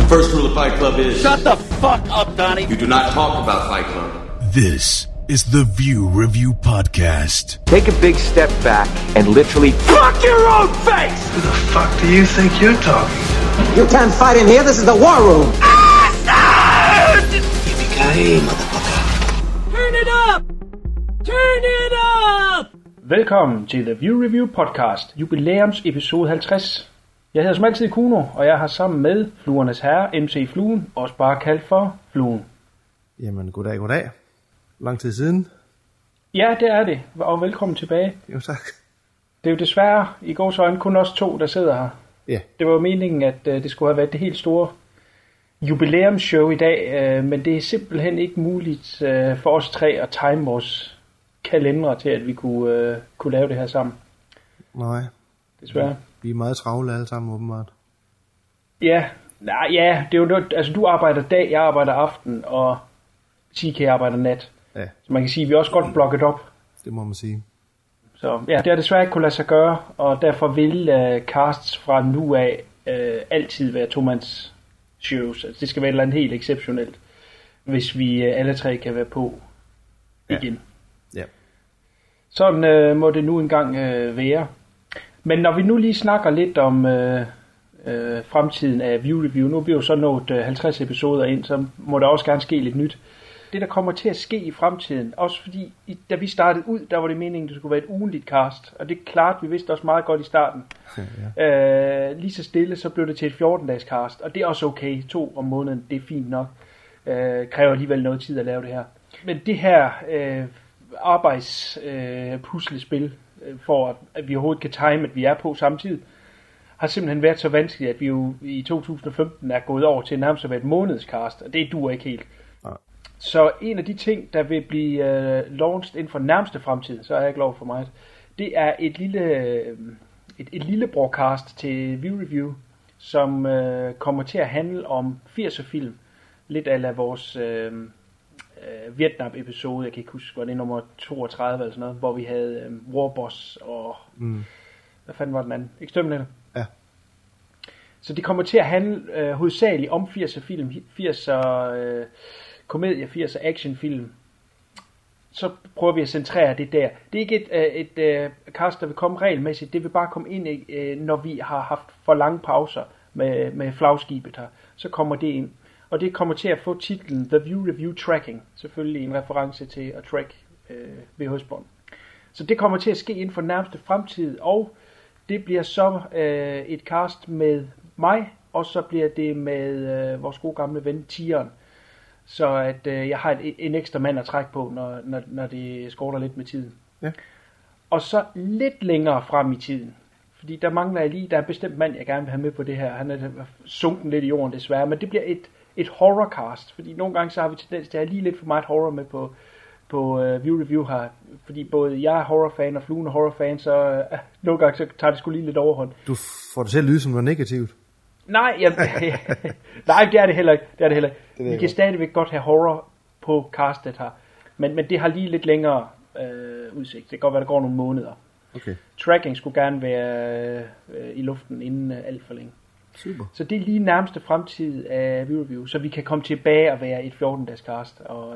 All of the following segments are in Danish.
The first rule of Fight Club is... Shut the fuck up, Donnie! You do not talk about Fight Club. This is the View Review Podcast. Take a big step back and literally fuck your own face! Who the fuck do you think you're talking to? You can't fight in here, this is the war room! Yippee-ki-yay, motherfucker. Turn it up! Turn it up! Velkommen til The View Review Podcast, jubilæums episode 50. Jeg hedder som altid Kuno, og jeg har sammen med Fluernes Herre, MC Fluen, også bare kaldt for Fluen. Jamen, goddag. Lang tid siden. Ja, det er det, og velkommen tilbage. Jo, tak. Det er jo desværre i gårs øjne kun os to, der sidder her. Ja. Det var jo meningen, at det skulle have været det helt store jubilæumsshow i dag, men det er simpelthen ikke muligt for os tre at time vores kalendere til, at vi kunne lave det her sammen. Nej. Desværre. Vi er meget travle alle sammen, åbenbart. Ja, det er jo noget, altså du arbejder dag, jeg arbejder aften, og CK arbejder nat. Ja. Så man kan sige, at vi er også godt blokket op. Det må man sige. Så ja, det har desværre ikke kunne lade sig gøre, og derfor vil casts fra nu af altid være tomands shows. Altså, det skal være et eller andet helt exceptionelt, hvis vi alle tre kan være på igen. Ja. Sådan må det nu engang være. Men når vi nu lige snakker lidt om fremtiden af View Review, nu er vi jo så nået 50 episoder ind, så må der også gerne ske lidt nyt. Det der kommer til at ske i fremtiden, også fordi da vi startede ud, der var det meningen, at det skulle være et ugentligt cast, og det er klart, vi vidste også meget godt i starten. Ja. Lige så stille, så blev det til et 14-dages cast, og det er også okay, 2 om måneden, det er fint nok. Kræver alligevel noget tid at lave det her. Men det her arbejdspuslespil, for at vi overhovedet kan time, at vi er på samtidig, har simpelthen været så vanskeligt, at vi jo i 2015 er gået over til nærmest at være et månedscast, og det duer ikke helt. Ja. Så en af de ting, der vil blive launched inden for nærmeste fremtid, så har jeg ikke lov for mig, det er et lille broadcast til View Review, som kommer til at handle om 80'er film, lidt af vores Vietnam-episode, jeg kan ikke huske, var det nummer 32 eller sådan noget, hvor vi havde Warboss og hvad fanden var den anden? Exterminator. Ja. Så det kommer til at handle hovedsageligt om 80'er film, 80'er komedie, 80'er actionfilm. Så prøver vi at centrere det der. Det er ikke et cast, der vil komme regelmæssigt, det vil bare komme ind i, når vi har haft for lange pauser med flagskibet her. Så kommer det ind. Og det kommer til at få titlen The View Review Tracking. Selvfølgelig en reference til at track VHS-bånd. Så det kommer til at ske inden for nærmeste fremtid. Og det bliver så et cast med mig. Og så bliver det med vores gode gamle ven Tigeren. Så at jeg har en ekstra mand at trække på, når det skorter lidt med tiden. Ja. Og så lidt længere frem i tiden. Fordi der mangler jeg lige, der er en bestemt mand, jeg gerne vil have med på det her. Han er sunken lidt i jorden desværre. Men det bliver et horrorcast, fordi nogle gange så har vi tendens til at have lige lidt for meget horror med på View Review her, fordi både jeg er horrorfan og Fluen er horrorfan, så nogle gange så tager det sgu lige lidt overhånd. Du får det til at lyde som noget negativt. Nej, nej, det er det heller ikke. Vi kan stadigvæk godt have horror på castet her, men det har lige lidt længere udsigt. Det kan godt være, der går nogle måneder. Okay. Tracking skulle gerne være i luften inden alt for længe. Super. Så det er lige nærmeste fremtid af View Review, så vi kan komme tilbage og være et 14-dages cast, og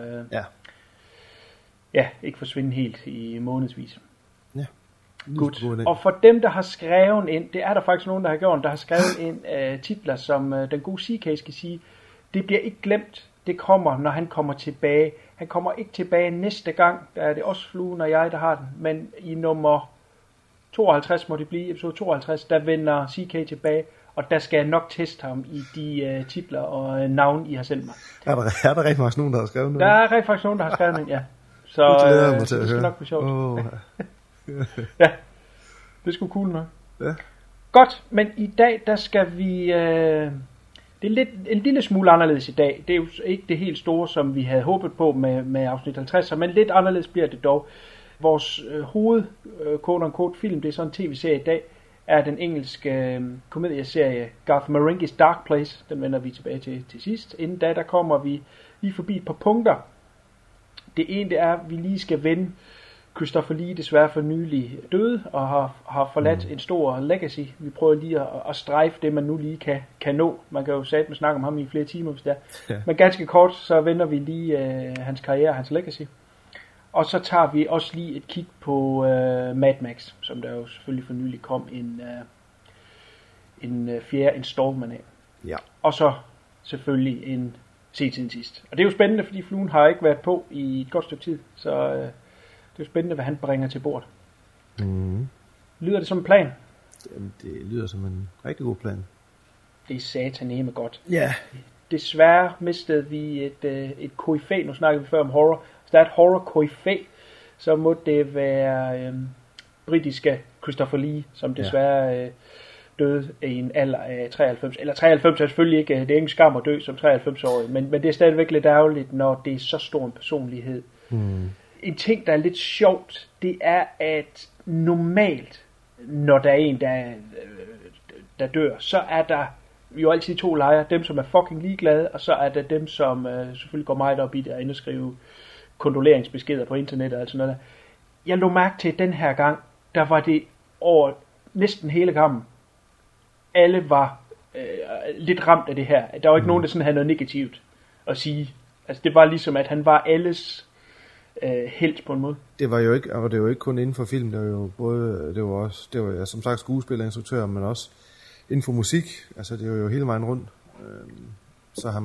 ikke forsvinde helt i månedsvis. Ja. Godt. Og for dem, der har skrevet ind, det er der faktisk nogen, der har gjort, der har skrevet ind titler, som den gode CK skal sige, det bliver ikke glemt, det kommer, når han kommer tilbage. Han kommer ikke tilbage næste gang, der er det også Fluen og jeg, der har den, men i nummer 52 må det blive, episode 52, der vender CK tilbage, og der skal jeg nok teste ham i de titler og navn, I har sendt mig. Er der rigtig faktisk nogen, der har skrevet noget? Der er rigtig faktisk nogen, der har skrevet noget, ja. Så det skal nok blive sjovt. Ja, det er sgu cool nok. Ja. Godt, men i dag, der skal vi... det er en lille smule anderledes i dag. Det er jo ikke det helt store, som vi havde håbet på med afsnit 50, men lidt anderledes bliver det dog. Vores hoved, quote-unquote, film, det er sådan en tv-serie i dag, er den engelske komedieserie Garth Marenghi's Dark Place. Den vender vi tilbage til sidst. Inden da, der kommer vi lige forbi et par punkter. Det ene, det er, at vi lige skal vende Christopher Lee desværre for nylig døde, og har forladt en stor legacy. Vi prøver lige at strejfe det, man nu lige kan nå. Man kan jo satme snakke om ham i flere timer, hvis det er. Ja. Men ganske kort, så vender vi lige hans karriere, hans legacy. Og så tager vi også lige et kig på Mad Max, som der jo selvfølgelig for nylig kom en fjerde installment af. Ja. Og så selvfølgelig en se-tiden sidst. Og det er jo spændende, fordi Fluen har ikke været på i et godt stykke tid, så det er jo spændende, hvad han bringer til bordet. Lyder det som en plan? Jamen, det lyder som en rigtig god plan. Det er sataneme godt. Ja. Yeah. Desværre mistede vi et koryfæ. Nu snakkede vi før om horror. Hvis der er et horror-koryfæ, så må det være britiske Christopher Lee, som desværre døde i en alder af 93. Eller 93 er selvfølgelig ikke, det er ingen skam at dø som 93-årig, men det er stadigvæk lidt ærgerligt, når det er så stor en personlighed. En ting, der er lidt sjovt, det er, at normalt, når der er en, der dør, så er der jo altid to lejre. Dem, som er fucking ligeglade, og så er der dem, som selvfølgelig går meget op i det, og inde og skrive kondoleringsbeskeder på internettet og sådan noget der. Jeg lå mærke til, at den her gang, der var det over næsten hele gangen. Alle var lidt ramt af det her. Der var ikke nogen, der sådan havde noget negativt at sige. Altså det var ligesom, at han var alles helt på en måde. Det var jo ikke, og det var jo ikke kun inden for film, det var jo både, det var som sagt skuespiller, instruktør, men også inden for musik. Altså det var jo hele vejen rundt. Så han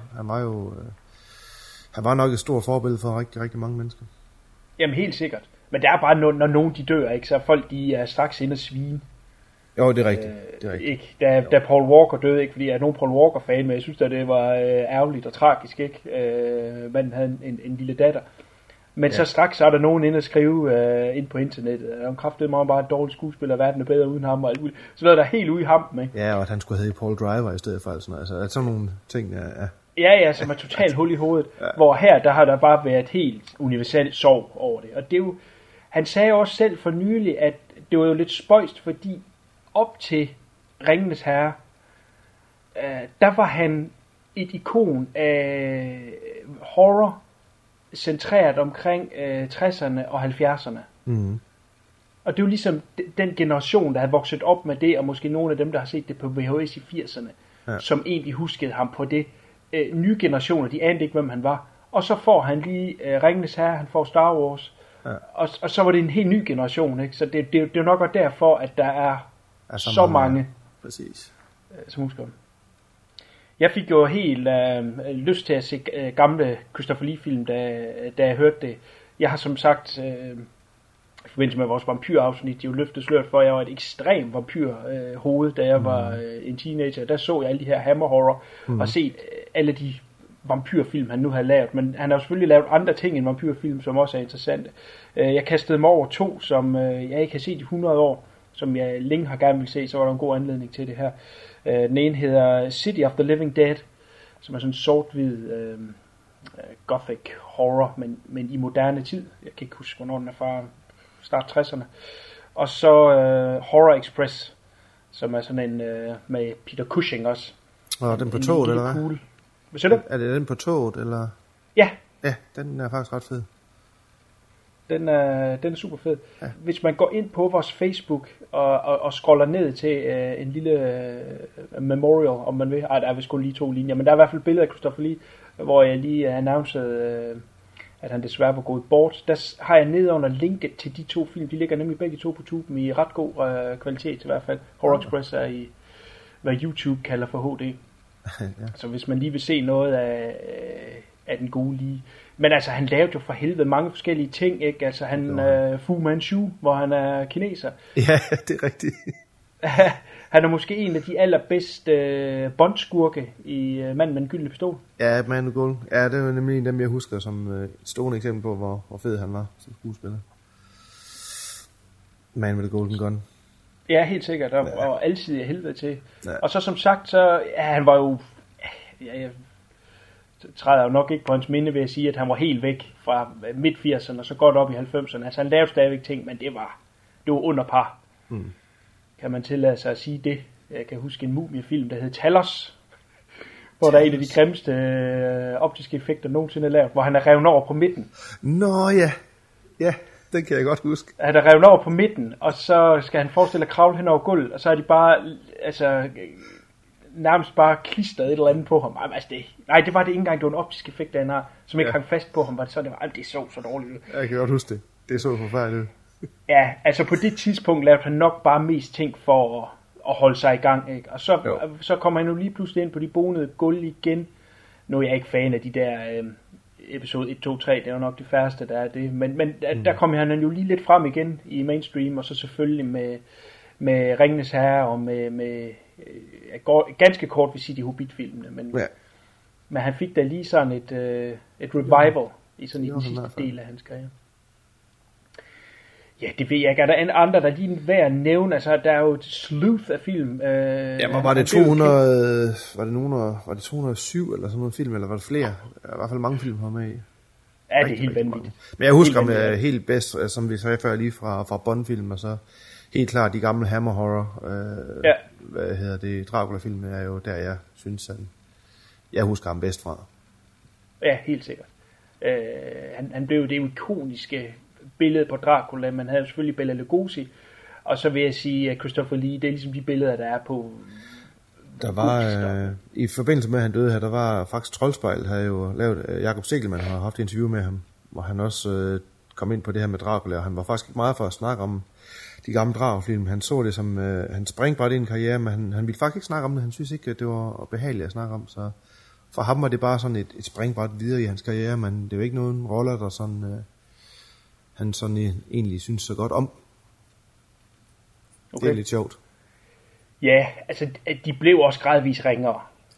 var nok et stort forbillede for rigtig, rigtig mange mennesker. Jamen helt sikkert. Men det er bare, når nogen de dør, ikke, så folk de er straks inde og svine. Jo, det er rigtigt. Det er rigtigt. Ikke? Da Paul Walker døde, ikke fordi jeg er nogen Paul Walker-fan, men jeg synes, at det var ærgerligt og tragisk, ikke? Man havde en lille datter. Men så straks så er der nogen inde og skrive ind på internettet. Han kraftede meget bare et dårligt skuespiller, verden er bedre uden ham og alt muligt. Så var der helt ude i hampen, ikke? Ja, og at han skulle hedde Paul Driver i stedet for alt sådan noget. Altså, at sådan nogle ting, Ja, som er totalt hul i hovedet. Ja. Hvor her, der har der bare været helt universelt sorg over det. Og det er jo, han sagde også selv for nylig, at det var jo lidt spøjst, fordi op til Ringenes Herre, der var han et ikon af horror, centreret omkring 60'erne og 70'erne. Og det er jo ligesom den generation, der har vokset op med det, og måske nogle af dem, der har set det på VHS i 80'erne, som egentlig huskede ham på det. Nye generationer, de anede ikke, hvem han var. Og så får han lige Ringenes Herre, han får Star Wars, og så var det en helt ny generation, ikke? Så det er jo nok derfor, at der er så mange som husker. Jeg fik jo helt lyst til at se gamle Christopher Lee-film, da jeg hørte det. Jeg har som sagt, i forbindelse med vores vampyrafsnit, jo løftet sløret for, at jeg var et ekstremt vampyrhoved, da jeg var en teenager. Der så jeg alle de her Hammer Horror, og set alle de vampyrfilm, han nu har lavet. Men han har jo selvfølgelig lavet andre ting end vampyrfilm, som også er interessante. Jeg kastede mig over 2, som jeg ikke har set i 100 år, som jeg længe har gerne vil se, så var der en god anledning til det her. Den ene hedder City of the Living Dead, som er sådan en sort-hvid gothic horror, men i moderne tid. Jeg kan ikke huske, hvornår den er fra start 60'erne. Og så Horror Express, som er sådan en med Peter Cushing også. Og den på toget, eller hvad? Cool. Hvad siger du? Er det den på toget, eller? Ja. Ja, den er faktisk ret fed. Den er super fed. Ja. Hvis man går ind på vores Facebook og scroller ned til en lille memorial, om man vil. Der er vist kun lige 2 linjer, men der er i hvert fald billeder af Christopher Lee, hvor jeg lige annoncerede, at han desværre var gået bort. Der har jeg nedenunder linket til de 2 film. De ligger nemlig begge 2 på tuben i ret god kvalitet i hvert fald. Horror Express er i, hvad YouTube kalder for HD. Ja. Så hvis man lige vil se noget af den gode Lee. Men altså, han lavede jo for helvede mange forskellige ting, ikke? Altså, han Fu Manchu, hvor han er kineser. Ja, det er rigtigt. Han er måske en af de allerbedste bondskurke i Manden med den gyldne pistol. Ja, Man with Gold. Ja, det er nemlig en af dem, jeg husker som et stående eksempel på, hvor fed han var som skuespiller. Man with the Golden Gun. Ja, helt sikkert. Og altid i helvede til. Ja. Og så som sagt, så han var jo... jeg træder jo nok ikke på hans minde ved at sige, at han var helt væk fra midt-80'erne og så godt op i 90'erne. Altså han lavede stadigvæk ting, men det var under par. Kan man tillade sig at sige det? Jeg kan huske en mumiefilm, der hed Talos, hvor der er en af de grimmeste optiske effekter nogensinde lavet, hvor han er revet over på midten. Nå ja. Ja. Den kan jeg godt huske. Han er revet over på midten, og så skal han forestille at kravle hen over gulvet, og så er de bare, altså, nærmest bare klistret et eller andet på ham. Altså, det var det ikke engang, det var en optisk effekt, der har, som ikke hang fast på ham, var det sådan, det så dårligt ud. Jeg kan godt huske det. Det så forfærdeligt ud. Ja, altså på det tidspunkt lavede han nok bare mest ting for at holde sig i gang, ikke? Og så kommer han jo lige pludselig ind på de bonede gulv igen. Nu er jeg ikke fan af de der episode 1, 2, 3, det er jo nok de færreste, der er det. Men der kommer han jo lige lidt frem igen i mainstream, og så selvfølgelig med Ringenes Herre, og med ganske kort vil sige de Hobbit-filmene. Men han fik da lige sådan et revival i sådan i den sidste del af hans karriere. Ja, det ved jeg ikke. Er der andre, der lige værd at nævne? Altså, der er jo et sleuth af film. Var det 200... Var det 207 eller sådan noget film, eller var det flere? I hvert fald mange film har med i. Ja, det er helt vanvittigt. Men jeg husker om helt bedst, som vi sagde før, lige fra Bond-film, og så helt klart de gamle Hammer Horror. Hvad hedder det? Dracula-film er jo der, jeg synes, jeg husker ham bedst fra. Ja, helt sikkert. Han blev jo det ikoniske billede på Dracula. Man havde jo selvfølgelig Bela Lugosi, og så vil jeg sige, at Christopher Lee, det er ligesom de billeder, der er på. Der var i forbindelse med at han døde her, der var faktisk Troldspejl, havde jo lavet, Jakob Segelmann har haft et interview med ham, hvor han også kom ind på det her med Dracula, og han var faktisk ikke meget for at snakke om de gamle Dracula-film. Han så det som han springbræt i en karriere, men han ville faktisk ikke snakke om det. Han synes ikke, at det var behageligt at snakke om, så for ham var det bare sådan et springbræt videre i hans karriere, men det var ikke nogen roller, der sådan han sådan egentlig synes så godt om. Okay. Det er lidt sjovt. Ja, altså de blev også gradvist ringere.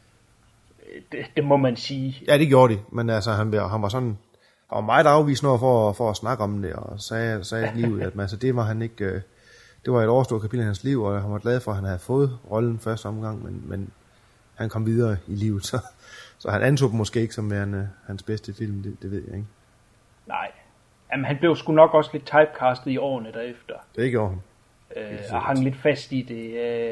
Det må man sige. Ja, det gjorde de, men altså han var sådan, han var meget afvisende for at snakke om det, og sagde livet, at altså, det var han ikke, det var et overstået kapitel i hans liv, og han var glad for, at han havde fået rollen første omgang, men han kom videre i livet, så han anså dem måske ikke som værende hans bedste film, det ved jeg ikke. Nej, jamen han blev sgu nok også lidt typecastet i årene derefter. Det gjorde han. Og hang lidt fast i det.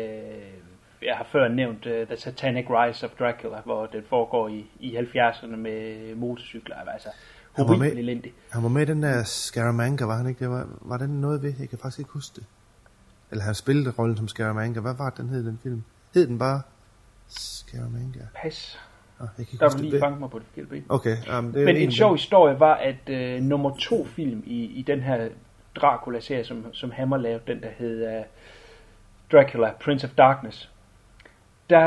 Jeg har før nævnt The Satanic Rise of Dracula, hvor den foregår i 70'erne med motorcykler. Altså horribelt elendigt. Han var med i den der Scaramanga, var han ikke? Var den noget ved? Jeg kan faktisk ikke huske det. Eller han spillede rollen som Scaramanga. Hvad var den hed, den film? Hed den bare Scaramanga? Pas. Jeg kan der var lige fanget mig på det forkerte ben. Okay. Men en sjov historie var, at nummer 2 film i den her Dracula-serie, som Hammer lavede, den der hed Dracula, Prince of Darkness, der,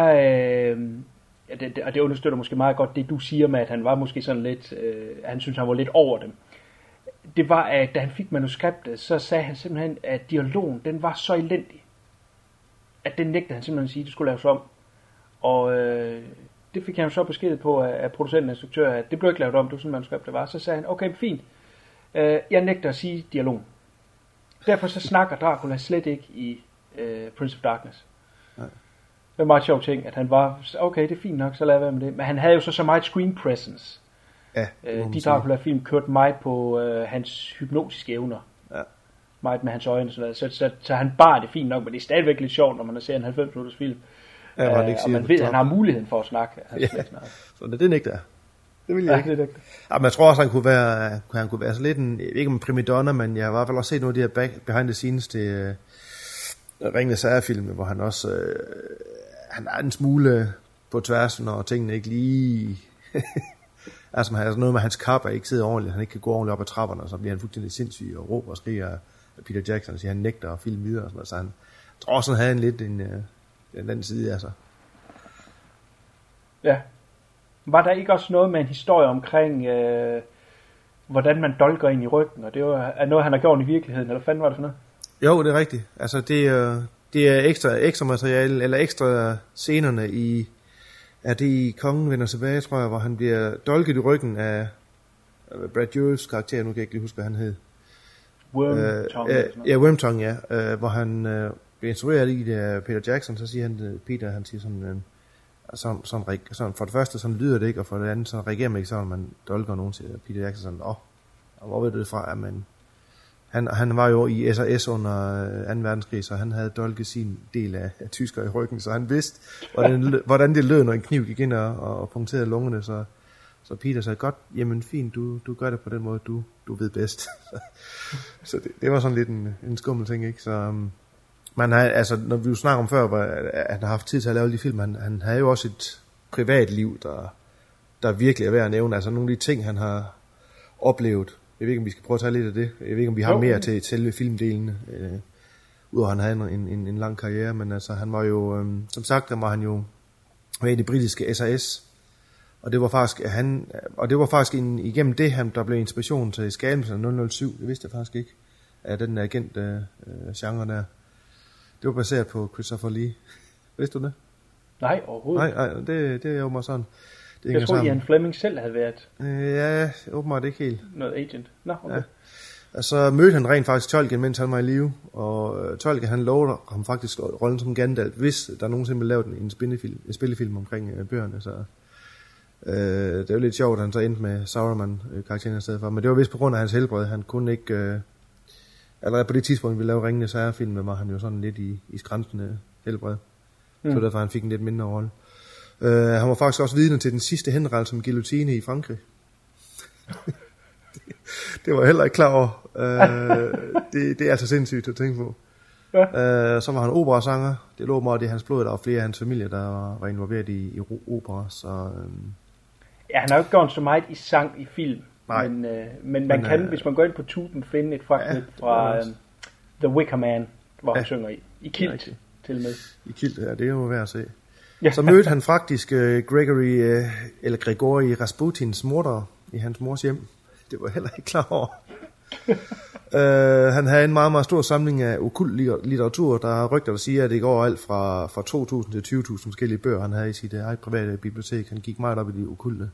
og det understøtter måske meget godt det, du siger med, at han var måske sådan lidt, han synes, han var lidt over dem. Det var, at da han fik manuskriptet, så sagde han simpelthen, at dialogen, den var så elendig, at den nægtede han simpelthen at sige, at det skulle laves om. Og det fik han så besked på af producenten og instruktør, at det blev ikke lavet om, det var sådan manuskriptet var. Så sagde han, okay, fint, jeg nægter at sige dialogen. Derfor så snakker Dracula slet ikke i Prince of Darkness. Nej. Det var en meget sjov ting, at han var, okay, det er fint nok, så lad være med det. Men han havde jo så meget screen presence. Ja, de Dracula-film kørte meget på hans hypnotiske evner. Ja. Meget med hans øjne og sådan noget. Så han bar det fint nok, men det er stadigvæk lidt sjovt, når man ser en 90-minutters film. Ja, og man ved, at han har muligheden for at snakke. Så det nægter jeg. Det vil jeg ikke. Ja, men jeg tror også, han kunne være så lidt en, ikke en primadonna, men jeg har i hvert fald også set nogle af de her behind the scenes til Ringenes Herre-filmen, hvor han også han er en smule på tværs, når tingene ikke lige altså noget med hans kapper ikke sidder ordentligt, han ikke kan gå ordentligt op ad trapperne, og så bliver han fuldstændig sindssyg og råber og skriger af Peter Jackson og siger, han nægter at filme videre og sådan noget, så han tror også, han havde en anden side af sig. Ja. Var der ikke også noget med en historie omkring, hvordan man dolker ind i ryggen, og det er noget, han har gjort i virkeligheden, eller fanden var det for noget? Jo, det er rigtigt. Altså, det er ekstra materiale, eller ekstra scenerne er det i Kongen vender tilbage, tror jeg, hvor han bliver dolket i ryggen af Brad Dourifs karakter, nu kan jeg ikke lige huske, hvad han hed. Wormtongue. Ja, Wormtongue, ja. Hvor han bliver instrueret i det af Peter Jackson, så siger han, Peter, han siger sådan, for det første sådan lyder det ikke, og for det andet så reagerer man ikke sådan, man dolker nogen til Peter Jackson sådan, og hvor ved du det fra, men han var jo i SAS under 2. verdenskrig, så han havde dolket sin del af tysker i ryggen, så han vidste, hvordan det lød, når en kniv gik ind og punkterede lungerne, så Så Peter sagde, godt, jamen fint, du gør det på den måde, du ved bedst. Så det var sådan lidt en skummel ting, ikke? Så man har, altså, når vi jo snakker om før, at han har haft tid til at lave de film, han havde jo også et privatliv, der virkelig er værd at nævne. Altså nogle af de ting, han har oplevet. Jeg ved ikke, om vi skal prøve at tage lidt af det. Jeg ved ikke, om vi har mere til selve filmdelene. Udover at han havde en lang karriere, men altså han var jo, som sagt, der var han jo med i det britiske SAS. Og det var faktisk igennem det, der blev inspiration til Skabelsen 007. Det vidste jeg faktisk ikke, af den agent-genre der. Det var baseret på Christopher Lee. Vidste du det? Nej, overhovedet. Nej, det er jo meget sådan. Jeg tror, Ian Fleming selv havde været... Ja, åbenbart ikke helt. Noget agent. Nå, okay. Ja. Og så mødte han rent faktisk Tolkien, mens han var i live. Og Tolkien, han lovede ham faktisk rollen som Gandalf, hvis der nogensinde blev lavet en spillefilm omkring bøgerne. Så det er jo lidt sjovt, at han så endte med Sauron-karakteren i stedet for. Men det var vist på grund af hans helbred. Han kunne ikke... allerede på det tidspunkt, vi lavede Ringenes Herre-filmen, var han jo sådan lidt i skrænsende helbred. Så derfor han fik en lidt mindre rolle. Han var faktisk også vidne til den sidste henrettelse med guillotine i Frankrig. Det var jeg heller ikke klar over. Det er altså sindssygt at tænke på. Ja. Så var han operasanger. Det lå meget i hans blod. Der var flere af hans familie, der var involveret i opera. Så, Ja, han har jo ikke gjort så meget i sang i film. Nej. Men man kan, hvis man går ind på tuben, finde et fragment fra The Wicker Man, hvor han synger i kilt til med. I kilt, ja, det er jo værd at se. Ja. Så mødte han faktisk Grigori Rasputins morder i hans mors hjem. Det var heller ikke klar over. Han havde en meget, meget stor samling af okkult litteratur. Der er rygter, der siger, at det går alt fra 2.000 til 20.000 forskellige bøger, han havde i sit eget private bibliotek. Han gik meget op i de okulte.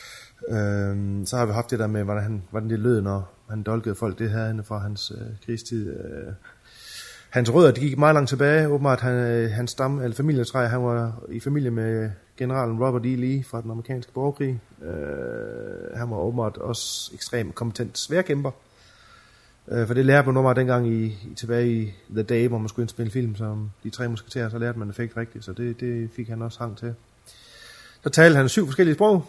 Så har vi haft det der med, hvordan det lød, når han dolkede folk. Det havde han fra hans krigstid. Hans rødder, de gik meget langt tilbage. Åbenbart, hans stamme, eller familietræ, han var i familie med generalen Robert E. Lee fra den amerikanske borgerkrig. Han var åbenbart også ekstremt kompetent sværkæmper. For det lærte man åbenbart dengang tilbage i The Day, hvor man skulle indspille film som De Tre Musketerer, så lærte man effekt rigtigt, så det fik han også hang til. Så talte han 7 forskellige sprog.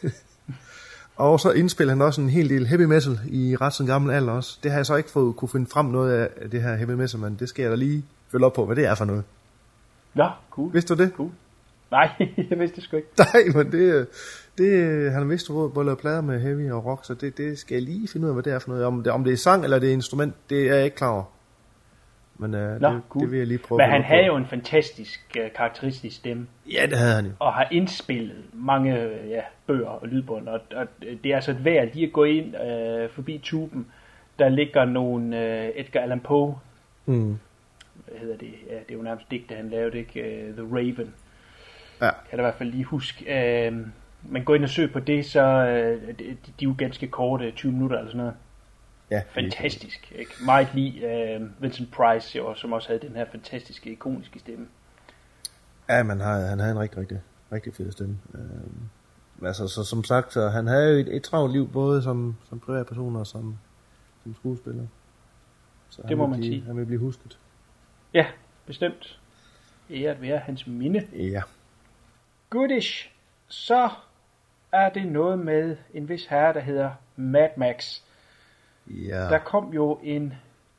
Og så indspillede han også en hel del heavy metal i ret sådan gammel alder også. Det har jeg så ikke kunne finde frem noget af det her heavy metal, men det skal jeg da lige følge op på, hvad det er for noget. Nå, cool. Vidste du det? Cool. Nej, jeg vidste det sgu ikke. Nej, men det han har vist både lavet plader med heavy og rock, så det skal jeg lige finde ud af, hvad det er for noget. Om det er sang eller det er instrument, det er jeg ikke klar over. Men cool. Det vil jeg lige prøve. Men han havde jo en fantastisk karakteristisk stemme. Ja, det havde han jo. Og har indspillet mange bøger og lydbånd. Og det er altså et værd lige at gå ind forbi tuben. Der ligger nogle Edgar Allan Poe. Hvad hedder det? Ja, det er jo nærmest digte, han lavede, ikke? The Raven. Ja. Kan jeg i hvert fald lige huske. Men gå ind og søg på det, så de er jo ganske korte, 20 minutter eller sådan noget. Ja, fantastisk, ikke? Meget lige Vincent Price, jo, som også havde den her fantastiske, ikoniske stemme. Ja, men han havde en rigtig fed stemme. Altså, så som sagt, så han havde jo et travlt liv, både som privatperson og som skuespiller. Så det må man sige. Han vil blive husket. Ja, bestemt. Æret være hans minde. Ja. Goodish. Så er det noget med en vis herre, der hedder Mad Max. Ja. Der kom jo en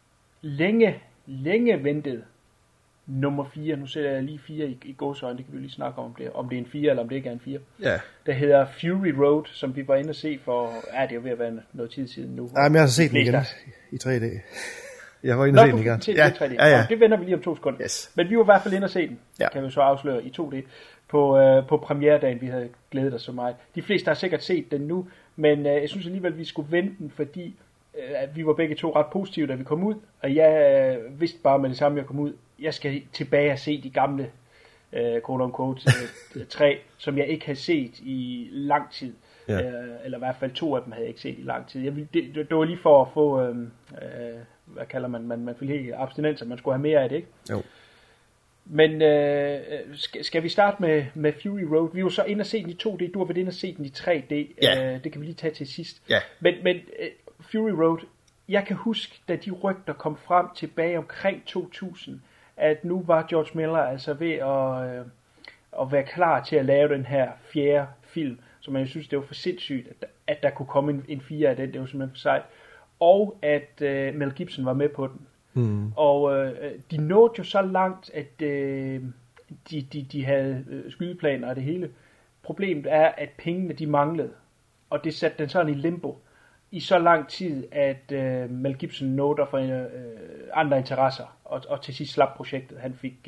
længe ventet nummer 4. Nu sætter jeg lige 4 i gåseøjne. Det kan vi lige snakke om det er en 4 eller om det ikke er en 4. Ja. Der hedder Fury Road, som vi var inde at se for... det er jo ved at være noget tid siden nu. Ja, men jeg har set den igen i 3D. Jeg var inde og se den igen. Ja. Det vender vi lige om 2 sekunder. Yes. Men vi var i hvert fald inde og se den. Ja. Kan vi så afsløre i 2D. På premieredagen, vi havde glædet os så meget. De fleste har sikkert set den nu, men jeg synes alligevel, vi skulle vente den, fordi vi var begge to ret positive, da vi kom ud, og jeg vidste bare med det samme, jeg kom ud, jeg skal tilbage og se de gamle quote-unquote 3, som jeg ikke havde set i lang tid. Ja. Eller i hvert fald 2 af dem havde jeg ikke set i lang tid. Det var lige for at få, hvad kalder man fik helt abstinenser, man skulle have mere af det, ikke? Jo. Men skal vi starte med Fury Road? Vi var så inde og se den i 2D, du har været inde og se den i 3D. Ja. Det kan vi lige tage til sidst. Ja. Men Fury Road, jeg kan huske, da de rygter kom frem tilbage omkring 2000, at nu var George Miller altså ved at være klar til at lave den her 4. film, Så man synes, det var for sindssygt, at der kunne komme en 4 af den. Det var simpelthen for sejt. Og at Mel Gibson var med på den. Og de nåede jo så langt, at de havde skydeplaner og det hele. Problemet er, at pengene de manglede. Og det satte den sådan i limbo i så lang tid, at Mel Gibson nåede for andre interesser, og til sidst slap projektet. Han fik,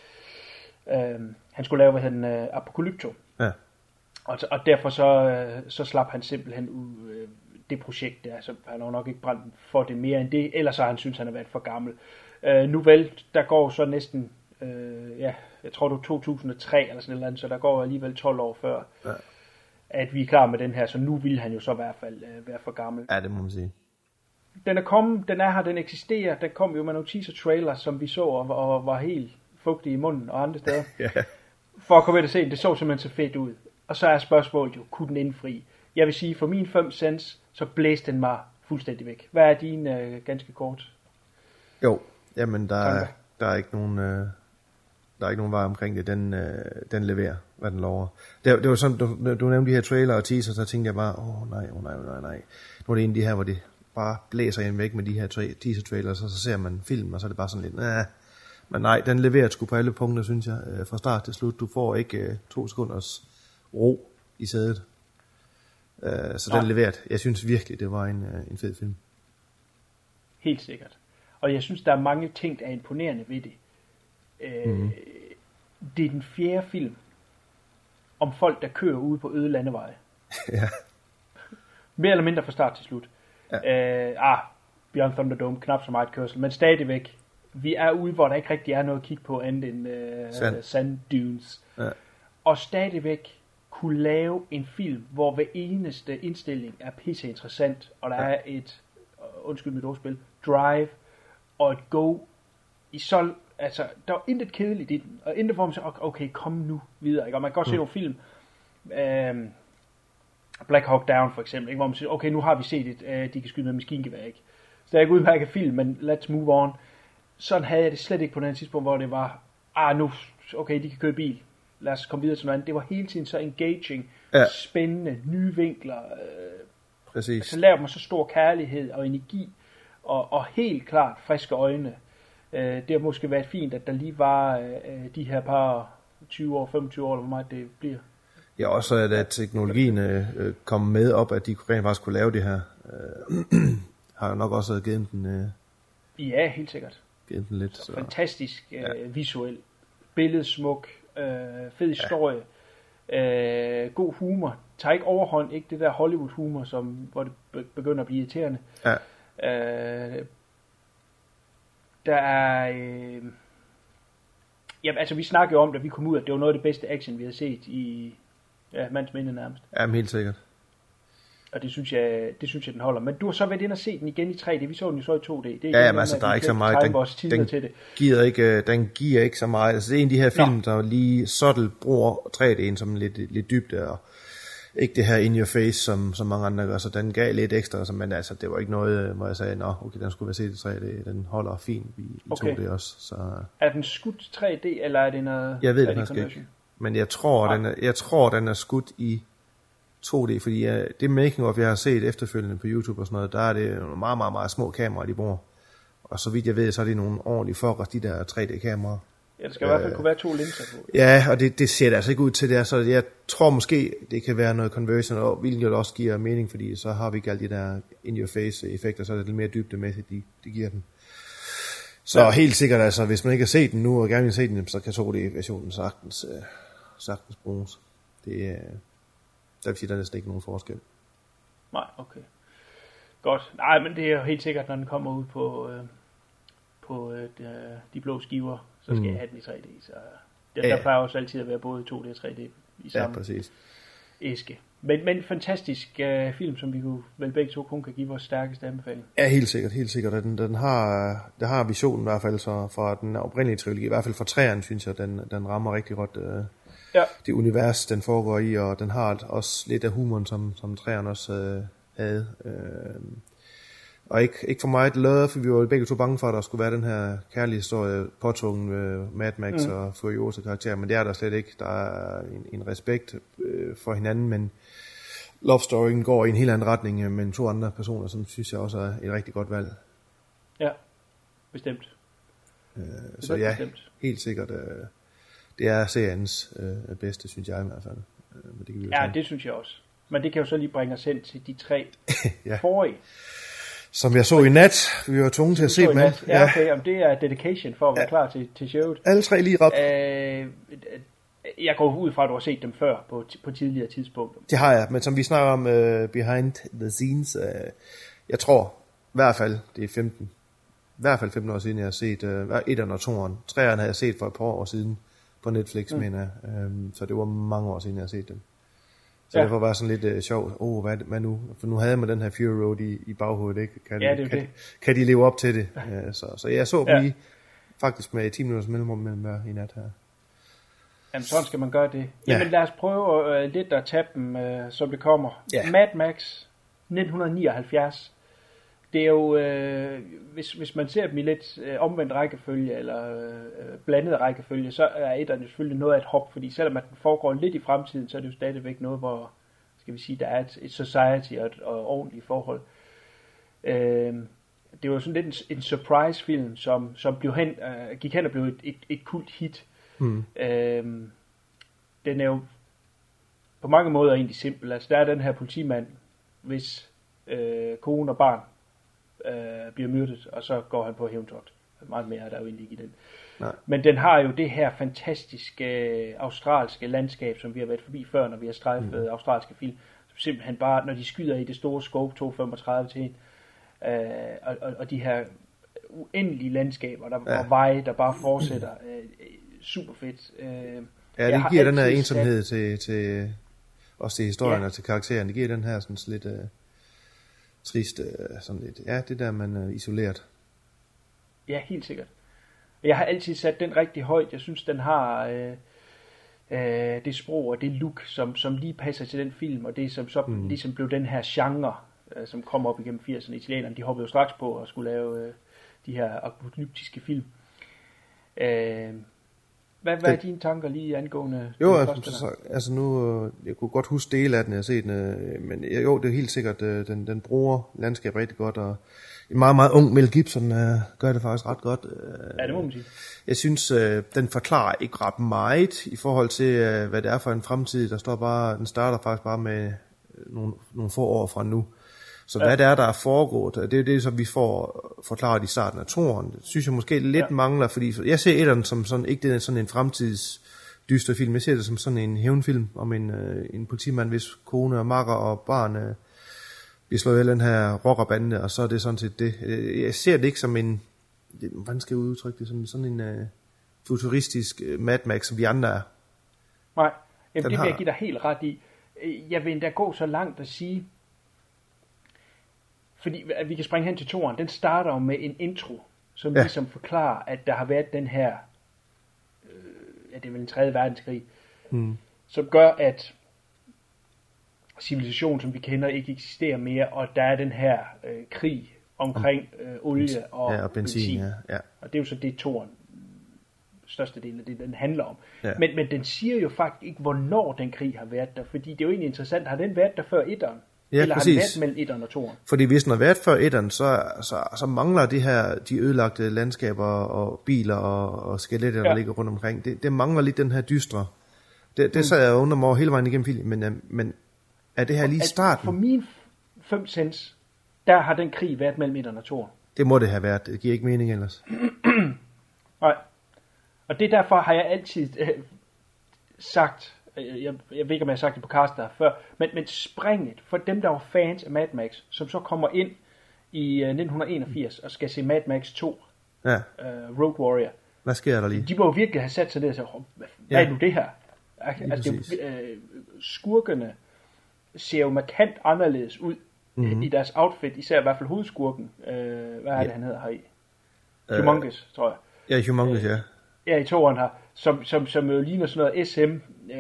han skulle lave, Apocalypto. Ja. Og derfor så slap han simpelthen det projekt der. Altså, han har nok ikke brændt for det mere end det, ellers har han synes han har været for gammel. Nu vel, der går så næsten, jeg tror det var 2003 eller sådan noget, så der går alligevel 12 år før. Ja. At vi er klar med den her, så nu vil han jo så i hvert fald være for gammel. Ja, det må man sige. Den er kommet, den er her, den eksisterer. Den kom jo med nogle teaser-trailers, som vi så, og var helt fugtige i munden og andre steder. Yeah. For at komme ind og se den, det så simpelthen så fedt ud. Og så er spørgsmålet jo, kunne den indfri? Jeg vil sige, for min 5 cents, så blæste den mig fuldstændig væk. Hvad er din ganske kort? Jo, jamen der er ikke nogen... Der er ikke nogen vej omkring det. Den leverer, hvad den lover. Det var sådan, du nævnte de her trailer og teaser, så tænkte jeg bare, nej. Nu er det en af de her, hvor de bare blæser en væk med de her teaser-trailers, og så ser man film, og så er det bare sådan lidt, Men nej, den leverer sgu på alle punkter, synes jeg, fra start til slut. Du får ikke 2 sekunders ro i sædet. Så den leveret. Jeg synes virkelig, det var en fed film. Helt sikkert. Og jeg synes, der er mange ting, der er imponerende ved det. Det er den 4. film om folk, der kører ude på øde landeveje. Ja. Mere eller mindre fra start til slut. Ja. Beyond Thunderdome, knap så meget kørsel, men stadigvæk, vi er ude, hvor der ikke rigtig er noget at kigge på andet end sand dunes. Ja. Og stadigvæk kunne lave en film, hvor hver eneste indstilling er pisse interessant, og der er et, undskyld mit ordspil, drive og et go i så. Altså, der var intet kedeligt i den, og intet for mig så, okay, kom nu videre, ikke? Og man kan godt se nogle film, Black Hawk Down for eksempel, ikke? Hvor man siger, okay, nu har vi set de kan skyde med maskingevær, ikke? Så det er ikke udmærket film, men let's move on. Sådan havde jeg det slet ikke på den tidspunkt, hvor det var, nu, okay, de kan køre bil, lad os komme videre til noget andet. Det var hele tiden så engaging, spændende, nye vinkler, præcis. Så lavede man så stor kærlighed og energi, og helt klart friske øjne. Det har måske været fint, at der lige var de her par 20 år, 25 år, eller hvor meget det bliver. Ja, også at teknologien kom med op, at de rent faktisk kunne lave det her, har jo nok også givet den... Ja, helt sikkert. Givet den lidt. Så. Fantastisk visuel, billedsmuk, fed historie, god humor. Tager ikke overhånd, ikke det der Hollywood humor, hvor det begynder at blive irriterende. Ja. Der er... jamen, altså, vi snakkede jo om, da vi kom ud, at det var noget af det bedste action, vi har set i mands minde nærmest. Jamen, helt sikkert. Og det synes jeg, den holder. Men du har så været inde og set den igen i 3D. Vi så den jo så i 2D. Det er ikke jamen, altså, der er ikke så meget. Den giver ikke så meget. Altså, det er en af de her film, der lige subtle bruger 3D'en som lidt dybde, og ikke det her in your face, som mange andre gør, så den gav lidt ekstra, men altså, det var ikke noget, hvor jeg sagde, okay, den skulle være set i 3D, den holder fint i 2D også. Så. Er den skudt 3D, eller er det noget... Jeg ved det faktisk ikke, men jeg tror, den er skudt i 2D, fordi det making of, jeg har set efterfølgende på YouTube og sådan noget, der er det nogle meget, meget, meget små kameraer, de bruger, og så vidt jeg ved, så er det nogle ordentlige fokus, de der 3D-kameraer. Ja, der skal i hvert fald kunne være 2 linser på. Ja, og det ser det altså ikke ud til det, så jeg tror måske, det kan være noget conversion, og hvilket jo også giver mening, fordi så har vi ikke alle de der in-your-face-effekter, så er det lidt mere dybdemæssigt, de giver den. Så helt sikkert, altså, hvis man ikke har set den nu, og gerne vil se den, så kan 2D-versionen sagtens bruges. Der vil sige, der er næsten ikke nogen forskel. Nej, okay. Godt. Nej, men det er jo helt sikkert, når den kommer ud på de blå skiver, så skal jeg have den i 3D. Så der plejer også altid at være både 2D og 3D i samme æske. Men fantastisk film, som vi kunne vel begge to kun kan give vores stærkeste anbefaling. Ja, helt sikkert. Den har visionen i hvert fald så fra den oprindelige trilogi, i hvert fald fra 3'eren, synes jeg, den rammer rigtig godt det univers, den foregår i, og den har også lidt af humoren, som 3'eren også havde. Og ikke for meget love, for vi var begge to bange for, at der skulle være den her kærlige historie påtvungen med Mad Max og Furiosa karakter, men det er der slet ikke. Der er en respekt for hinanden, men love storyen går i en helt anden retning med 2 andre personer, som synes jeg også er et rigtig godt valg. Ja, bestemt. Så ja, helt sikkert. Det er seriens bedste, synes jeg i hvert fald. Men det kan vi det synes jeg også. Men det kan jo så lige bringe os hen til de 3 forrige. Som jeg så i nat. Vi var tvunget til at se dem. Ja, okay. Om det er dedication for at være klar til showet. Alle 3 lige ret. Jeg går ud fra, at du har set dem før på tidligere tidspunkter. Det har jeg, men som vi snakker om behind the scenes, jeg tror i hvert fald, det er 15 år siden, jeg har set 1'eren og 2'eren. 3'eren havde jeg set for et par år siden på Netflix, mener jeg. Så det var mange år siden, jeg har set dem. Så derfor var sådan lidt sjovt. Hvad nu? For nu havde man den her Fury Road i baghovedet, ikke? Kan de leve op til det? Så jeg så dem lige faktisk med 10 minutters mellemrum mellem hver i nat her. Jamen, sådan skal man gøre det. Jamen, lad os prøve lidt at tage dem, som det kommer. Mad Max 1979. Det er jo, hvis man ser dem i lidt omvendt rækkefølge, eller blandet rækkefølge, så er etterne selvfølgelig noget af et hop, fordi selvom at den foregår lidt i fremtiden, så er det jo stadigvæk noget, hvor, skal vi sige, der er et society og ordentligt forhold. Det var sådan lidt en surprise-film, som gik hen og blev et kult hit. Den er jo på mange måder egentlig simpel. Altså, der er den her politimand, hvis kone og barn bliver myrdet, og så går han på hævntogt. Meget mere er der jo egentlig ikke i den. Nej. Men den har jo det her fantastiske australske landskab, som vi har været forbi før, når vi har strejfet australske film. Som simpelthen bare, når de skyder i det store scope 235 til en, og de her uendelige landskaber, og veje, der bare fortsætter. Super fedt. Det giver den her ensomhed til også til historien og til karakteren. Det giver den her sådan lidt trist, sådan lidt, det der man er isoleret. Ja, helt sikkert. Jeg har altid sat den rigtig højt. Jeg synes, den har det sprog og det look, som lige passer til den film, og det som så ligesom blev den her genre, som kom op igennem 80'erne. Italienerne, de hoppede jo straks på og skulle lave de her apokalyptiske film. Hvad er dine tanker lige angående? Jo, altså nu, jeg kunne godt huske dele af den, jeg har set den, men jo, det er helt sikkert, den bruger landskab rigtig godt, og en meget, meget ung Mel Gibson gør det faktisk ret godt. Ja, det må man sige. Jeg synes, den forklarer ikke ret meget i forhold til, hvad det er for en fremtid. Den starter faktisk bare med nogle få år fra nu. Så hvad det er, der er foregået, det er det, som vi får forklaret i starten af toren. Det synes jeg måske lidt mangler, fordi jeg ser etteren som sådan, ikke det er sådan en fremtidsdyster film. Jeg ser det som sådan en hævnfilm om en politimand, hvis kone og makker og barn bliver slået af den her rockerbande, og så er det sådan set det. Jeg ser det ikke som hvordan skal jeg udtrykke det, som sådan en futuristisk Mad Max, som vi andre er. Nej, det vil jeg give dig helt ret i. Jeg vil endda gå så langt at sige, fordi at vi kan springe hen til toren. Den starter med en intro, som ligesom forklarer, at der har været den her, det er vel en 3. verdenskrig, som gør, at civilisation, som vi kender, ikke eksisterer mere, og der er den her krig omkring olie og benzin. Ja. Og det er jo så det toren, største del af det, den handler om. Ja. Men den siger jo faktisk ikke, hvornår den krig har været der, fordi det er jo egentlig interessant, har den været der før etteren? Ja, eller præcis. har den været mellem 1'eren og 2'eren? Fordi hvis den har været før 1'eren, så mangler de ødelagte landskaber og biler og skeletter, der ligger rundt omkring. Det mangler lidt den her dystre. Det sad jeg under mig over hele vejen igennem filmen, men er det her lige starten? For min 5 cents, der har den krig været mellem 1'eren og 2'eren. Det må det have været. Det giver ikke mening ellers. Nej. Og det derfor har jeg altid sagt, jeg ved ikke, om jeg har sagt det på Carsten før, men springet for dem, der var fans af Mad Max, som så kommer ind i 1981 og skal se Mad Max 2, Road Warrior. Hvad sker der lige? De må jo virkelig have sat sig ned og sagt, hvad er nu det her? Altså, skurkene ser jo markant anderledes ud i deres outfit, især i hvert fald hovedskurken. Hvad er det, han hedder her i? Humongous, tror jeg. Ja, Humongous, ja. Ja, i toeren her, som jo ligner sådan noget SM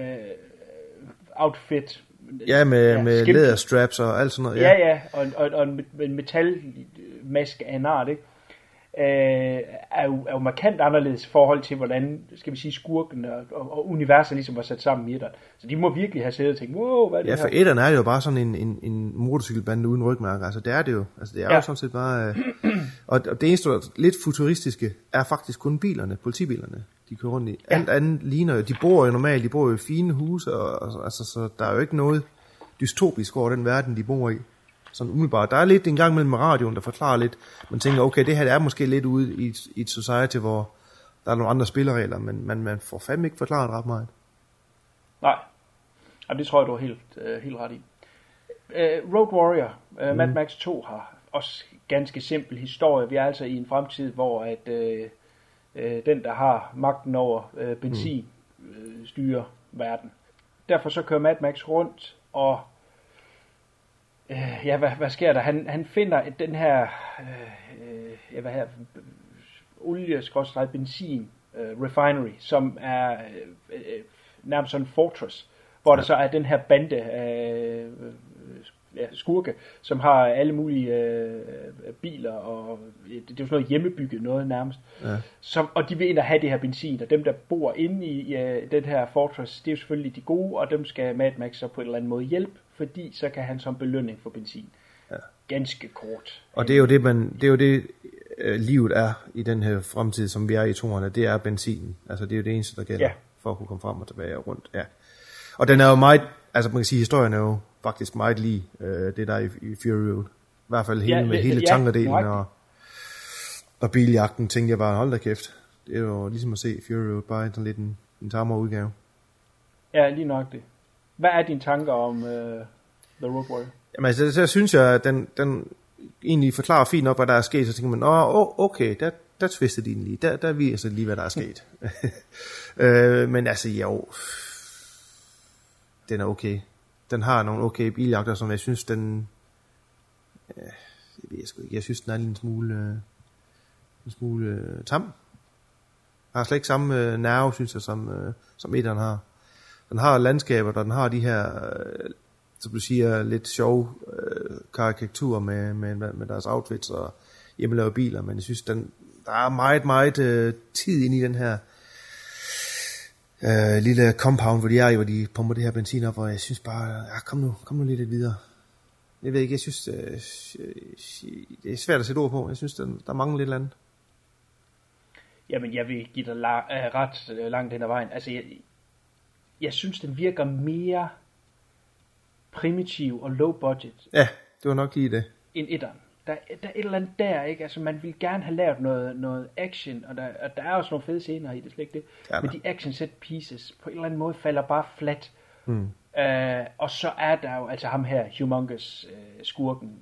outfit. Ja, med læderstraps og alt sådan noget. Ja, og en metal maske af en art, ikke? Er jo markant anderledes i forhold til, hvordan, skal vi sige, skurken og universet ligesom var sat sammen i etteren. Så de må virkelig have siddet og tænkt, wow, hvad er det her? Ja, for etteren er jo bare sådan en motorcykelbande uden rygmærker. Altså det er det jo. Altså det er jo sådan set bare... og det eneste, der er lidt futuristiske, er faktisk kun bilerne, politibilerne, de kører rundt i. Alt andet ligner jo, de bor jo normalt, de bor jo i fine huse, og altså, så der er jo ikke noget dystopisk over den verden, de bor i. Sådan umiddelbart. Der er lidt en gang mellem radioen, der forklarer lidt. Man tænker, okay, det her er måske lidt ude i et society, hvor der er nogle andre spilleregler, men man får fandme ikke forklaret ret meget. Nej, og det tror jeg, du er helt ret i. Road Warrior, Mad Max 2 har også ganske simpel historie. Vi er altså i en fremtid, hvor at den, der har magten over benzin, styrer verden. Derfor så kører Mad Max rundt, og hvad sker der? Han finder den her olie-benzin refinery, som er nærmest sådan en fortress, hvor der så er den her bande af skurke, som har alle mulige biler, og det er jo sådan noget hjemmebygget noget nærmest. Ja. Og de vil ind og have det her benzin, og dem der bor inde i den her fortress, det er jo selvfølgelig de gode, og dem skal Mad Max så på en eller anden måde hjælpe, fordi så kan han som belønning få benzin. Ja. Ganske kort. Og det er jo det livet er i den her fremtid, som vi er i toerne, det er benzinen. Altså det er jo det eneste, der gælder for at kunne komme frem og tilbage og rundt. Ja. Og den er jo meget, altså man kan sige, historien er jo faktisk meget lige det der i Fury Road. I hvert fald hele tankerdelen og biljagten, tænkte jeg bare, hold da kæft. Det er jo ligesom at se Fury Road, bare sådan lidt en tammere udgave. Ja, lige nok det. Hvad er dine tanker om The Road Warrior? Jamen altså, så synes jeg, at den egentlig forklarer fint op, hvad der er sket, så tænker man, okay, der twistede de den lige. Der viser lige, hvad der er sket. Men altså, jo, den er okay. Den har nogle okay biljagter, som jeg synes, den... jeg ved sgu ikke. Jeg synes, den er en smule tam. Har slet ikke samme nerve, synes jeg, som etteren har. Den har landskaber, og den har de her, som du siger, lidt sjove karikaturer med deres outfits og hjemmelavede biler, men jeg synes, der er meget tid ind i den her lille compound, hvor de pumper det her benzin op, og jeg synes bare, kom nu lidt videre. Jeg ved ikke, jeg synes, det er svært at sætte ord på. Jeg synes, der mangler lidt andet. Jamen, jeg vil give dig ret langt hen ad vejen. Altså, jeg synes, den virker mere primitiv og low budget. Ja, det var nok lige det. End etteren. Der er et eller andet der, ikke? Altså, man vil gerne have lavet noget action, og der er også nogle fede scener i det, slet ikke det. Ja, men de action set pieces, på en eller anden måde, falder bare flat. Og så er der jo, altså ham her, Humongous skurken.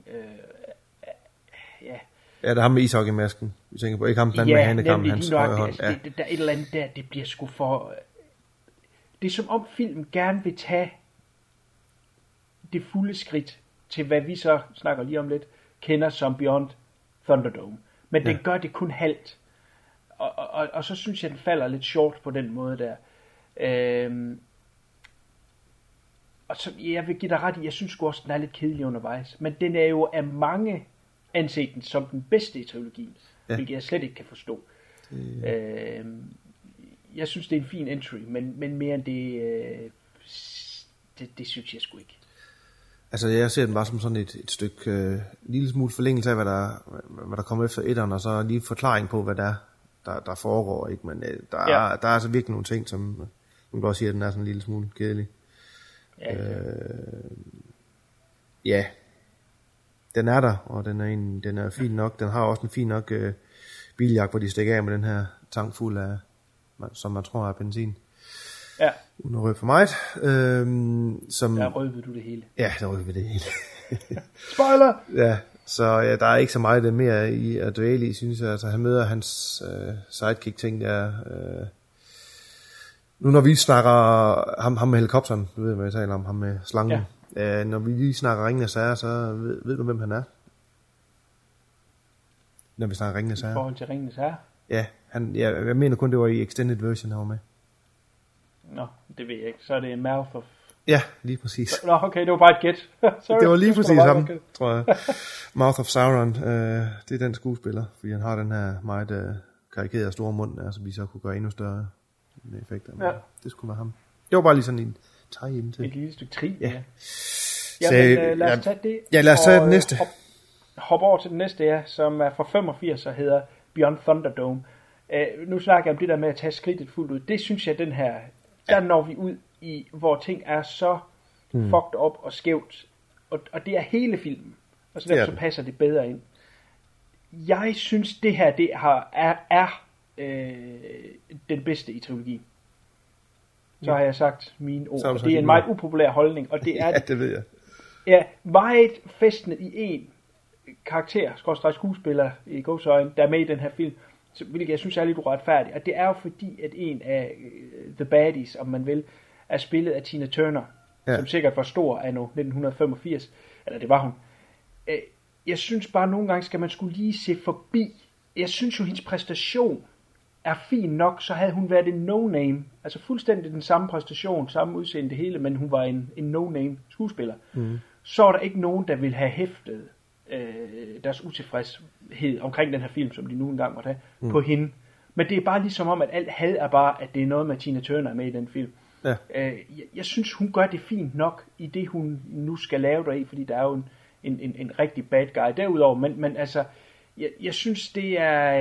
Ja, der er ham med ishockeymasken. Vi tænker på, ikke ham den med handekammen, hans højre hånd. Altså, der er et eller andet der, det bliver sgu for... Det er som om filmen gerne vil tage det fulde skridt til, hvad vi så snakker lige om lidt, kender som Beyond Thunderdome. Men den gør det kun halvt. Og så synes jeg, den falder lidt short på den måde der. Og så, jeg vil give dig ret i, jeg synes også, den er lidt kedelig undervejs. Men den er jo af mange anset den som den bedste i trilogien, hvilket jeg slet ikke kan forstå. Jeg synes, det er en fin entry, men mere end det synes jeg sgu ikke. Altså, jeg ser den bare som sådan et stykke lille smule forlængelse af, hvad der kommer efter etteren, og så lige forklaring på, hvad der foregår, ikke? Men der er altså virkelig nogle ting, som man kan også sige, at den er sådan en lille smule kedelig. Ja. Den er der, og den er fin nok. Den har også en fin nok biljagt, hvor de stikker af med den her tank fuld af, som man tror er benzin. Ja. Uden at røbe for meget. Der røbede du det hele. Ja, der røbede det hele. Spoiler! Ja, så der er ikke så meget det mere i at dvæle i, synes jeg. Altså, han møder hans sidekick-ting der. Nu når vi snakker ham med helikopteren, du ved, hvad jeg taler om, ham med slangen. Ja. Når vi lige snakker Ringenes Herre, så ved du, hvem han er? Når vi snakker Ringenes Herre. I forhold til Ringenes Herre? Ja, jeg mener kun, det var i extended version, han var med. Nå, det ved jeg ikke. Så er det Mouth of Ja, lige præcis. Nå, okay, det var bare et gæt. Det var lige præcis ham, tror jeg. Mouth of Sauron, det er den skuespiller, fordi han har den her meget karikerede store mund, så vi så kunne gøre endnu større effekter. Ja. Det skulle være ham. Det var bare lige sådan en tie-in til. Et lille stykke krig, ja. Jamen, lad os tage det. Ja, lad os tage den næste. Hop over til den næste, ja, som er fra 85 og hedder Beyond Thunderdome. Nu snakker jeg om det der med at tage skridtet fuldt ud. Det synes jeg, den her, der når vi ud i, hvor ting er så fucked up og skævt. Og det er hele filmen. Og så derfor så passer det bedre ind. Jeg synes, det her er den bedste i trilogien. Så har jeg sagt mine ord. Og det er en meget upopulær holdning. Og det er, ja, det ved jeg. Ja, meget fæstnet i en karakter, skuespiller i gåseøjne, der er med i den her film, hvilket jeg synes er lidt uretfærdigt. Og det er jo fordi, at en af The Baddies, om man vil, er spillet af Tina Turner, som sikkert var stor anno 1985, eller det var hun. Jeg synes bare, nogle gange skal man skulle lige se forbi. Jeg synes jo, hendes præstation er fin nok, så havde hun været en no-name. Altså fuldstændig den samme præstation, samme udseende det hele, men hun var en no-name skuespiller. Så er der ikke nogen, der vil have hæftet deres utilfredshed omkring den her film, som de nu engang måtte have, på hende. Men det er bare ligesom om, at alt had er bare, at det er noget med Tina Turner med i den film. Ja. Jeg synes, hun gør det fint nok i det, hun nu skal lave der i, fordi der er jo en rigtig bad guy derudover. Men altså, jeg synes, det er...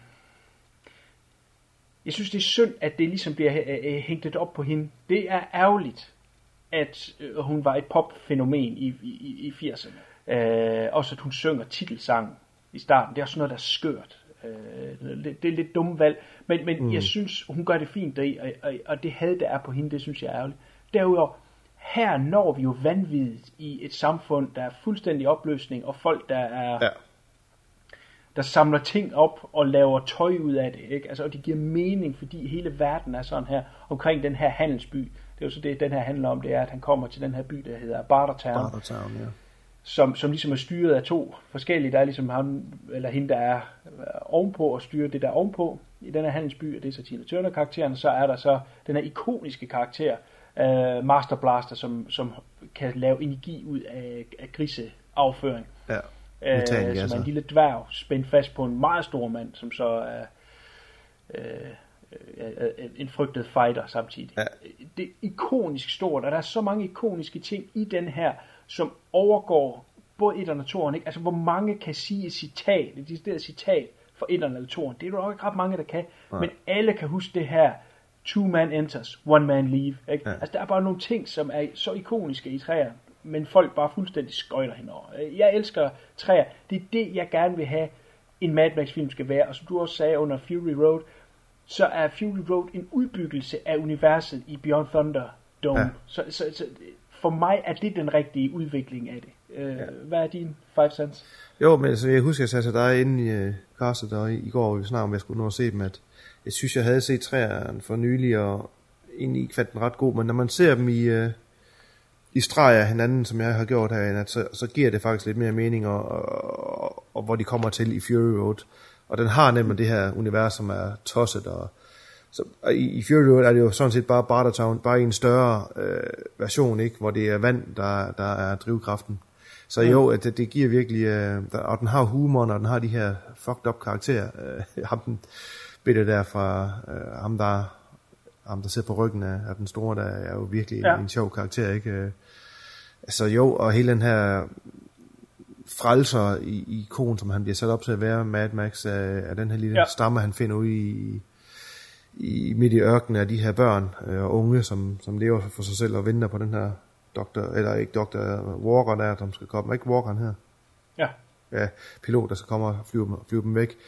Jeg synes, det er synd, at det ligesom bliver hængt lidt op på hende. Det er ærgerligt, at hun var et popfænomen i 80'erne. Også at hun synger titelsang i starten. Det er også noget, der er skørt. Det er lidt dumme valg. Men jeg synes, hun gør det fint deri. Og det had, der er på hende, det synes jeg er ærgerligt. Derudover, her når vi jo vanvittigt i et samfund, der er fuldstændig opløsning, og folk, der er... Ja. Der samler ting op og laver tøj ud af det, ikke? Altså, og det giver mening, fordi hele verden er sådan her, omkring den her handelsby. Det er jo så det, den her handler om, det er, at han kommer til den her by, der hedder Bartertown. Bartertown, ja. Som ligesom er styret af to forskellige. Der er ligesom ham, eller hende, der er ovenpå og styrer det der ovenpå i den her handelsby, og det er så Tina Turner-karakteren. Så er der så den her ikoniske karakter, Master Blaster, som kan lave energi ud af griseafføring. Ja. Som er en lille dværg spændt fast på en meget stor mand, som så er en frygtet fighter samtidig. Ja. Det er ikonisk stort, og der er så mange ikoniske ting i den her, som overgår både etteren og toeren, ikke? Altså hvor mange kan sige et citat, et decideret citat for etteren eller toeren. Det er jo nok ikke ret mange, der kan, men alle kan huske det her: 2 man enters, 1 man leave, ikke? Ja. Altså der er bare nogle ting, som er så ikoniske i træer, men folk bare fuldstændig skøjter henover. Jeg elsker træer. Det er det, jeg gerne vil have, en Mad Max-film skal være. Og som du også sagde under Fury Road, så er Fury Road en udbyggelse af universet i Beyond Thunderdome. Ja. Så for mig er det den rigtige udvikling af det. Hvad er din 5 cents? Jo, men altså, jeg husker, jeg sagde til dig inde i castet der i går, hvor vi snakkede om, jeg skulle nå at se dem, at jeg synes, jeg havde set træerne for nylig, og egentlig fandt den ret god, men når man ser dem i streg af hinanden, som jeg har gjort herinde, så giver det faktisk lidt mere mening, og hvor de kommer til i Fury Road. Og den har nemlig det her univers, som er tosset. Og i Fury Road er det jo sådan set bare Bartertown, bare i en større version, ikke, hvor det er vand, der er drivkraften. Så jo, at det giver virkelig... og den har humoren, og den har de her fucked up karakterer. Ham den bitte der fra ham, der sidder på ryggen af den store, der er jo virkelig en sjov karakter, ikke? Altså jo, og hele den her frelser ikon, som han bliver sat op til at være, Mad Max, af den her lille stamme, han finder ude i midt i ørkenen af de her børn og unge, som lever for sig selv og venter på den her Walker der, som skal komme. Ikke Walkeren her? Ja, pilot, der skal komme og flyve dem væk.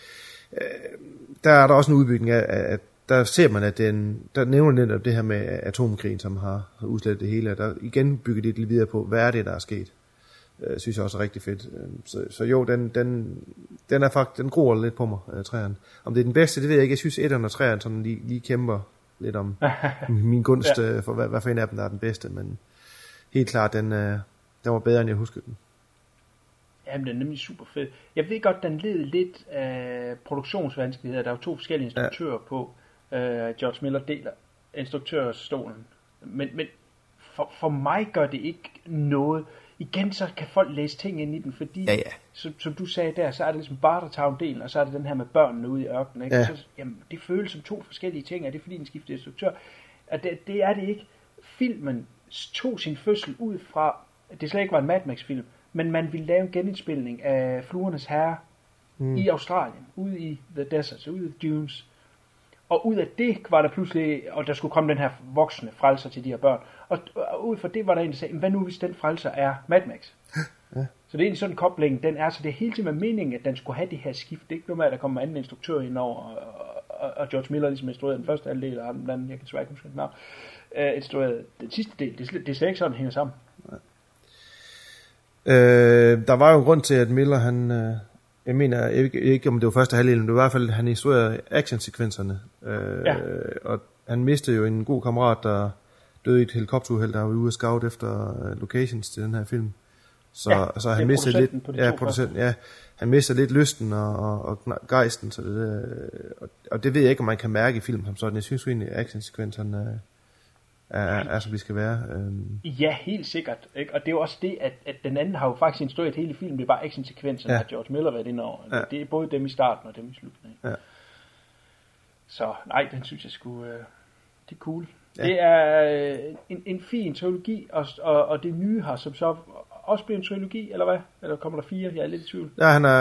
Der er der også en udbygning af at der ser man, at der nævner netop det her med atomkrigen, som har udslettet det hele. Der igen bygger det lidt videre på, hvad er det, der er sket. Synes jeg også er rigtig fedt. Så jo, den er faktisk, den gror lidt på mig, træerne. Om det er den bedste, det ved jeg ikke. Jeg synes, etteren og træerne sådan lige kæmper lidt om min gunst for, hvad for en af dem der er den bedste. Men helt klart, den var bedre, end jeg husker den. Jamen, den er nemlig super fed. Jeg ved godt, den led lidt af produktionsvanskeligheder. Der er jo 2 forskellige instruktører på. George Miller deler instruktørstolen. Men for mig gør det ikke noget. Igen, så kan folk læse ting ind i den, fordi, som du sagde der, så er det ligesom Bartertown-delen, og så er det den her med børnene ude i ørkenen, ikke? Ja. Så, jamen, det føles som 2 forskellige ting, er det fordi den skiftede instruktør? Og det er det ikke. Filmen tog sin fødsel ud fra, det slet ikke var en Mad Max-film, men man ville lave en genindspilning af Fluernes Herre i Australien, ude i The Deserts, ude i Dunes. Og ud af det var der pludselig, og der skulle komme den her voksne frelser til de her børn. Og ud fra det var der en, der sagde, hvad nu hvis den frelser er Mad Max? Ja. Så det er en sådan kobling, den er, så det er hele tiden med meningen, at den skulle have det her skift. Det er ikke noget med, at der kommer anden instruktør ind over, og George Miller ligesom instruerede den første halvdel, og den anden, jeg kan desværre ikke huske den navn, instruerede den sidste del. Det er slet ikke sådan, den hænger sammen. Der var jo en grund til, at Miller, han... Jeg mener ikke, om det var første halvdel, men det var i hvert fald, han instruerede actionsekvenserne. Og han mistede jo en god kammerat, der døde i et helikopteruheld, der var ude at scout efter locations til den her film. Så han mistede lidt, han mistede lidt lysten og gejsten, så og det ved jeg ikke, om man kan mærke i film som sådan. Jeg synes jo egentlig, at actionsekvenserne er som de skal være. Ja, helt sikkert. Ikke? Og det er jo også det, at den anden har jo faktisk instrueret hele filmen. Det er bare actionsekvenserne, der George Miller været inde over. Ja. Det er både dem i starten og dem i slutningen. Ja. Så nej, den synes jeg skulle... det er cool. Ja. Det er en fin trilogi, og det nye har som så også bliver en trilogi, eller hvad? Eller kommer der 4? Jeg er lidt i tvivl.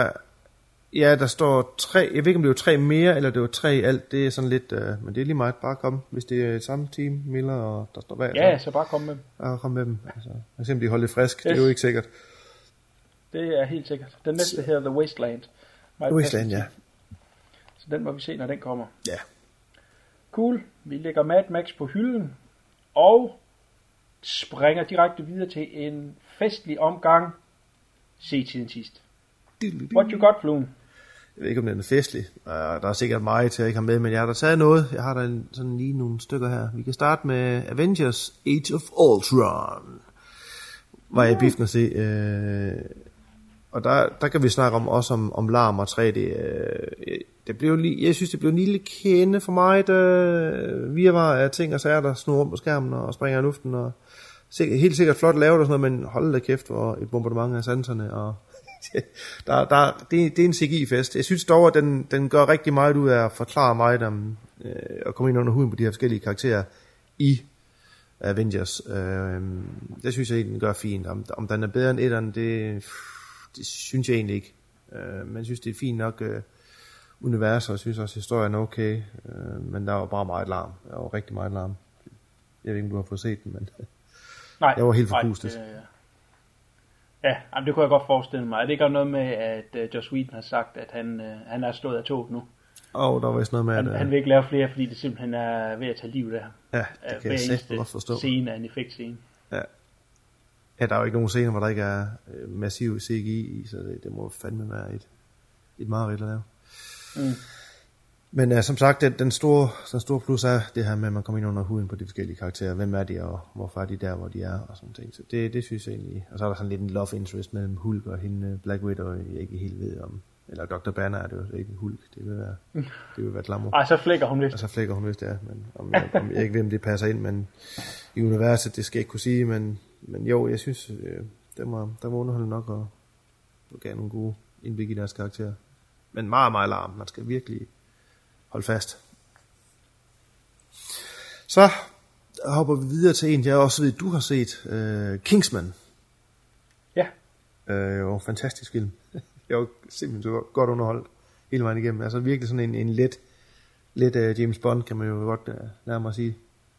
Ja, der står 3. Jeg ved ikke, om det var 3 mere, eller det var 3 i alt. Det er sådan lidt... men det er lige meget. Bare kom, hvis det er samme team, Miller, og der står bag. Ja, så bare kom med dem. Ja, kom med dem. Altså, simpelthen de holder det frisk. Yes. Det er jo ikke sikkert. Det er helt sikkert. Den næste her, The Wasteland. Wasteland, ja. Så den må vi se, når den kommer. Ja. Cool. Vi lægger Mad Max på hylden, og springer direkte videre til en festlig omgang. Se tiden sidst. What you got, Fluen? Jeg ved ikke, om den er festlig. Der er sikkert meget til, jeg ikke har med, men jeg har da taget noget. Jeg har da sådan lige nogle stykker her. Vi kan starte med Avengers Age of Ultron. Var jeg i biffen at se. Og der kan vi snakke også om larm og 3D. Jeg synes, det blev en lille kende for mig, virvar af ting og sager, der snurrer rundt på skærmen og springer i luften. Og helt sikkert flot lavet og sådan noget, men hold da kæft for et bombardement af sanserne. Og det er en CGI-fest. Jeg synes dog, at den gør rigtig meget ud af at forklare mig om at komme ind under huden på de her forskellige karakterer i Avengers. Det synes jeg den gør fint. Om den er bedre end etteren, det synes jeg egentlig ikke. Men jeg synes, det er fint nok univers, og jeg synes også, historien er okay. Men der var bare meget larm. Der var rigtig meget larm. Jeg ved ikke, om du har fået set den, men nej, jeg var helt forpustet. Ja, det kunne jeg godt forestille mig. Er det ikke noget med, at Joss Whedon har sagt, at han er stået af toget nu? Der var vist noget med, at han vil ikke lave flere, fordi det simpelthen er ved at tage liv der. Ja, det kan jeg sætte godt forstå. Scene er en effektscene. Ja, der er jo ikke nogen scener, hvor der ikke er massiv CGI i, så det må fandme være et mareridt at lave. Mm. Men som sagt, den store plus er det her med, at man kommer ind under huden på de forskellige karakterer. Hvem er de, og hvorfor er de der, hvor de er, og sådan ting. Så det synes jeg egentlig. Og så er der sådan lidt en love interest mellem Hulk og hende Black Widow, jeg ikke helt ved om. Eller Dr. Banner er det jo ikke Hulk, det vil være Glamour. Ej, så flækker hun vist. Ja. Men om jeg ikke ved, om det passer ind, men i universet, det skal jeg ikke kunne sige, men jo, jeg synes, der må underholde nok, og gav nogle gode indblik i deres karakterer. Men meget, meget larm. Man skal virkelig hold fast. Så hopper vi videre til en, jeg også ved, du har set. Kingsman. Ja. Jo, fantastisk film. Jeg var simpelthen så godt underholdt hele vejen igennem. Altså virkelig sådan en let James Bond, kan man jo godt nærmere sige.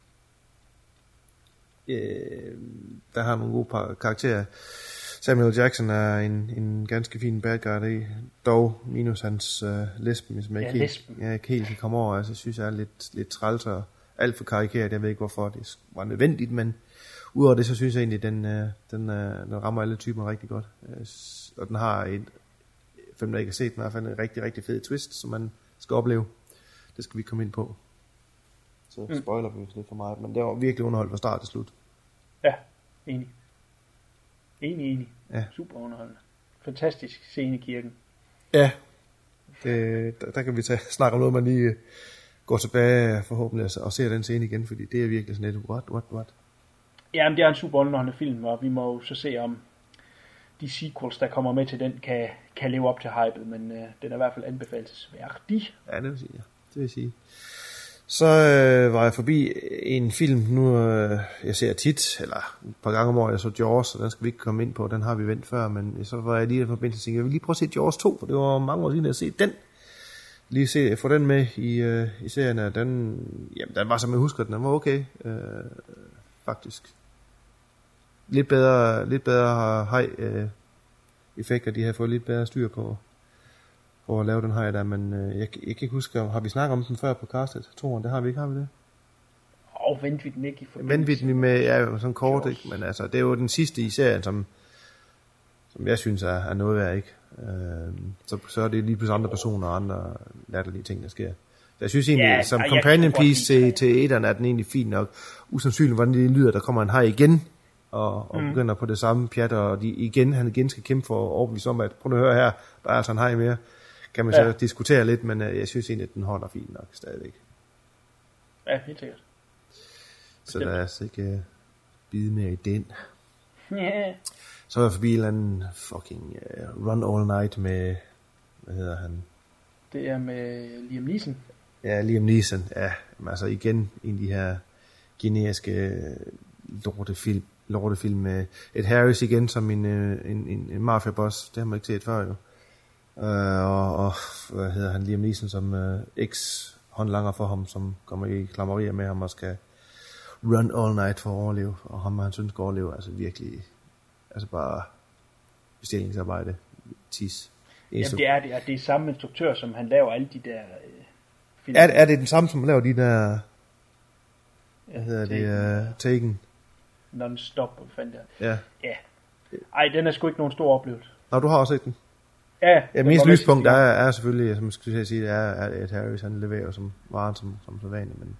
Der har nogle gode karakterer. Samuel Jackson er en ganske fin bad guy der, dog minus hans lesben, som jeg ikke helt kan komme over. Altså, jeg synes, jeg er lidt træls og alt for karikeret. Jeg ved ikke, hvorfor det var nødvendigt, men udover det, så synes jeg egentlig, den rammer alle typer rigtig godt. Og den har for dem, der ikke har set den, i hvert fald en rigtig, rigtig fed twist, som man skal opleve. Det skal vi komme ind på. Så spoiler vi lidt for meget, men det var virkelig underholdt fra start til slut. Ja, enig. Ja. Super underholdende. Fantastisk scene i kirken. Ja. Der kan vi snakke om noget, man lige går tilbage forhåbentlig og ser den scene igen, fordi det er virkelig sådan lidt, what? Jamen, det er en super underholdende film, og vi må jo så se, om de sequels, der kommer med til den, kan leve op til hypet, men den er i hvert fald anbefalesværdig. Ja, det vil sige, ja. Det vil sige. Så var jeg forbi en film, jeg ser tit, eller et par gange om året, jeg så Jaws, og den skal vi ikke komme ind på, den har vi vendt før, men så var jeg lige i forbindelse og tænkte, jeg vil lige prøve at se Jaws 2, for det var mange år siden, jeg set den. Lige få den med i serien, og den var, som jeg husker, den var okay, faktisk. Lidt bedre effekter, de har fået lidt bedre styr på at lave den her der, men jeg kan ikke huske, har vi snakket om den før på castet? Toren, det har vi ikke, har vi det? Vendte vi den ikke i forbindelse? Vendte vi den med, ja, sådan kort, ikke? Men altså, det er jo den sidste i serien, som jeg synes er noget værd, ikke? Så er det lige pludselig andre personer og andre latterlige ting, der sker. Så jeg synes egentlig, som companion piece til etteren, er den egentlig fin nok. Usandsynligt, hvordan det lyder, der kommer en hej igen, og begynder på det samme pjat, og han igen skal kæmpe for at overbevise om, at prøv at høre her, der er altså en hej mere. Kan man så diskutere lidt, men jeg synes egentlig, at den holder fint nok stadigvæk. Ja, helt sikkert. Så lad os ikke bide mere i den. Yeah. Så er jeg forbi en eller anden fucking Run All Night med, hvad hedder han? Det er med Liam Neeson. Ja, Liam Neeson, ja. Altså igen en af de her generiske lortefilm med Ed Harris igen som en mafia-boss. Det har man ikke set før jo. Og hvad hedder han, Liam Neeson som ex-håndlanger for ham, som kommer i klammerier med ham og skal run all night for at overleve, og ham og hans søn skal overleve, altså virkelig, altså bare bestillingsarbejde, tis. Jamen det er samme instruktør, som han laver alle de der film. Er det den samme, som laver de der, hvad hedder det, Taken? Non-stop, hvad fanden der. Ja. Ja. Ej, den er sgu ikke nogen stor oplevelse. Nå, du har også set den? Ja. Mest lyspunkt er selvfølgelig, som jeg skulle sige, det er Ed Harris, han leverer som varen som så vanligt, men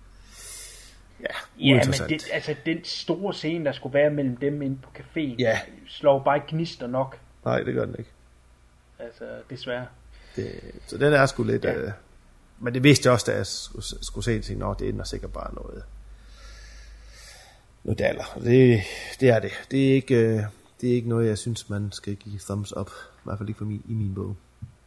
ja, men den store scene, der skulle være mellem dem inde på caféen, slår bare ikke gnister nok. Nej, det gør den ikke. Altså, desværre. Så den er sgu lidt, men det vidste jeg også, da jeg skulle se det, nå, det ender sikkert bare noget daller. Det er det. Det er ikke noget, jeg synes, man skal give thumbs up. I hvert fald ikke for i min bog.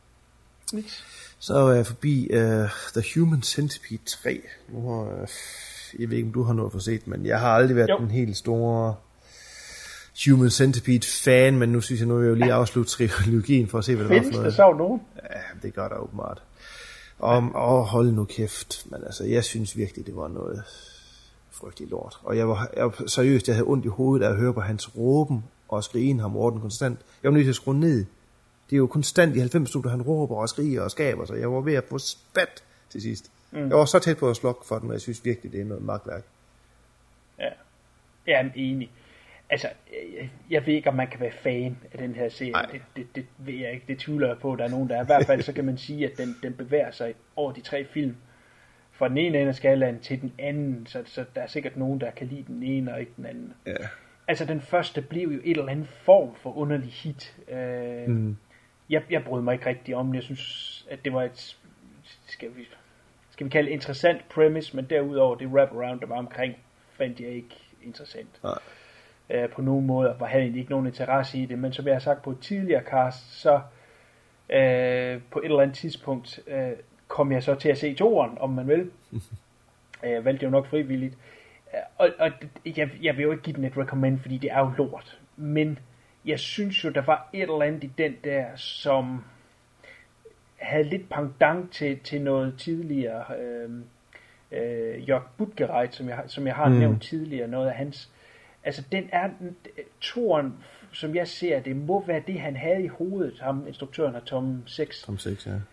Så er jeg forbi The Human Centipede 3. Jeg ved ikke, om du har noget for set, men jeg har aldrig været den helt store Human Centipede fan, men nu synes jeg, nu vil jeg jo lige afslutte trilogien for at se, hvad det var for noget. Findes der så nogen? Ja, det gør der åbenbart. Hold nu kæft, men altså, jeg synes virkelig, det var noget frygteligt lort. Og jeg var seriøst, jeg havde ondt i hovedet af at høre på hans råben og skrigen ham Morten konstant. Jeg var nødt til at skrue ned. Det er jo konstant i 90 minutter, han råber og skriger og skaber sig. Jeg var ved at få spat til sidst. Jeg var så tæt på at slukke for den, og jeg synes virkelig, det er noget magtværk. Ja, jeg er enig. Altså, jeg ved ikke, om man kan være fan af den her serie. Det ved jeg ikke. Det tvivler jeg på, der er nogen, der er. I hvert fald så kan man sige, at den bevæger sig over de 3 film. Fra den ene ende af skalaen til den anden. Så der er sikkert nogen, der kan lide den ene og ikke den anden. Ja. Altså, den første blev jo et eller andet form for underlig hit. Jeg brød mig ikke rigtig om. Jeg synes, at det var et... Skal vi kalde det interessant premise, men derudover det wraparound, der var omkring, fandt jeg ikke interessant. På nogen måde, og havde ikke nogen interesse i det, men som jeg har sagt på et tidligere cast, så på et eller andet tidspunkt kom jeg så til at se toeren, om man vil. Jeg valgte jo nok frivilligt. Og jeg vil jo ikke give den et recommend, fordi det er jo lort. Men jeg synes jo, der var et eller andet i den der, som havde lidt pendant til noget tidligere. Jörg Buttgereit, som jeg har nævnt tidligere, noget af hans. Altså den er toren, som jeg ser, det må være det, han havde i hovedet, ham instruktøren af Tom 6. Tom 6, ja.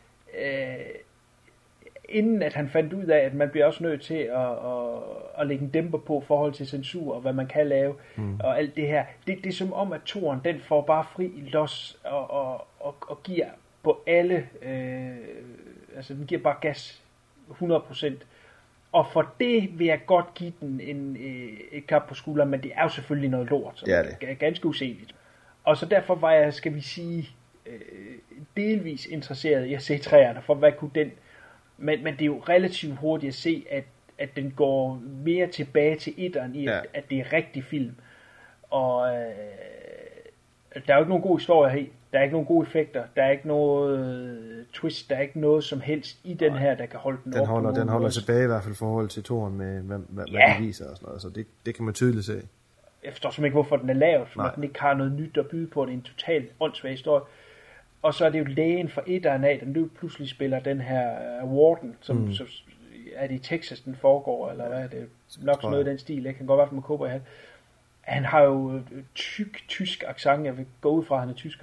Inden at han fandt ud af, at man bliver også nødt til at lægge en dæmper på forhold til censur, og hvad man kan lave, og alt det her. Det er som om, at toren, den får bare fri los, og giver på alle, altså den giver bare gas 100%. Og for det vil jeg godt give den et klap på skulderen, men det er jo selvfølgelig noget lort, som er ganske useligt. Og så derfor var jeg, skal vi sige, delvis interesseret i at se træerne, for hvad kunne den... Men det er jo relativt hurtigt at se, at den går mere tilbage til etteren i, at det er rigtig film. Og der er jo ikke nogen god historie her. Der er ikke nogen gode effekter. Der er ikke noget twist. Der er ikke noget som helst i den her, der kan holde den op. Den holder tilbage i hvert fald i forhold til toren med, hvad de viser og sådan noget. Så det kan man tydeligt se. Jeg forstår simpelthen ikke, hvorfor den er lavet. For den ikke har noget nyt at byde på. Det er en totalt åndssvag historie. Og så er det jo lægen fra etteren af, den nu pludselig spiller den her Warden, som så er det i Texas, den foregår, eller hvad er det? Nok sådan noget i den stil. Jeg kan godt være for med kåber i hat. Han har jo tysk accent. Jeg vil gå ud fra, at han er tysker.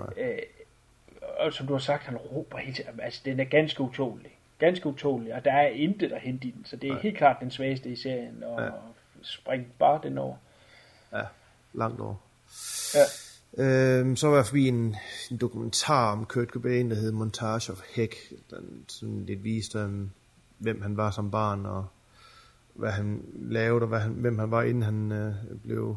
Og som du har sagt, han råber helt til. Altså, den er ganske utålig. Ganske utålig, og der er intet at hente i den. Så det er helt klart den svageste i serien, og spring bare den over. Ja, langt over. Ja. Så var jeg forbi en dokumentar om Kurt Cobain, der hed Montage of Heck. Den sådan lidt viste hvem han var som barn, og hvad han lavede, og hvem han var, inden han blev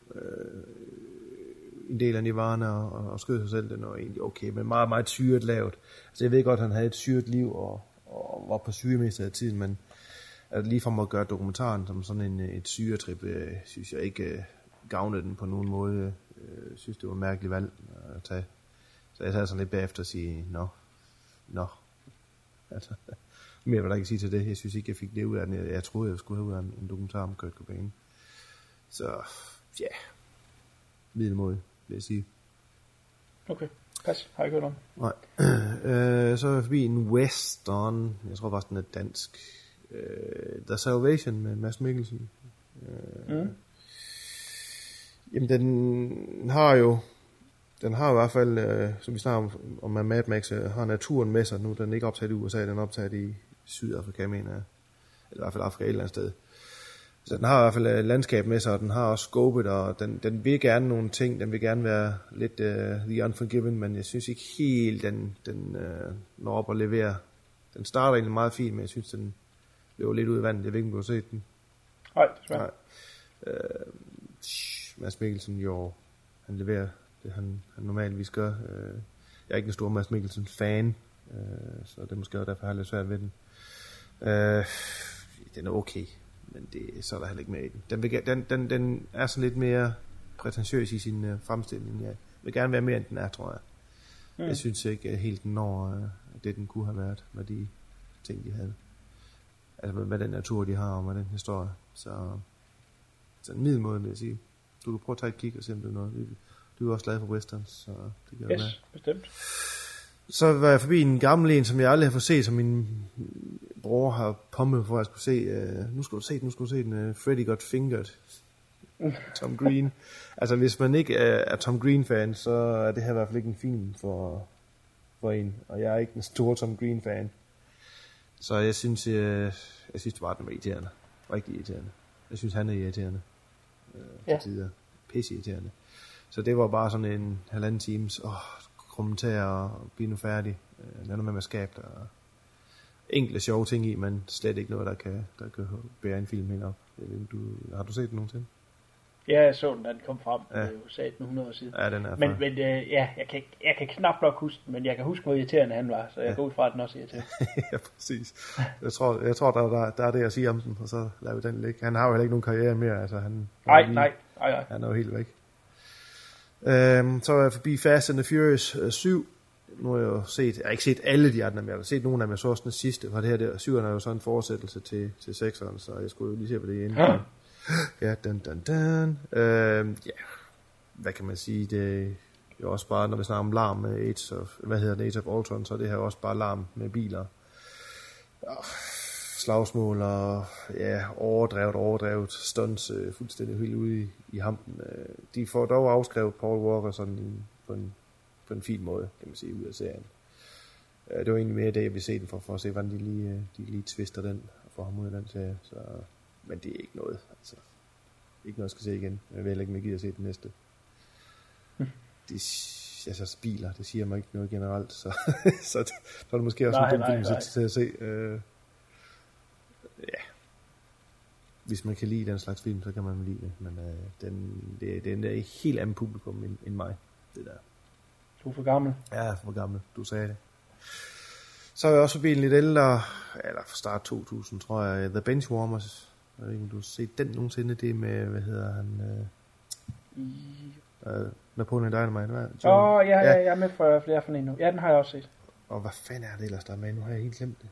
en del af Nirvana og skød sig selv. Den var egentlig okay, men meget, meget syret lavet. Altså jeg ved godt, at han havde et syret liv, og var på syge mest af tiden, men at lige for at gøre dokumentaren som sådan et syretrip, synes jeg ikke gavnede den på nogen måde. Jeg synes, det var et mærkeligt valg at tage. Så jeg tager sådan lidt bagefter og sige, nå. Altså, mere hvad der ikke sige til det. Jeg synes ikke, jeg fik det ud af den. Jeg troede, jeg skulle have ud af en dokumentar om Kurt Cobain. Så, ja. Middelmåde, vil jeg sige. Okay, pas. Har jeg ikke hørt om. Nej. Så er jeg forbi en western. Jeg tror faktisk, den er dansk. The Salvation med Mads Mikkelsen. Jamen, den har i hvert fald, som vi snakker om Mad Max, har naturen med sig nu. Den er ikke optaget i USA, den er optaget i Sydafrika, mener jeg. Eller i hvert fald Afrika et eller andet sted. Så den har i hvert fald landskab med sig, og den har også scopet, og den vil gerne nogle ting. Den vil gerne være lidt The Unforgiven, men jeg synes ikke helt, den når op og leverer. Den starter egentlig meget fint, men jeg synes, den løber lidt ud i vandet. Jeg ved ikke, om du har set den. Nej, desværre. Mads Mikkelsen, jo, han leverer det, han normalvis gør. Jeg er ikke en stor Mads Mikkelsen-fan, så det er måske også derfor, jeg har lidt svært ved den. Den er okay, men så er der heller ikke med i den. Den er sådan lidt mere prætentiøs i sin fremstilling. Jeg vil gerne være mere, end den er, tror jeg. Jeg synes ikke helt, den når det, den kunne have været med de ting, de havde. Altså med den natur, de har, og med den historie. Så en middelmåde, vil jeg sige. Du kan prøve at tage et kig og se, om det er noget. Du er også glad for westerns, så det kan være. Yes, bestemt. Så var jeg forbi en gammel en, som jeg aldrig har fået set, som min bror har pumpet for, at jeg skulle se. Nu skulle du se den. Freddy Got Fingered. Tom Green. Altså, hvis man ikke er Tom Green-fan, så er det her i hvert fald ikke en film for en. Og jeg er ikke en stor Tom Green-fan. Så jeg synes det var den var irriterende. Rigtig irriterende. Jeg synes, han er irriterende. Til tider. Pisse irriterende. Så det var bare sådan en halvanden times kommentar og blive nu færdig. Lad nu med skabe der enkle sjove ting i, men slet ikke noget, der kan bære en film helt op. Har du set den nogensinde? Ja, jeg så den, da den kom frem. Det er jo sat 100 år siden. Ja, den er men jeg kan knap nok huske den, men jeg kan huske, hvor irriterende han var, så jeg går ud fra, at den også er irriterende. Ja, præcis. Jeg tror der er det at sige om den, og så lader vi den ligge. Han har jo heller ikke nogen karriere mere, altså Nej. Han er jo helt væk. Så er jeg forbi Fast and the Furious 7. Nu har jeg jo set, jeg har ikke set alle de andre, men jeg har set nogle af dem, jeg så også den sidste, for det her der 7'eren er jo sådan en fortsættelse til 6'eren, så jeg skulle jo lige se på det inden. Ja, hvad kan man sige, det er jo også bare, når vi snakker om larm med Age of Ultron, så er det her også bare larm med biler. Slagsmål og overdrevet stunts, fuldstændig helt ude i hampen. De får dog afskrevet Paul Walker sådan på en fin måde, kan man sige, ud af serien. Det var egentlig mere det, jeg ville se den for at se, hvordan de lige twister den og får ham ud af den serie. Så, men det er ikke noget, altså. Ikke noget, jeg skal se igen. Jeg vil heller ikke, om jeg gider at se den næste. Altså biler, det siger mig ikke noget generelt, så er det måske også en dum film til at se. Hvis man kan lide den slags film, så kan man lide det, men den er helt anden publikum end mig, det der. Du er for gammel. Ja, jeg er for gammel, du sagde det. Så er jeg også forbi en lidt ældre, eller fra start 2000, tror jeg, The Benchwarmers. Jeg ved ikke, om du har set den nogensinde, det med, hvad hedder han? Napoleon Dynamite. Jeg er med for flere for en nu. Ja, den har jeg også set. Og hvad fanden er det ellers, der er med? Nu har jeg helt glemt det.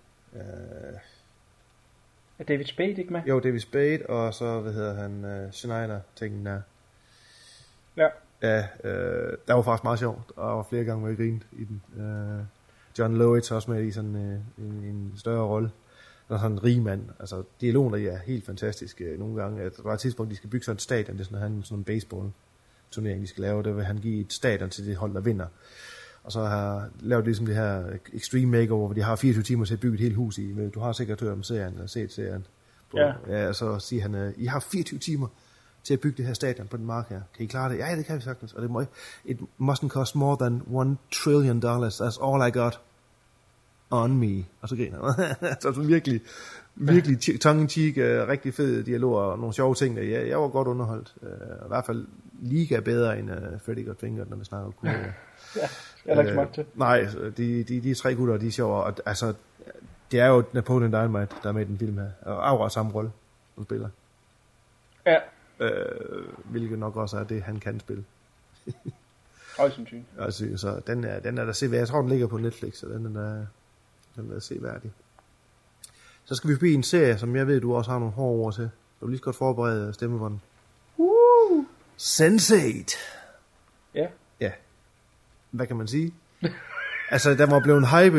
Er David Spade ikke med? Jo, David Spade, og så, hvad hedder han, Schneider-tingen der. Ja. Ja, der var faktisk meget sjovt, og var flere gange, hvor jeg grinede i den. John Lovitz også med i sådan en større rolle. Der er sådan en rig mand. Altså, dialogen der er helt fantastisk nogle gange. At der var et tidspunkt, de skal bygge sådan et stadion. Det er sådan en baseball-turnering, de skal lave. Der vil han give et stadion til det hold, der vinder. Og så har lavet ligesom det her Extreme Makeover, hvor de har 24 timer til at bygge et helt hus i. Du har sikkert hørt om serien, eller set serien. Ja, og så siger han, I har 24 timer til at bygge det her stadion på den mark her. Kan I klare det? Ja, det kan vi sagtens. Og det må, it mustn't cost more than $1 trillion. That's all I got on me. Og så griner han. Så sådan virkelig tongue-in-cheek, rigtig fed dialoger og nogle sjove ting. Ja, jeg var godt underholdt. I hvert fald liga bedre end Freddy Got Fingered, når vi snakker om kunne. Ja, jeg har ikke smagt til. Nej, de tre gutter, de er sjove. Og, altså, det er jo Napoleon Dynamite, der er med i den film her. Og akkurat samme rolle, som spiller. Ja. Hvilket nok også er det, han kan spille. Højst sandsynligt. Altså, så den er der seværdig. Jeg tror, den ligger på Netflix, så den er seværdig. Så skal vi forbi en serie, som jeg ved, du også har nogle hårde ord til. Du vil lige så godt forberede stemmebånden. Sense8. Ja. Ja. Hvad kan man sige? Altså, der var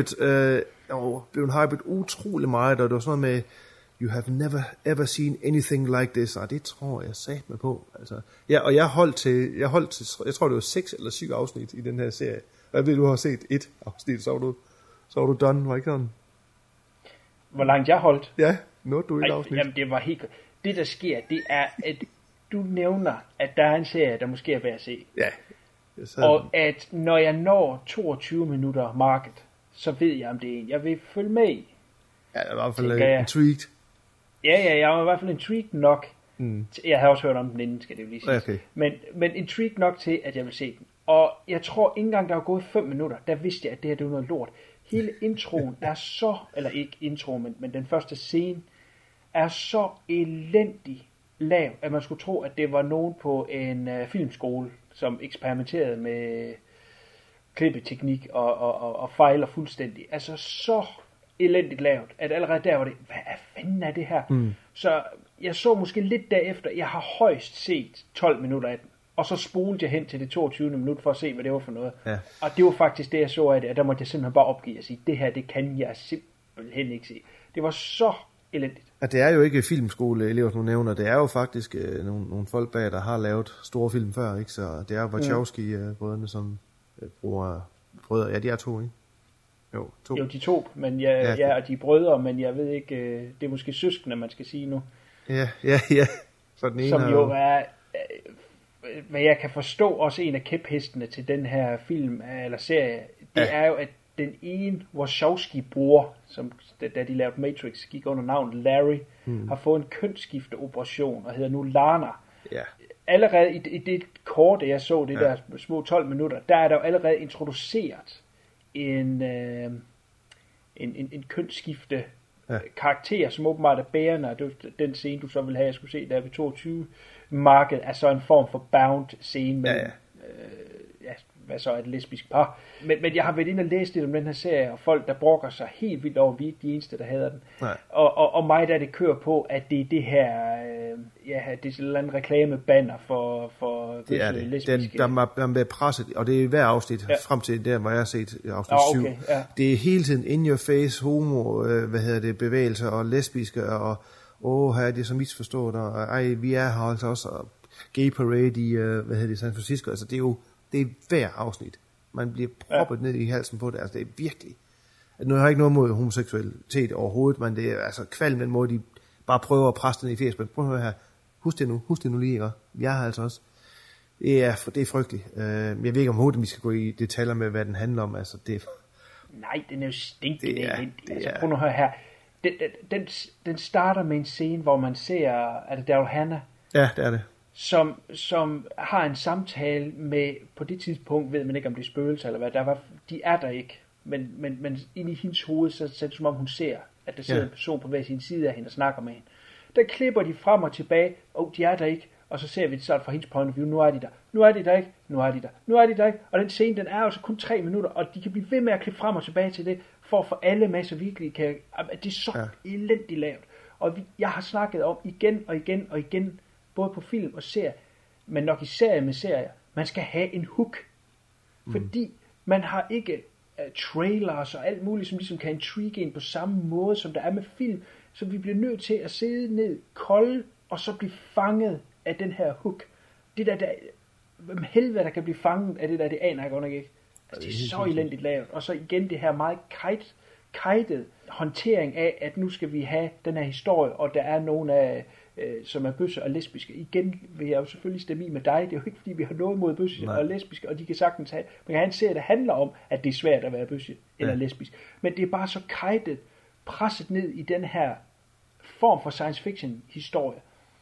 blevet hypet utrolig meget, og det var sådan noget med, you have never ever seen anything like this, og det tror jeg sat mig på. Altså, ja, og jeg holdt til, jeg tror det var 6 eller 7 afsnit i den her serie, og jeg ved, du har set 1 afsnit, så var du done, var ikke sådan? Hvor langt jeg holdt? Ja, nåede du et afsnit? Jamen, det var helt... Det, der sker, det er, at du nævner, at der er en serie, der måske er værd at se. Ja. Og at når jeg når 22 minutter market, så ved jeg, om det er en, jeg vil følge med i. Ja, det var i hvert fald intrigued. Ja, jeg var i hvert fald intrigued nok. Jeg har også hørt om den inden, skal det jo lige sige. Okay. Men intrigued nok til, at jeg vil se den. Og jeg tror ikke engang, der var gået 5 minutter, der vidste jeg, at det her det var noget lort. Hele introen er så, eller ikke introen, men den første scene, er så elendig lav, at man skulle tro, at det var nogen på en filmskole, som eksperimenterede med klippeteknik og fejler fuldstændig. Altså så elendigt lavt, at allerede der var det, hvad fanden er det her? Så jeg så måske lidt derefter, jeg har højst set 12 minutter af den, og så spolede jeg hen til det 22. minut for at se, hvad det var for noget. Ja. Og det var faktisk det, jeg så af det, og der måtte jeg simpelthen bare opgive og sige, det her, det kan jeg simpelthen ikke se. Det var så elendigt. Og det er jo ikke filmskoleelever, du nævner, det er jo faktisk nogle folk bag, der har lavet store film før, ikke? Så det er Wachowski-brødrene, som bruger brødre, ja, de er 2, ikke? Jo, 2. Jo, de 2, men ja, og de er brødre, men jeg ved ikke, det er måske søskende, man skal sige nu. Ja. Så den ene som jo er, hvad jeg kan forstå, også en af kæphestene til den her film eller serie, det er jo, at den ene Wachowski-bror, som da de lavede Matrix, gik under navnet Larry, har fået en kønsskifteoperation og hedder nu Lana. Ja. Allerede i det korte, jeg så, det der små 12 minutter, der er der jo allerede introduceret en kønsskifte karakter, som åbenbart er bærende, og den scene, du så vil have, jeg skulle se der ved 22 marked, er så en form for bound scene med hvad så er et lesbisk par. Men jeg har været inde og læst lidt om den her serie, og folk, der brokker sig helt vildt over, vi er ikke de eneste, der hader den. Og mig, der det kører på, at det er det her, det er sådan en reklamebanner for det er det. lesbiske. Den bliver presset, og det er hver afsnit, frem til der, hvor jeg har set afsnit 7. Ja. Det er hele tiden in your face, homo, bevægelser og lesbiske, og her er det så misforstået, og vi er her altså også, og gay parade i, San Francisco, altså det er hver afsnit. Man bliver proppet ned i halsen på det. Altså, det er virkelig... Nu har jeg ikke noget mod homoseksualitet overhovedet, men det er altså kvalm den måde, de bare prøver at presse den i fjes. Men prøv at høre her. Husk det nu lige, ikke? Jeg har altså også... Det er frygteligt. Jeg ved ikke om hovedet, vi skal gå i detaljer med, hvad den handler om. Altså, det... Nej, den er jo stinkende. Altså, prøv nu at høre her. Den starter med en scene, hvor man ser... Er det Daryl Hannah? Ja, det er det. Som har en samtale med, på det tidspunkt ved man ikke om det er spøgelser eller hvad, de er der ikke. men ind i hendes hoved, så er det som om hun ser, at der sidder en person på hver sin side af hende og snakker med hende. Der klipper de frem og tilbage, og de er der ikke, og så ser vi det sådan fra hendes point of view, nu er de der, nu er de der ikke, nu er de der, nu er de der ikke, og den scene, den er jo så kun 3 minutter, og de kan blive ved med at klippe frem og tilbage til det, for at få alle med, så virkelig kan, at det er så elendigt lavet. Og jeg har snakket om igen og igen og igen, både på film og serier, men nok især med serier, man skal have en hook, fordi man har ikke trailers og alt muligt, som ligesom kan intrigue en på samme måde, som der er med film, så vi bliver nødt til at sidde ned kolde, og så blive fanget af den her hook. Det der helvede, der kan blive fanget af det der, det aner jeg godt nok ikke. Altså, det er så elendigt lavet. Og så igen det her meget kajtet håndtering af, at nu skal vi have den her historie, og der er nogen af, som er bøsse og lesbiske. Igen vil jeg jo selvfølgelig stemme i med dig. Det er jo ikke, fordi vi har noget mod bøsse og lesbiske, og de kan sagtens have. Man kan have en serie, der handler om, at det er svært at være bøsse eller lesbisk. Men det er bare så kajtet, presset ned i den her form for science fiction historie,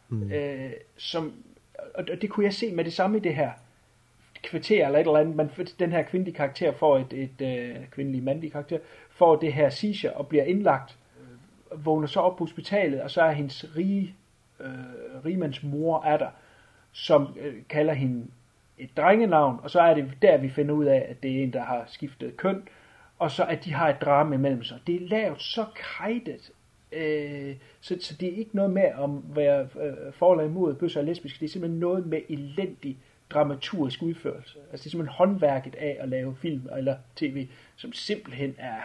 som, og det kunne jeg se med det samme i det her kvarter eller et eller andet. Den her kvindelige karakter får et kvindelig mandlig karakter får det her seizure og bliver indlagt, vågner så op på hospitalet, og så er hendes rigemands mor er der, som kalder hende et drengenavn, og så er det der, vi finder ud af, at det er en, der har skiftet køn, og så at de har et drama imellem sig. Det er lavet så kajtet, så det er ikke noget med at være for eller imod bøsser og lesbisk, det er simpelthen noget med elendig dramaturgisk udførelse. Altså det er simpelthen håndværket af at lave film eller tv, som simpelthen er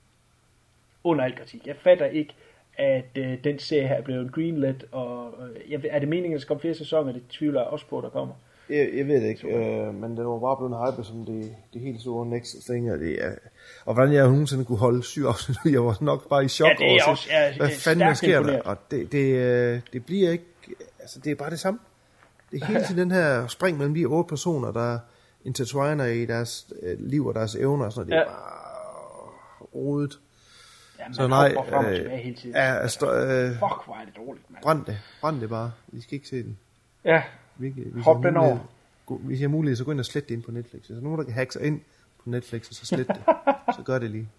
under al kritik. Jeg fatter ikke, at den serie her er blevet greenlit, og er det meningen, at der skal komme flere sæsoner? Det tvivler jeg også på, der kommer. Jeg ved det ikke, men den var bare blevet hypet som det helt store next thing, og hvordan jeg nogensinde kunne holde 7 afsnit, jeg var nok bare i chok over, hvad fanden sker der, og det bliver ikke, altså det er bare det samme. Det er hele tiden den her spring mellem de 8 personer, der intertwiner i deres liv og deres evner, og sådan noget. Det er bare rodet. Ja, så nej, frem og tilbage hele tiden. Fuck, hvor er det dårligt, mand. Brænd det bare. Vi skal ikke se den. Ja, hop den over. Hvis jeg har mulighed, så gå ind og slet det ind på Netflix. Hvis der er nogen, der kan hacke sig ind på Netflix, og så slet det. Så gør det lige.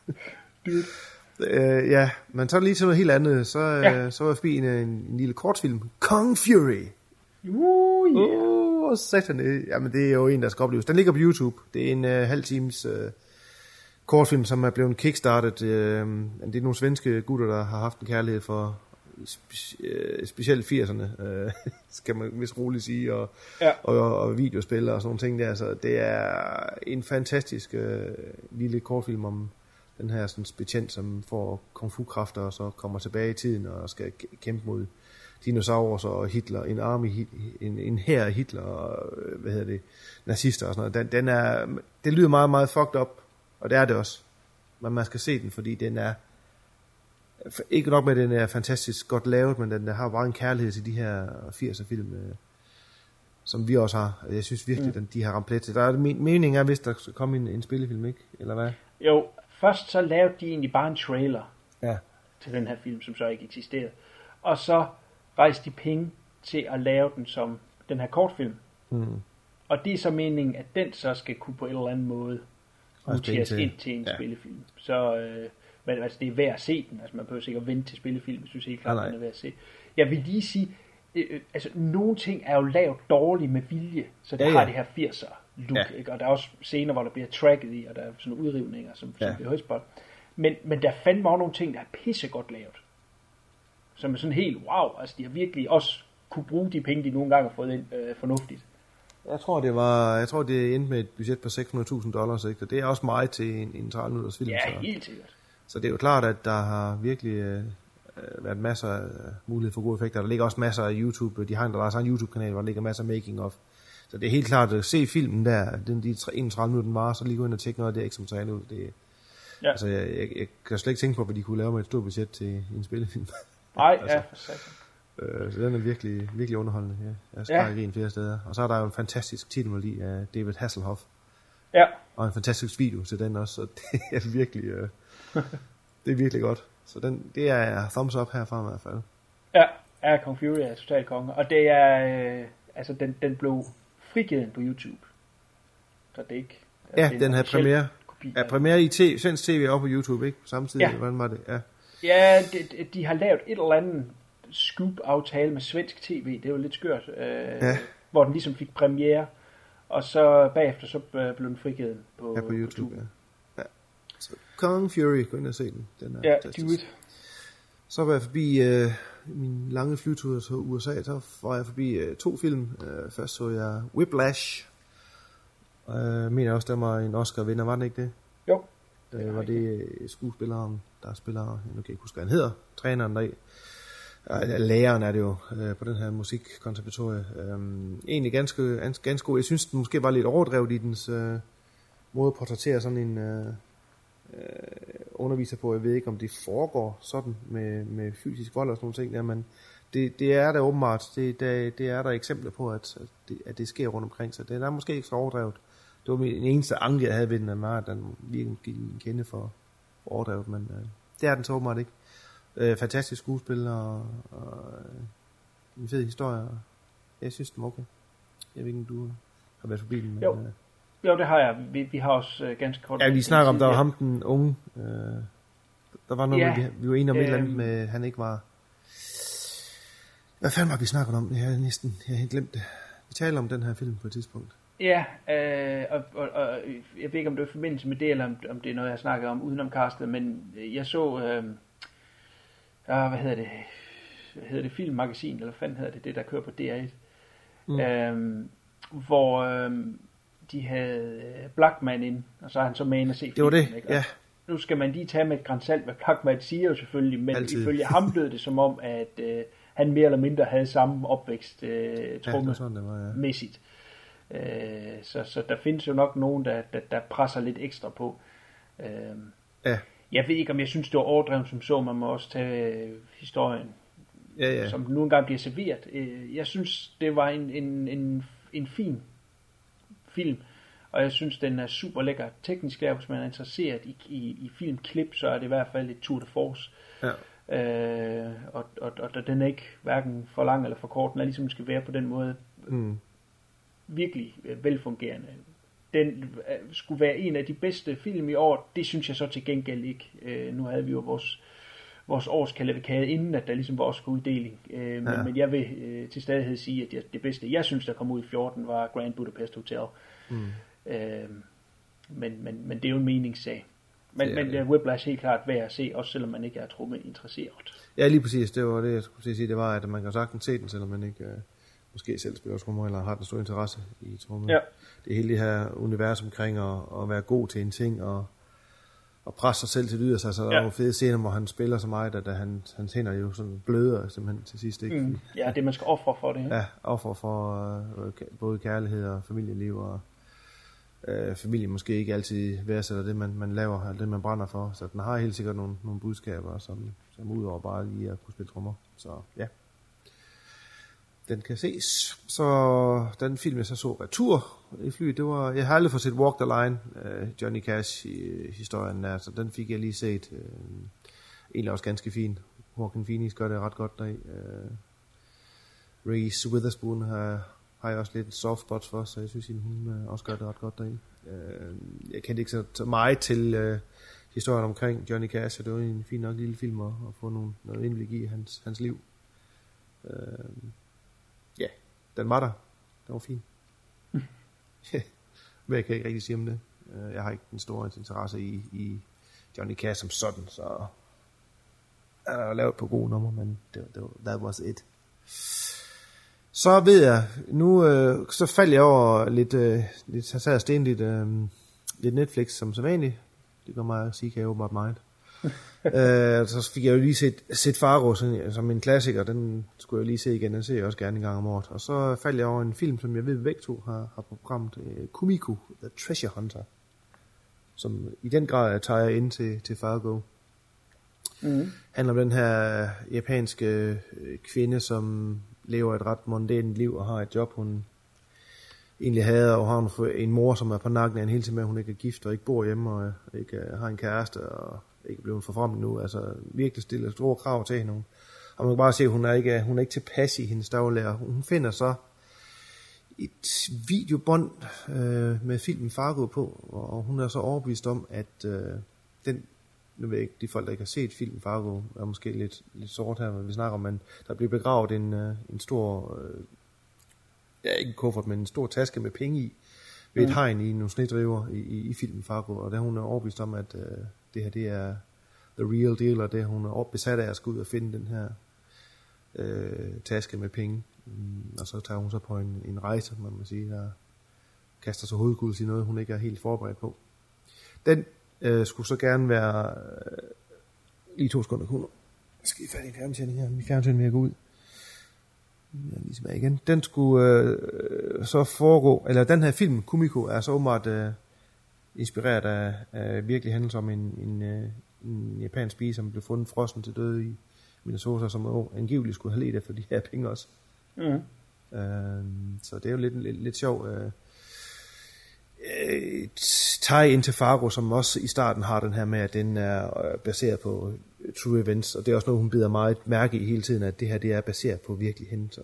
Ja, men så lige til noget helt andet. Så var jeg forbi en lille kortfilm. Kung Fury. Satan. Jamen, det er jo en, der skal opleves. Den ligger på YouTube. Det er en halv times kortfilm, som er blevet kickstartet. Det er nogle svenske gutter, der har haft en kærlighed for specielt 80'erne, skal man vist roligt sige, og videospil og sådan nogle ting der. Så det er en fantastisk lille kortfilm om den her sådan betjent, som får kung fu kræfter og så kommer tilbage i tiden og skal kæmpe mod dinosaurer og Hitler, en army, en hær af Hitler og nazister og sådan noget. Det lyder meget, meget fucked up, og det er det også. Men man skal se den, fordi den er ikke nok med, at den er fantastisk godt lavet, men den har bare en kærlighed til de her 80'er film, som vi også har. Jeg synes virkelig, at de har ramt plet til. Der er meningen er, hvis der skal komme en spillefilm, ikke? Eller hvad? Jo, først så lavede de egentlig bare en trailer til den her film, som så ikke eksisterede. Og så rejste de penge til at lave den som den her kortfilm. Og det er så meningen, at den så skal kunne på en eller anden måde noteres ind til en spillefilm. Så men altså, det er værd at se den. Altså, man behøver sikkert vente til spillefilm, hvis du helt klart, den er værd at se. Jeg vil lige sige, altså, nogle ting er jo lavet dårligt med vilje, så det har det her 80'er look, ikke? Og der er også scener, hvor der bliver tracket i, og der er sådan nogle udrivninger, som bliver højspot. Men der fandme også nogle ting, der er pissegodt lavet. Som er sådan helt wow, altså de har virkelig også kunne bruge de penge, de nogle gange har fået ind fornuftigt. Jeg tror, det endte med et budget på $600,000, ikke? Og det er også meget til en 30 minutters film. Ja, helt sikkert. Så det er jo klart, at der har virkelig været masser af mulighed for gode effekter. Der ligger også masser af YouTube. De har en YouTube-kanal, hvor der ligger masser af making of. Så det er helt klart at se filmen der. De 31 minutter den var, så lige gå ind og tjekke noget af det ekstra materiale ud. Altså, jeg kan slet ikke tænke på, hvad de kunne lave med et stort budget til en spillefilm. Nej, altså, for satan. Så den er virkelig, virkelig underholdende. Ja. Jeg skal ikke en flere steder. Og så er der jo en fantastisk titelmelodi af David Hasselhoff. Ja. Og en fantastisk video til den også. Så det er virkelig... det er virkelig godt. Så det er thumbs up herfra i hvert fald. Ja, Kung Fury er totalt konge. Og det er, den blev frigivet på YouTube. Så det er ikke... Ja, den havde premiere Ja, premiere i svensk tv og på YouTube, ikke? Samtidig, ja. Hvordan var det? Ja, ja de har lavet et eller andet scoop-aftale med svensk tv, det var lidt skørt, hvor den ligesom fik premiere, og så bagefter så blev den frigivet på YouTube. Ja. Så Kong Fury, gå ind og se den. Den er fantastisk. Do it. Så var jeg forbi min lange flytur til USA, så var jeg forbi 2 film. Først så jeg Whiplash. Jeg mener også, der var en Oscar-vinder, var den ikke det? Jo. Det var det skuespilleren, der spiller, nu kan jeg ikke huske, hvad han hedder, træneren deri. Læreren er det jo på den her musikkonservatorie. Egentlig ganske god. Jeg synes, den måske var lidt overdrevet i dens måde at portrættere sådan en underviser på. Jeg ved ikke, om det foregår sådan med fysisk vold og sådan nogle ting der, men det er der åbenbart. Det er der eksempler på, at det sker rundt omkring, så det er måske ikke så overdrevet. Det var min eneste anke, jeg havde ved den, at den virkelig gik en kende for overdrevet, men det er den så åbenbart ikke. Fantastisk skuespil og en fed historie. Jeg synes, den var okay. Jeg ved ikke, om du har været forbi den. Men, jo, det har jeg. Vi har også ganske kort... Ja, vi snakker om, der var ham den unge. Der var noget, vi var enige om et eller andet med, han ikke var... Hvad fanden var vi snakket om? Jeg har helt glemt det. Vi taler om den her film på et tidspunkt. Ja, og jeg ved ikke, om det er i forbindelse med det, eller om det er noget, jeg snakker om udenom castet, men jeg så... hvad hedder det? Filmmagasin, eller hvad fanden hedder det, der kører på DR1. Hvor de havde Blackman ind, og så er han så med ind og se filmen. Det var det, ikke? ja. Nu skal man lige tage med et gran salt, hvad Blackman siger jo selvfølgelig, men ifølge ham lød det som om, at han mere eller mindre havde samme opvækst trommemæssigt. Så der findes jo nok nogen, der presser lidt ekstra på. Jeg ved ikke, om jeg synes, det var overdrevet som så. Man må også tage historien, som nu engang bliver serveret. Jeg synes, det var en fin film, og jeg synes, den er super lækker teknisk. Hvis man er interesseret i filmklip, så er det i hvert fald et tour de force. Ja. Og den er ikke hverken for lang eller for kort. Den er ligesom skal være på den måde virkelig velfungerende. Den skulle være en af de bedste film i år. Det synes jeg så til gengæld ikke. Nu havde vi jo vores årskalendere inden, at der ligesom var årsuddeling. Men jeg vil til stadighed sige, at det bedste, jeg synes, der kom ud i 14, var Grand Budapest Hotel. Men det er jo en meningssag. Men Whiplash helt klart værd at se, også selvom man ikke er tromme interesseret. Ja, lige præcis. Det var det, jeg skulle sige. Det var, at man kan sagtens se den, selvom man ikke måske selv spiller trommer, eller har den stor interesse i trommer. Ja. Det er hele det her univers omkring at være god til en ting, og presse sig selv til yderst. Altså, der er jo fede scener, hvor han spiller så meget, at hans hænder jo sådan bløder simpelthen til sidst. Ikke? Ja, det man skal ofre for det. Ja, ofre for både kærlighed og familieliv, og familie måske ikke altid værdsætter det, man laver, eller det, man brænder for. Så den har helt sikkert nogle budskaber, som udover bare lige at kunne spille trommer. Så ja, den kan ses. Så den film, jeg så retur i flyet, det var, jeg har aldrig fået set Walk the Line, Johnny Cash historien der, så den fik jeg lige set. Egentlig også ganske fin. Joaquin Phoenix gør det ret godt deri. Reese Witherspoon har jeg også lidt soft spots for, så jeg synes, hun også gør det ret godt deri. Jeg kendte ikke så meget til historien omkring Johnny Cash, så det var en fin nok lille film at få noget indblik i hans liv. Ja, den var der. Den var fin. Men jeg kan ikke rigtig sige om det. Jeg har ikke den store interesse i Johnny Cash som sådan, så han har lavet på gode nummer, men that was it. Så ved jeg, nu så faldt jeg over lidt så sten lidt Netflix som sædvanligt. Det gør mig at sige, kan jeg åbenbart meget. Så fik jeg jo lige set Fargo som en klassiker. Den skulle jeg lige se igen. Den ser jeg også gerne en gang om året. Og så faldt jeg over en film, som jeg ved begge to har på programmet, Kumiko, The Treasure Hunter, som i den grad tager ind til Fargo. Handler om den her japanske kvinde, som lever et ret mondænt liv og har et job, hun egentlig havde, og har en mor, som er på nakken af en hele tiden med, at hun ikke er gift og ikke bor hjemme og ikke har en kæreste og ikke blevet forfremmet nu. Altså virkelig stille store krav til hende. Og man kan bare se, at hun er ikke tilpas i hendes daglærer. Hun finder så et videobånd med filmen Fargo på, og hun er så overbevist om, at den, nu ved jeg ikke, de folk, der ikke har set filmen Fargo, er måske lidt sort her, men vi snakker om, men der bliver begravet en stor, ikke en kuffert, men en stor taske med penge i, ved et hegn i nogle snedriver i filmen Fargo, og der hun er overbevist om, at det her, det er the real deal, og det hun er besat af at skulle ud og finde den her taske med penge. Og så tager hun så på en rejse, man må sige, der kaster sig hovedkuls i noget, hun ikke er helt forberedt på. Den skulle så gerne være lige 2 sekunder kunder. Jeg skal lige fat i fjernsynet her, min fjernsyn vil gå ud. Jeg er lige tilbage igen. Den skulle så foregå, eller den her film, Kumiko, er så åbenbart inspireret af virkelig hændelse om en japansk pige, som blev fundet frossen til døde i Minnesota, som angiveligt skulle have let efter de her penge også. Så det er jo lidt sjov tie ind til Fargo, som også i starten har den her med, at den er baseret på true events, og det er også noget, hun bider meget mærke i hele tiden, at det her, det er baseret på virkelige hændelser,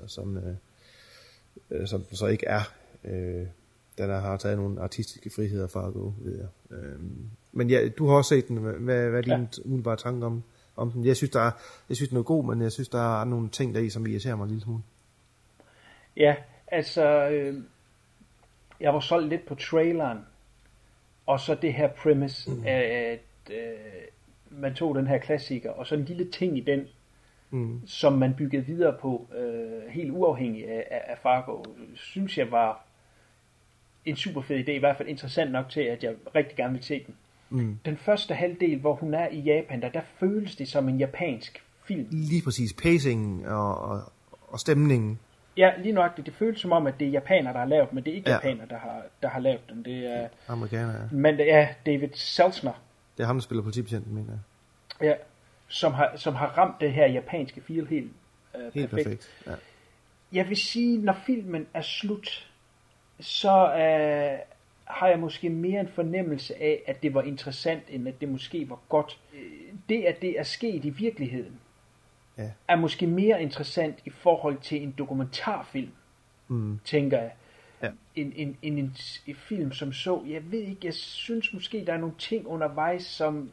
som så ikke er. Den har taget nogle artistiske friheder Fargo, ved jeg. Men ja, du har også set den. Hvad er din umiddelbare tanke om den? Jeg synes, den er god, men jeg synes, der er nogle ting deri, som irriterer mig en lille smule. Ja, altså, jeg var solgt lidt på traileren, og så det her premise, at man tog den her klassiker, og så en lille ting i den, som man byggede videre på, helt uafhængig af Fargo, synes jeg var en super fed idé, i hvert fald interessant nok til, at jeg rigtig gerne vil se den. Den første halvdel, hvor hun er i Japan, der føles det som en japansk film. Lige præcis, pacingen og stemningen. Ja, lige nøjagtigt. Det føles som om, at det er japanere, der har lavet, men det er ikke japanere, der har lavet den. Det er amerikanere, ja. Men det er David Selzner. Det er ham, der spiller politibetjenten, mener jeg. Ja, som har ramt det her japanske feel helt perfekt. Ja. Jeg vil sige, når filmen er slut, så har jeg måske mere en fornemmelse af, at det var interessant, end at det måske var godt. Det, at det er sket i virkeligheden, er måske mere interessant i forhold til en dokumentarfilm, tænker jeg, end en film som så. Jeg ved ikke, jeg synes måske, der er nogle ting undervejs, som...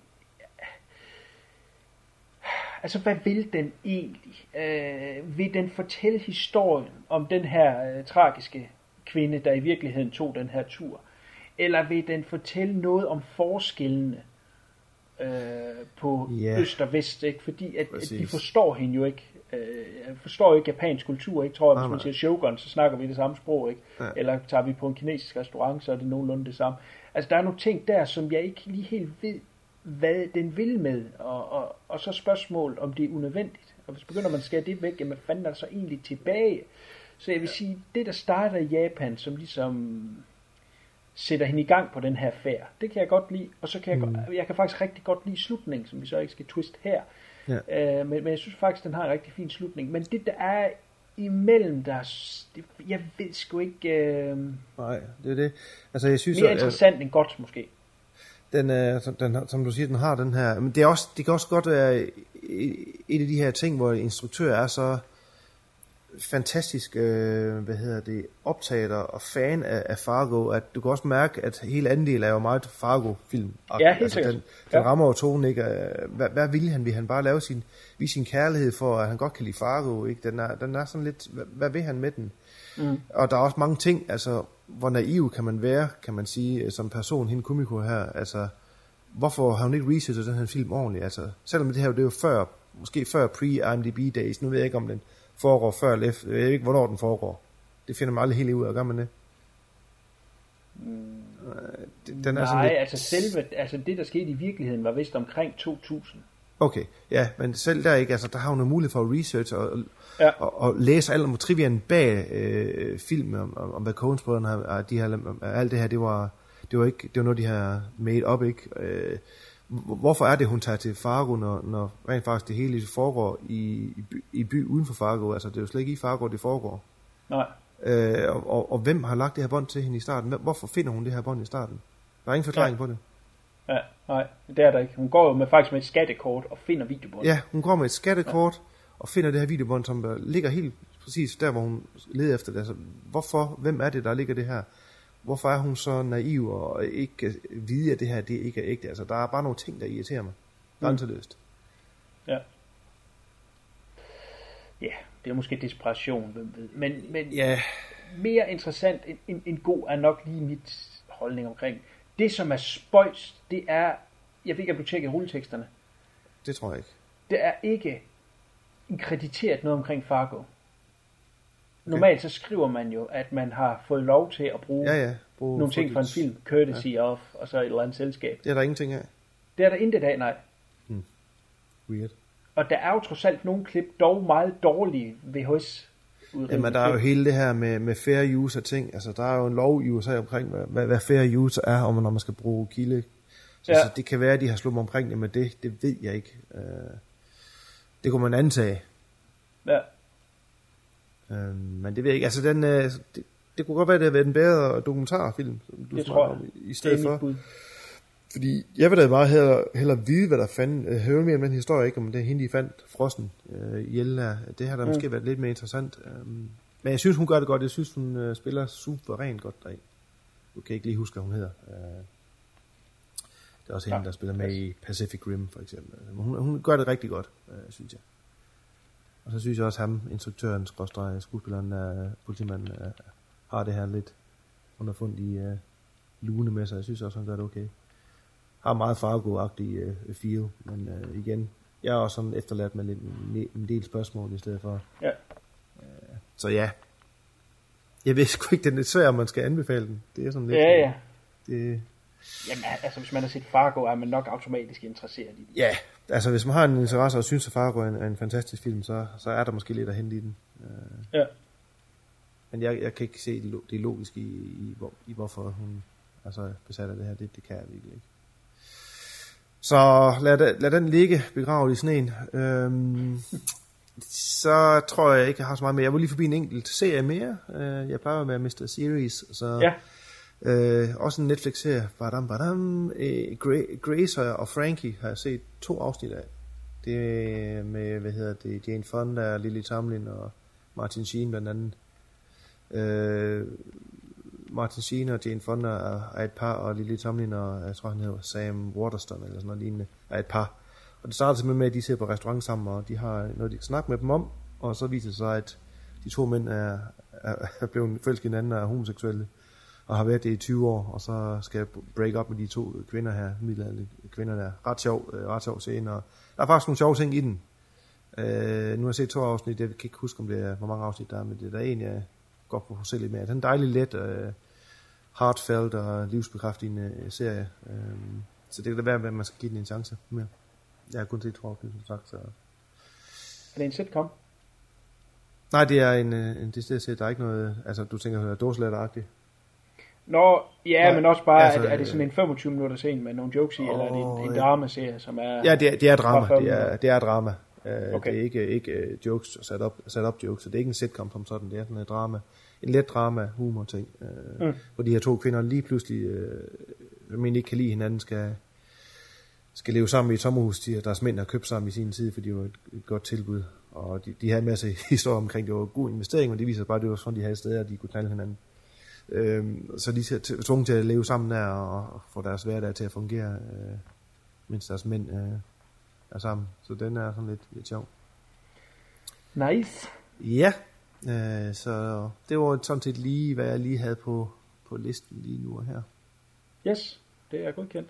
Altså, hvad vil den egentlig? Vil den fortælle historien om den her tragiske kvinde, der i virkeligheden tog den her tur? Eller vil den fortælle noget om forskellene på øst og vest, ikke? Fordi at de forstår hende jo ikke. Forstår ikke japansk kultur, ikke? Tror jeg, hvis man siger shogun, så snakker vi det samme sprog, ikke? Ja. Eller tager vi på en kinesisk restaurant, så er det nogenlunde det samme. Altså, der er nogle ting der, som jeg ikke lige helt ved, hvad den vil med, og så spørgsmål, om det er unødvendigt. Og hvis begynder man at skære det væk, jamen fanden er der så egentlig tilbage? Så jeg vil sige, det der starter i Japan, som ligesom sætter hende i gang på den her færd, det kan jeg godt lide, og så kan jeg kan faktisk rigtig godt lide slutningen, som vi så ikke skal twiste her. Ja. Men jeg synes faktisk, den har en rigtig fin slutning. Men det der er imellem der, jeg ved sgu ikke... Nej, det er det. Altså, jeg synes, mere interessant end godt, måske. Den, som du siger, den har den her... Men det kan også godt være et af de her ting, hvor instruktør er så fantastisk optaget og fan af Fargo, at du kan også mærke, at hele anden del er jo meget Fargo-film. Ja, helt sikkert. Den rammer jo tonen, ikke? Hvad ville han? Vil han bare lave sin kærlighed for, at han godt kan lide Fargo, ikke? Den er sådan lidt, hvad vil han med den? Og der er også mange ting, altså, hvor naiv kan man være, kan man sige, som person, hende Kumiko her, altså, hvorfor har hun ikke researchet den her film ordentligt? Altså, selvom det her, det er jo måske før pre-IMDb days, nu ved jeg ikke, om den foregår før eller efter. Jeg ved ikke, hvornår den foregår. Det finder man aldrig helt ud af. Gør man det? Den er sådan lidt... altså det, der skete i virkeligheden, var vist omkring 2000. Okay, ja, men selv der ikke, altså der har hun en mulighed for at research og læse alt om triviaen bag filmen, om hvad Coen-brødrene har, alt det her, det var noget, de har made up, ikke? Hvorfor er det, hun tager til Fargo, når rent faktisk det hele foregår i by uden for Fargo? Altså, det er jo slet ikke i Fargo, det foregår. Nej. Og hvem har lagt det her bånd til hende i starten? Hvorfor finder hun det her bånd i starten? Der er ingen forklaring på det. Ja, nej, det er der ikke. Hun går jo faktisk med et skattekort og finder videobånd. Ja, hun går med et skattekort og finder det her videobånd, som ligger helt præcis der, hvor hun leder efter det. Altså, hvem er det, der ligger det her? Hvorfor er hun så naiv og ikke vide, at det her det ikke er ægte? Altså, der er bare nogle ting, der irriterer mig. Grænseløst. Ja. Ja, det er måske desperation, hvem ved. Men ja. Mere interessant end god er nok lige mit holdning omkring. Det, som er spøjst, det er... Jeg ved ikke, om du tjekker rulleteksterne. Det tror jeg ikke. Det er ikke krediteret noget omkring Fargo. Normalt så skriver man jo, at man har fået lov til at bruge nogle ting fra en film, courtesy of, og så et eller andet selskab. Det er der ingenting af. Det er der intet af, nej. Weird. Og der er jo trods alt nogle klip, dog meget dårlige VHS. Jamen, der er jo hele det her med fair use af ting. Altså, der er jo en lov i USA omkring, hvad fair use er, om når man skal bruge kilde. Så det kan være, at de har slået mig omkring det med det. Det ved jeg ikke. Det kunne man antage. Ja. Men det ved jeg ikke. Altså, det kunne godt være, at det havde været en bedre dokumentarfilm, som du tror jeg. I stedet for. Fordi jeg vil da meget hellere vide, hvad der fandt. Høre mere om den historie, ikke om det hende, de fandt frossen ihjel der. Det har da måske været lidt mere interessant. Men jeg synes, hun gør det godt. Jeg synes, hun spiller super rent godt deri. Du kan ikke lige huske, hvad hun hedder. Det er også hende, der spiller med i Pacific Rim, for eksempel. Hun gør det rigtig godt, synes jeg. Og så synes jeg også, ham, instruktøren, skuespilleren, politimanden, har det her lidt underfundet i lune med sig. Jeg synes også, han gør det okay. Har meget Fargo-agtig feel, men igen, jeg er også sådan efterladt med en del spørgsmål i stedet for. Ja. Så ja, jeg ved sgu ikke, det er svært, om man skal anbefale den. Det er sådan lidt... Ja. Det... Jamen, altså hvis man har set Fargo, er man nok automatisk interesseret i den. Ja, altså hvis man har en interesse og synes, at Fargo er en fantastisk film, så er der måske lidt at hente i den. Ja. Men jeg kan ikke se det logiske i hvorfor hun er så besat af det her. Det kan jeg virkelig ikke. Så lad den ligge begravet i sneen. Så tror jeg ikke, jeg har så meget mere. Jeg vil lige forbi en enkelt serie mere. Jeg plejer at være Mr. Series. Så ja. Også en Netflix-serie. Grace og Frankie har jeg set 2 afsnit af. Det er med, Jane Fonda, Lily Tomlin og Martin Sheen blandt andet. Martin Sheen og Jane Fonda er et par, og Lily Tomlin og jeg tror han hedder Sam Waterston eller sådan noget lignende, er et par. Og det starter simpelthen med, at de ser på restaurant sammen, og de har noget, de kan snakke med dem om, og så viser det sig, at de 2 mænd er blevet forelsket hinanden og er homoseksuelle, og har været det i 20 år, og så skal jeg break up med de 2 kvinder her, middelalderlige kvinder der. Ret sjov scene, og der er faktisk nogle sjove ting i den. Nu har jeg set 2 afsnit, jeg kan ikke huske, om det er, hvor mange afsnit der er, men det er en, jeg godt på selv lidt mere. Den er dejlig let, heartfelt og livsbekræftende serie. Så det kan da være, at man skal give den en chance mere. Jeg har kun set 2 afsnit, som sagt. Så. Er det en sitcom? Nej, det er en decideret serie. Der er ikke noget... Altså, du tænker, det er dåselatter-agtigt. Nå, ja, men også bare, altså, er det sådan en 25 minutter scene med nogle jokes i, eller er det en dramaserie, som er... Ja, det er drama. Det er drama. Okay. Det er ikke jokes, sat up jokes, så det er ikke en sitcom som sådan, det er sådan en drama. En let drama, humor ting, hvor de her 2 kvinder lige pludselig, men ikke kan lide hinanden, skal leve sammen i et sommerhus, deres mænd har købt sammen i sin tid, fordi det var et godt tilbud, og de havde en masse historier omkring, det var god investering, men det viser bare, at det var sådan, de havde steder, at de kunne knalde hinanden. Så de er tvunget til at leve sammen der, og få deres hverdag til at fungere, mens deres mænd er sammen. Så den er sådan lidt sjov. Nice. Ja, så det var sådan set lige, hvad jeg lige havde på listen lige nu og her. Yes, det er godkendt.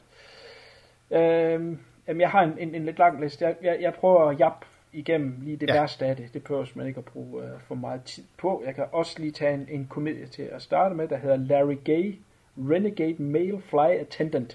Jamen, jeg har en lidt lang liste. Jeg prøver at jappe igennem lige det værste af det. Det behøver man ikke at bruge for meget tid på. Jeg kan også lige tage en komedie til at starte med, der hedder Larry Gay, Renegade Male Fly Attendant.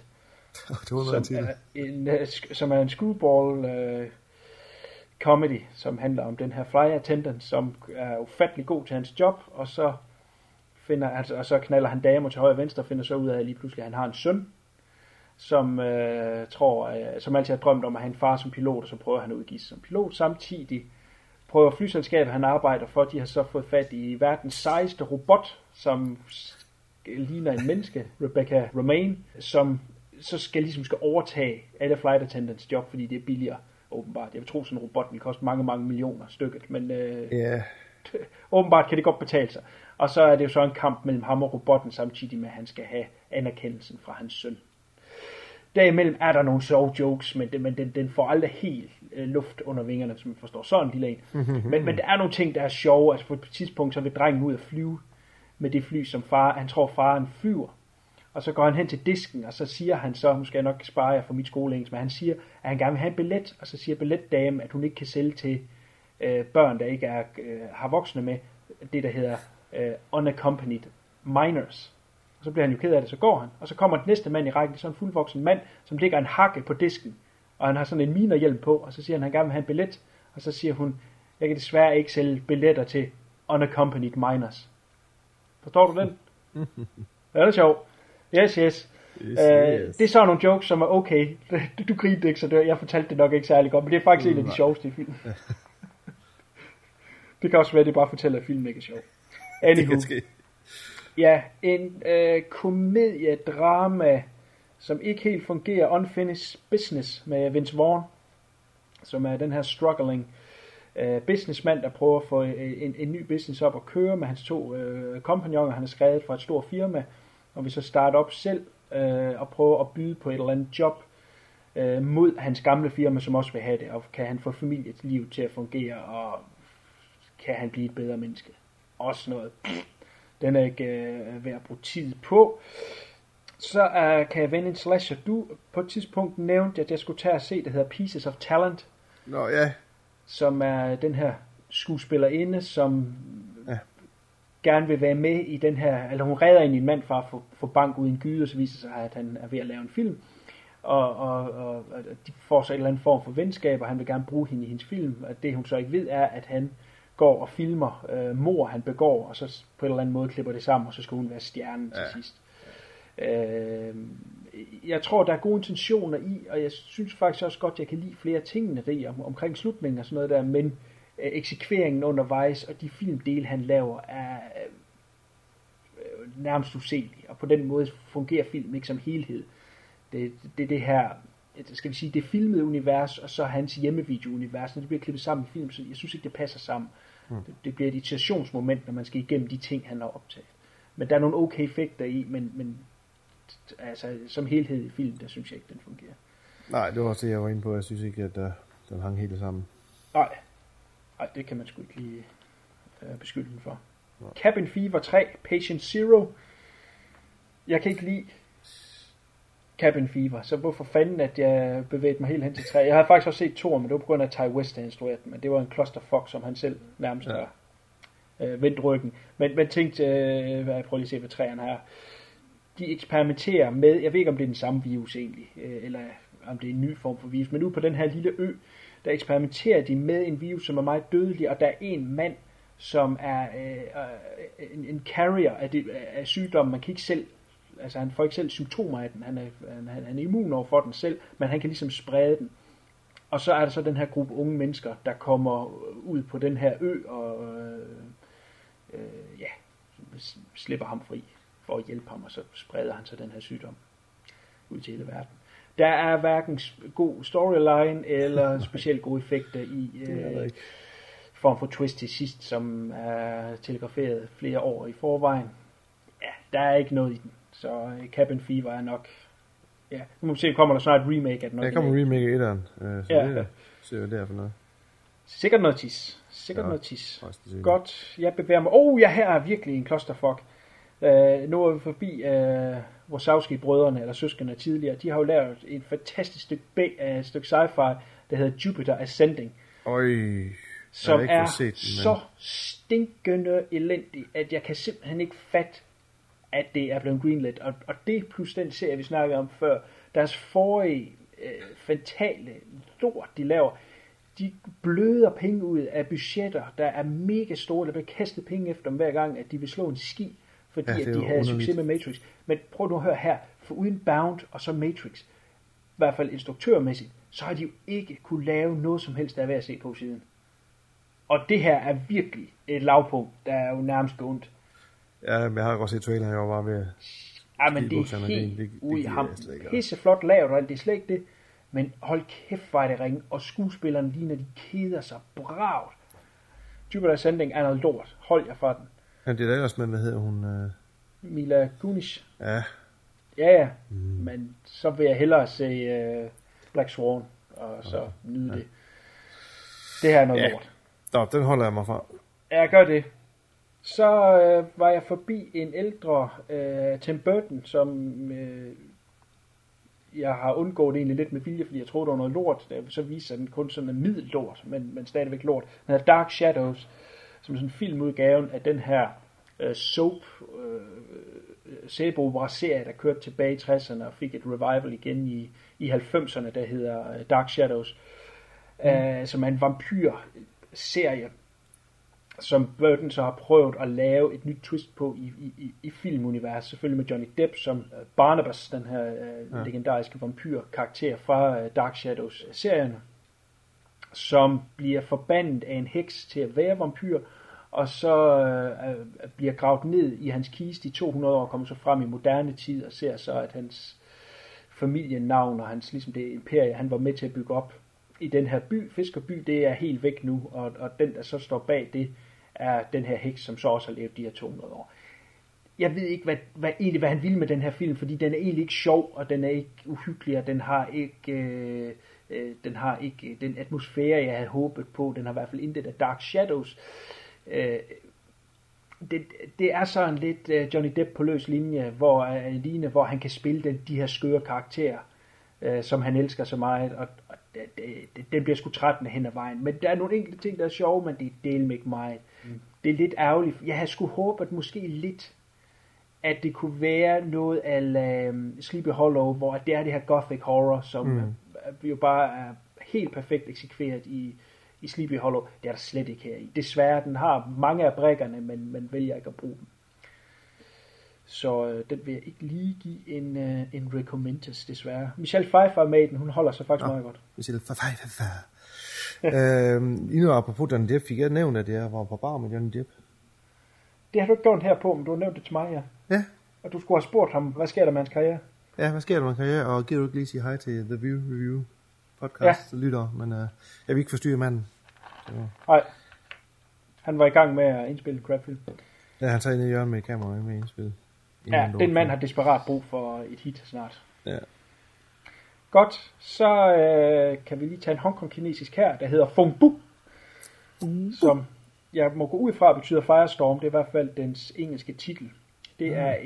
Som er en screwball comedy, som handler om den her fly attendant, som er ufattelig god til hans job, og så så knalder han damer til højre og venstre, og finder så ud af, at lige pludselig han har en søn, som som altid har drømt om at have en far som pilot, og så prøver han at udgive sig som pilot. Samtidig prøver flyselskabet, han arbejder for, de har så fået fat i verdens sejeste robot, som ligner en menneske, Rebecca Romaine, som så skal overtage alle flight attendants job, fordi det er billigere, åbenbart. Jeg vil tro, sådan en robot vil koste mange, mange millioner stykket, men åbenbart kan det godt betale sig. Og så er det jo så en kamp mellem ham og robotten, samtidig med, at han skal have anerkendelsen fra hans søn. Derimellem er der nogle sjove jokes, men den får aldrig helt luft under vingerne, som man forstår. Sådan en lille en. Men der er nogle ting, der er sjove. Altså på et tidspunkt, så vil drengen ud at flyve med det fly, som han tror faren flyver. Og så går han hen til disken, og så siger han så, nu skal jeg nok spare jer for mit skoleengelsk, men han siger, at han gerne vil have en billet, og så siger billetdamen, at hun ikke kan sælge til børn, der ikke har voksne med, det der hedder unaccompanied minors. Og så bliver han jo ked af det, så går han. Og så kommer den næste mand i rækken, sådan en fuldvoksen mand, som ligger en hakke på disken, og han har sådan en minerhjelm på, og så siger han gerne vil have en billet, og så siger hun, jeg kan desværre ikke sælge billetter til unaccompanied minors. Forstår du den? Ja, det er sjovt. Yes. Det er sådan nogle jokes, som er okay. Du grinte ikke, så jeg fortalte det nok ikke særlig godt, men det er faktisk en af de sjoveste i filmen. Det kan også være, at det bare fortæller, at filmen ikke er sjov. Anywho. Ja, en komediedrama, som ikke helt fungerer, Unfinished Business med Vince Vaughn, som er den her struggling businessmand, der prøver at få en ny business op at køre med hans 2 kompagnoner, han er skrevet fra et stort firma, og vi så starter op selv og prøver at byde på et eller andet job mod hans gamle firma, som også vil have det, og kan han få familiets liv til at fungere, og kan han blive et bedre menneske. Også noget. Den er ikke ved at bruge tid på. Så kan jeg vende en slasher. Du på et tidspunkt nævnte, at jeg skulle tage og se, det hedder Pieces of Talent. Nå ja. Som er den her skuespillerinde, som gerne vil være med i den her, eller hun redder en mand fra at få bank ud i en gyde, og så viser sig, at han er ved at lave en film. Og de får så en eller anden form for venskab, og han vil gerne bruge hende i hendes film. Og det hun så ikke ved er, at han går og filmer mord, han begår, og så på en eller anden måde klipper det sammen, og så skal hun være stjernen til sidst. Jeg tror, der er gode intentioner i, og jeg synes faktisk også godt, at jeg kan lide flere tingene der omkring slutningen og sådan noget der, men eksekveringen undervejs og de filmdele, han laver, er nærmest uselig, og på den måde fungerer filmen ikke som helhed. Det her, skal vi sige, det filmede univers, og så hans hjemmevideo-univers, når det bliver klippet sammen i film, så jeg synes ikke, det passer sammen. Det bliver et irritationsmoment, når man skal igennem de ting, han har optaget. Men der er nogle okay effekter i, men altså, som helhed i film, der synes jeg ikke, den fungerer. Nej, det var også det, jeg var inde på. Jeg synes ikke, at den hang helt sammen. Nej, det kan man sgu ikke lige beskylde den for. Nej. Cabin Fever 3, Patient Zero. Jeg kan ikke lide Cabin Fever, så hvorfor fanden, at jeg bevægede mig helt hen til 3. Jeg har faktisk også set 2, men det var på grund af Ty West, der instruerede den, men det var en clusterfuck, som han selv nærmest har vendt ryggen. Men tænkte, jeg prøver lige at se, hvad 3'eren her. De eksperimenterer med, jeg ved ikke, om det er den samme virus egentlig, eller om det er en ny form for virus, men ude på den her lille ø, der eksperimenterer de med en virus, som er meget dødelig, og der er en mand, som er en carrier af sygdommen. Man kan ikke selv, altså han får ikke selv symptomer af den, han er immun over for den selv, men han kan ligesom sprede den. Og så er der så den her gruppe unge mennesker, der kommer ud på den her ø og slipper ham fri for at hjælpe ham, og så spreder han så den her sygdom ud til hele verden. Der er hverken god storyline eller specielt gode effekter i form for twist til sidst, som er telegraferet flere år i forvejen. Ja, der er ikke noget i den. Så Cabin Fever er nok... Ja, nu må vi se, kommer der snart et remake af den. Der kommer en remake af etteren, så det ser vi der for noget. Sikkert noget tis. Godt, jeg bevæger mig... ja, her er virkelig en clusterfuck. Nu er vi forbi Wazowski-brødrene, eller søskende tidligere. De har jo lavet en fantastisk stykke sci-fi, der hedder Jupiter Ascending. Som er så stinkende elendig, at jeg kan simpelthen ikke fatte, at det er blevet greenlit. Og det plus den serie, vi snakkede om før, deres forrige fatale lort, de laver, de bløder penge ud af budgetter, der er mega store, der bliver kastet penge efter dem hver gang, at de vil slå en ski, fordi at de havde succes med Matrix. Men prøv nu at høre her, for uden Bound og så Matrix, i hvert fald instruktørmæssigt, så har de jo ikke kunne lave noget som helst, der er værd at se på siden. Og det her er virkelig et lavpunkt, der er jo nærmest ondt. Ja, men jeg har også set traileren, jeg var bare ved... Ja, men det er helt ude i ham. Pisseflot lavet, og det er slet ikke det. Men hold kæft, var det ringe, og skuespillerne lige, når de keder sig bragt. Jupiter Ascending er noget lort. Hold jer fra den. Ja, det er da ellers med, hvad hedder hun? Mila Kunis. Ja. Ja. Men så vil jeg hellere se Black Swan, og så nyde det. Det her er noget lort. Nå, den holder jeg mig fra. Ja, jeg gør det. Så var jeg forbi en ældre Tim Burton, som jeg har undgået egentlig lidt med vilje, fordi jeg troede, det var noget lort. Så viser den kun sådan en middellort, men stadigvæk lort. Den hedder Dark Shadows, som er sådan en filmudgaven af den her sæbeopera-serie, der kørte tilbage i 60'erne og fik et revival igen i 90'erne, der hedder Dark Shadows, som er en vampyr-serie, som Burton så har prøvet at lave et nyt twist på i filmuniverset, selvfølgelig med Johnny Depp som Barnabas, den her legendariske vampyr-karakter fra Dark Shadows-serierne, som bliver forbandet af en heks til at være vampyr, og så bliver gravet ned i hans kiste i 200 år, og kommer så frem i moderne tid og ser så, at hans familienavn og hans, ligesom det imperie, han var med til at bygge op i den her by, Fiskerby, det er helt væk nu, og den, der så står bag det, er den her heks, som så også har levet de her 200 år. Jeg ved ikke, hvad han ville med den her film, fordi den er egentlig ikke sjov, og den er ikke uhyggelig, og den har ikke den atmosfære, jeg havde håbet på. Den har i hvert fald intet af Dark Shadows. Det er sådan lidt Johnny Depp på løs linje, hvor han kan spille de her skøre karakterer, som han elsker så meget, og den bliver sgu trættende hen ad vejen. Men der er nogle enkelte ting, der er sjove, men det er delt ikke meget. Det er lidt ærgerligt. Jeg havde sgu håbet måske lidt, at det kunne være noget af Sleepy Hollow, hvor det er det her gothic horror, som jo bare er helt perfekt eksekveret i Sleepy Hollow. Det er der slet ikke her i. Desværre, den har mange af brækkerne, men man vælger ikke at bruge dem. Så den vil jeg ikke lige give en recommenders, desværre. Michelle Pfeiffer er med i den, hun holder sig faktisk meget godt. Michelle Pfeiffer. Endnu apropos Johnny Depp, fik jeg nævnt, at jeg var på bar med Johnny Depp. Det har du ikke gjort her på, men du har nævnt det til mig, ja. Ja. Og du skulle have spurgt ham, hvad sker der med hans karriere? Ja, hvad sker der med hans karriere? Og giver du ikke lige sige hej til The View Review podcast, lytter, men jeg vil ikke forstyrre manden. Nej. Han var i gang med at indspille crapfilm. Ja, han tager ind i hjørnet med kameraet med indspil. Ja, den mand har desperat brug for et hit snart. Ja. Godt, så kan vi lige tage en hongkong-kinesisk her, der hedder Fung Bu, som jeg må gå ud fra betyder Firestorm. Det er i hvert fald dens engelske titel. Det er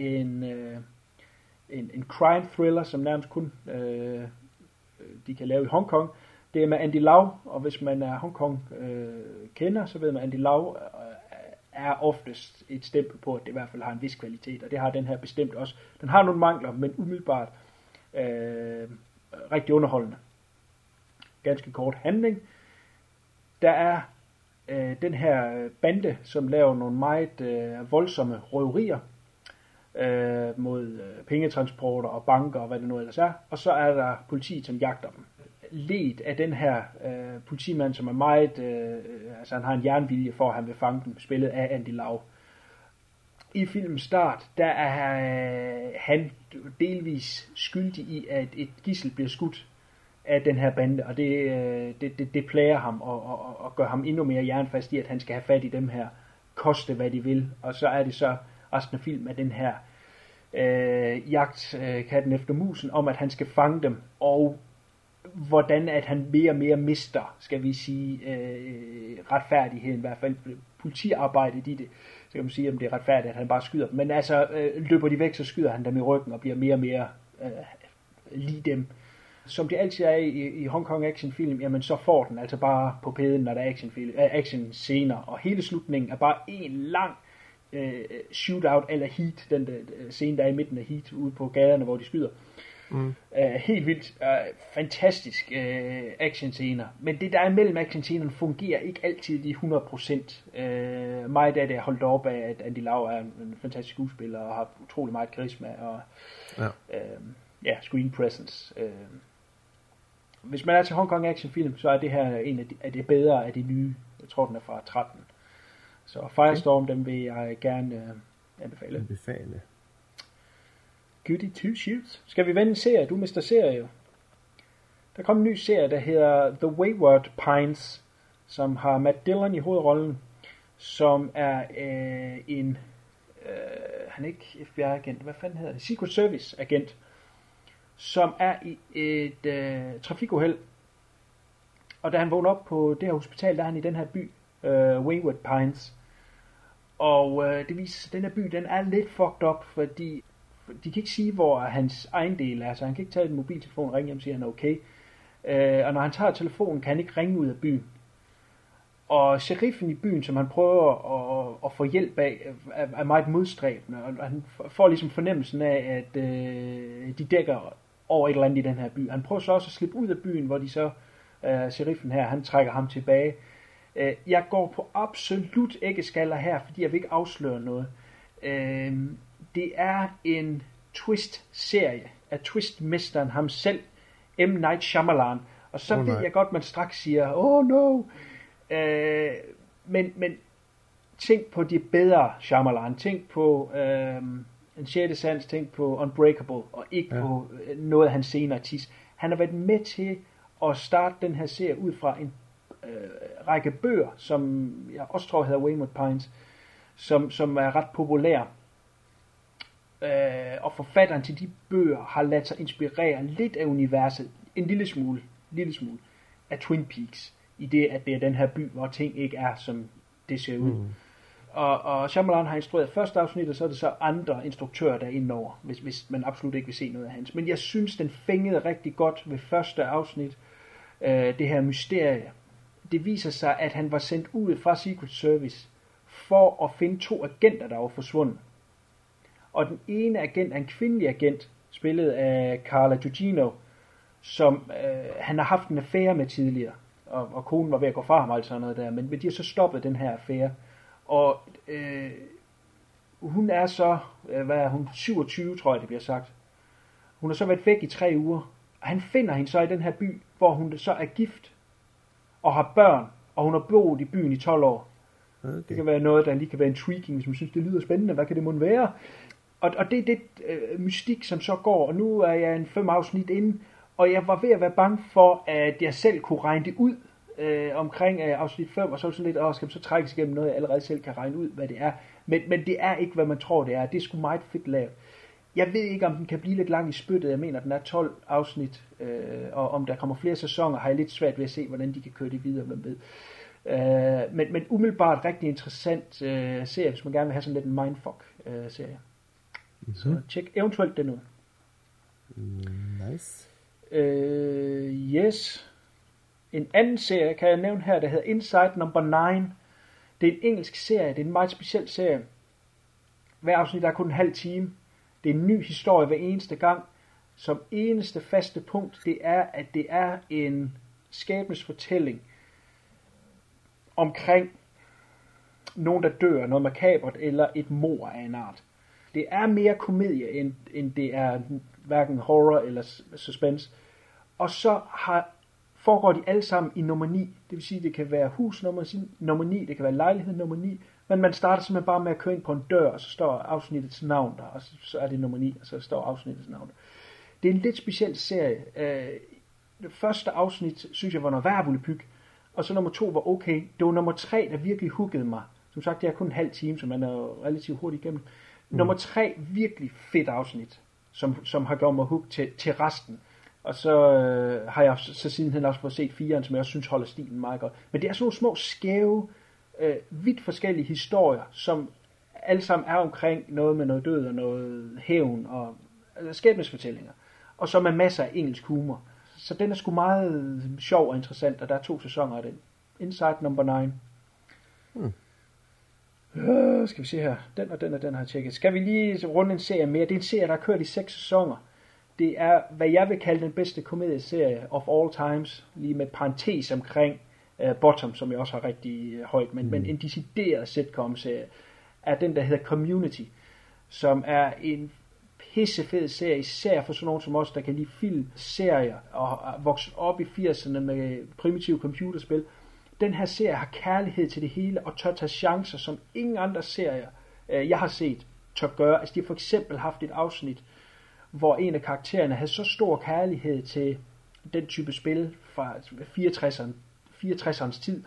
en crime thriller, som nærmest kun de kan lave i Hongkong. Det er med Andy Lau, og hvis man er Hongkong kender, så ved man, at Andy Lau er oftest et stempel på, at det i hvert fald har en vis kvalitet, og det har den her bestemt også. Den har nogle mangler, men umiddelbart rigtig underholdende. Ganske kort handling. Der er den her bande, som laver nogle meget voldsomme røverier mod pengetransporter og banker og hvad det nu ellers er, og så er der politiet, som jagter dem. Ledt af den her politimand, som er meget, altså han har en jernvilje for, at han vil fange dem, spillet af Andy Lau. I filmens start, der er han delvis skyldig i, at et gidsel bliver skudt af den her bande, og det plager ham og gør ham endnu mere jernfast i, at han skal have fat i dem her, koste hvad de vil, og så er det så resten af filmen af den her jagt katten efter musen, om at han skal fange dem, og hvordan at han mere og mere mister, skal vi sige, retfærdigheden, i hvert fald politiarbejdet i det. Så kan man sige, om det er retfærdigt, at han bare skyder dem. Men altså, løber de væk, så skyder han dem i ryggen og bliver mere og mere lige dem. Som det altid er i Hong Kong actionfilm, jamen så får den altså bare på pæden, når der er action scener. Og hele slutningen er bare en lang shootout eller Heat, den scene, der er i midten af Heat, ude på gaderne, hvor de skyder. Helt vildt, fantastisk actionscener, men det der er mellem actionscenerne fungerer ikke altid i 100%. Meget af det er holdt op af, at Andy Lau er en fantastisk skuespiller og har utrolig meget karisma og screen presence. Hvis man er til Hong Kong actionfilm, så er det her en af de bedre af de nye. Jeg tror den er fra 13. Så Firestorm, den vil jeg gerne anbefale. Goody Two Shoes. Skal vi vende en serie? Du mister serie jo. Der kom en ny serie, der hedder The Wayward Pines, som har Matt Dillon i hovedrollen. som er han er ikke FBI-agent, hvad fanden hedder det? Secret Service-agent, som er i et trafikuheld. Og da han vågner op på det her hospital, der er han i den her by, Wayward Pines. Og det viser sig, at den her by, den er lidt fucked up, fordi de kan ikke sige, hvor hans ejendel er, så han kan ikke tage en mobiltelefon og ringe hjem og sige, at han er okay. Og når han tager telefonen, kan han ikke ringe ud af byen. Og sheriffen i byen, som han prøver at få hjælp af, er meget modstræbende, og han får ligesom fornemmelsen af, at de dækker over et eller andet i den her by. Han prøver så også at slippe ud af byen, hvor de så, sheriffen her, han trækker ham tilbage. Jeg går på absolut æggeskaller her, fordi jeg vil ikke afsløre noget. Det er en twist-serie af twistmesteren ham selv, M. Night Shyamalan. Og så ved jeg godt, man straks siger, oh no. Men tænk på de bedre Shyamalan. Tænk på En sjette sans, tænk på Unbreakable, og ikke på noget af hans senere tis. Han har været med til at starte den her serie ud fra en række bøger, som jeg også tror hedder Wayward Pines, som er ret populær. Og forfatteren til de bøger har ladet sig inspirere lidt af universet, en lille smule af Twin Peaks, i det, at det er den her by, hvor ting ikke er, som det ser ud. Og Shyamalan har instrueret første afsnit, og så er det så andre instruktører, der er indover, hvis man absolut ikke vil se noget af hans. Men jeg synes, den fængede rigtig godt ved første afsnit, det her mysterie. Det viser sig, at han var sendt ud fra Secret Service for at finde 2 agenter, der var forsvundet. Og den ene agent er en kvindelig agent, spillet af Carla Gugino, som han har haft en affære med tidligere. Og konen var ved at gå fra ham, altså noget der. Men de har så stoppet den her affære. Og hun er så, hvad er hun, 27, tror jeg det bliver sagt. Hun har så været væk i 3 uger. Og han finder hende så i den her by, hvor hun så er gift og har børn. Og hun har boet i byen i 12 år. Okay. Det kan være noget, der lige kan være intriguing, hvis man synes, det lyder spændende. Hvad kan det måtte være? Og det er det mystik, som så går. Og nu er jeg en 5 afsnit inde. Og jeg var ved at være bange for, at jeg selv kunne regne det ud omkring afsnit 5. Og så sådan lidt, skal man så trækkes igennem noget, jeg allerede selv kan regne ud, hvad det er. Men det er ikke, hvad man tror, det er. Det er sgu meget fedt lavet. Jeg ved ikke, om den kan blive lidt lang i spyttet. Jeg mener, den er 12 afsnit. Og om der kommer flere sæsoner, har jeg lidt svært ved at se, hvordan de kan køre det videre, hvem ved. Men umiddelbart rigtig interessant serie, hvis man gerne vil have sådan lidt en mindfuck-serie. Så tjek eventuelt den ud. Nice. Yes. En anden serie kan jeg nævne her, der hedder Inside Number 9. Det er en engelsk serie, det er en meget speciel serie. Hver afsnit er kun en halv time. Det er en ny historie hver eneste gang. Som eneste faste punkt, det er, at det er en skæbnesfortælling omkring nogen, der dør, noget makabert, eller et mord af en art. Det er mere komedie, end det er hverken horror eller suspense. Og så foregår de alle sammen i nummer 9. Det vil sige, det kan være hus nummer 9, det kan være lejlighed nummer 9. Men man starter simpelthen bare med at køre ind på en dør, og så står afsnittets navn der, og så er det nummer 9, og så står afsnittets navn der. Det er en lidt speciel serie. Det første afsnit, synes jeg, var noget værbulepyg, og så nummer 2 var okay. Det var nummer 3, der virkelig huggede mig. Som sagt, det er kun en halv time, så man er relativt hurtigt igennem. Nummer 3, virkelig fedt afsnit, som har gjort mig hooked til resten. Og så har jeg så sidenhen også fået set 4'eren, som jeg også synes holder stilen meget godt. Men det er sådan nogle små, skæve, vidt forskellige historier, som alle sammen er omkring noget med noget død og noget hævn og skæbnesfortællinger. Og så med masser af engelsk humor. Så den er sgu meget sjov og interessant, og der er 2 sæsoner af den. Inside Number 9. Skal vi se her. Den har jeg tjekket. Skal vi lige runde en serie mere? Det er en serie, der har kørt i 6 sæsoner. Det er, hvad jeg vil kalde den bedste komedieserie of all times. Lige med parentes omkring Bottom, som jeg også har rigtig højt. Men en decideret sitcom-serie er den, der hedder Community. Som er en pissefed serie, især for sådan nogen som os, der kan lide film, serier og vokse op i 80'erne med primitive computerspil. Den her serie har kærlighed til det hele og tør tage chancer, som ingen andre serier, jeg har set, tør gøre. Altså de har for eksempel haft et afsnit, hvor en af karaktererne havde så stor kærlighed til den type spil fra 64'ernes tid,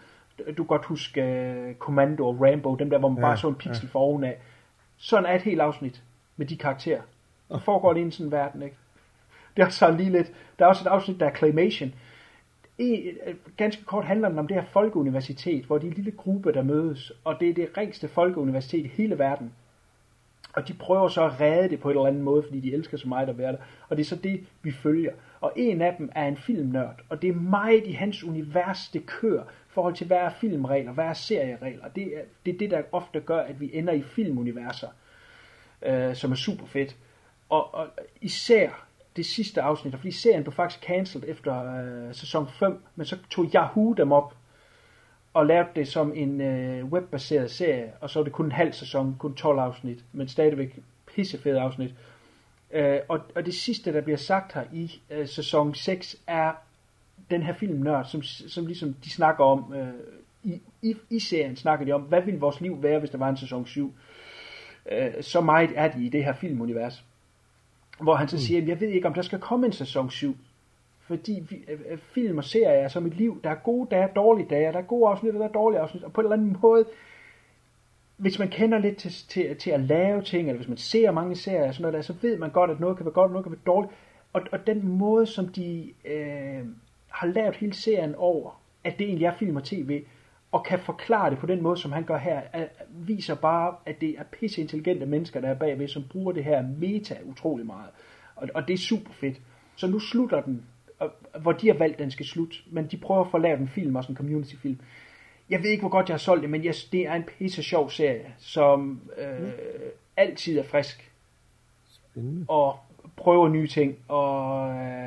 du kan godt huske Commando og Rambo, dem der, hvor man bare så en pixel for ovenaf. Sådan er et helt afsnit med de karakterer. Der foregår det i en sådan verden, ikke? Det er så lige lidt. Der er også et afsnit, der er Claymation. Ganske kort handler den om det her folkeuniversitet, hvor de er en lille gruppe, der mødes, og det er det rigeste folkeuniversitet i hele verden. Og de prøver så at redde det på en eller anden måde, fordi de elsker så meget at være der. Og det er så det, vi følger. Og en af dem er en filmnørd, og det er meget i hans univers, det kører, i forhold til hvad er filmregler, hvad er serieregler. Det er det, der ofte gør, at vi ender i filmuniverser, som er super fedt. Og især det sidste afsnit, fordi serien blev faktisk cancelled efter sæson 5, men så tog Yahoo dem op og lavede det som en webbaseret serie, og så var det kun en halv sæson, kun 12 afsnit, men stadigvæk pissefede afsnit. Og det sidste, der bliver sagt her i sæson 6, er den her filmnørd, som ligesom de snakker om, i serien snakker de om, hvad ville vores liv være, hvis der var en sæson 7. Så meget er de i det her filmunivers. Hvor han så siger, jeg ved ikke, om der skal komme en sæson 7. Fordi film og serier er som et liv. Der er gode dage, dårlige dage, der er gode afsnit, og der er dårlige afsnit. Og på en eller anden måde, hvis man kender lidt til at lave ting, eller hvis man ser mange serier og sådan noget der, så ved man godt, at noget kan være godt, og noget kan være dårligt. Og den måde, som de har lavet hele serien over, at det egentlig er film og tv, og kan forklare det på den måde, som han gør her, viser bare, at det er pisseintelligente mennesker, der er bagved, som bruger det her meta utrolig meget. Og det er super fedt. Så nu slutter den, hvor de har valgt, den skal slutte, men de prøver at få lavet en film, også en community-film. Jeg ved ikke, hvor godt jeg har solgt det, men det er en pisse sjov serie, som altid er frisk. Spændende. Og prøver nye ting, og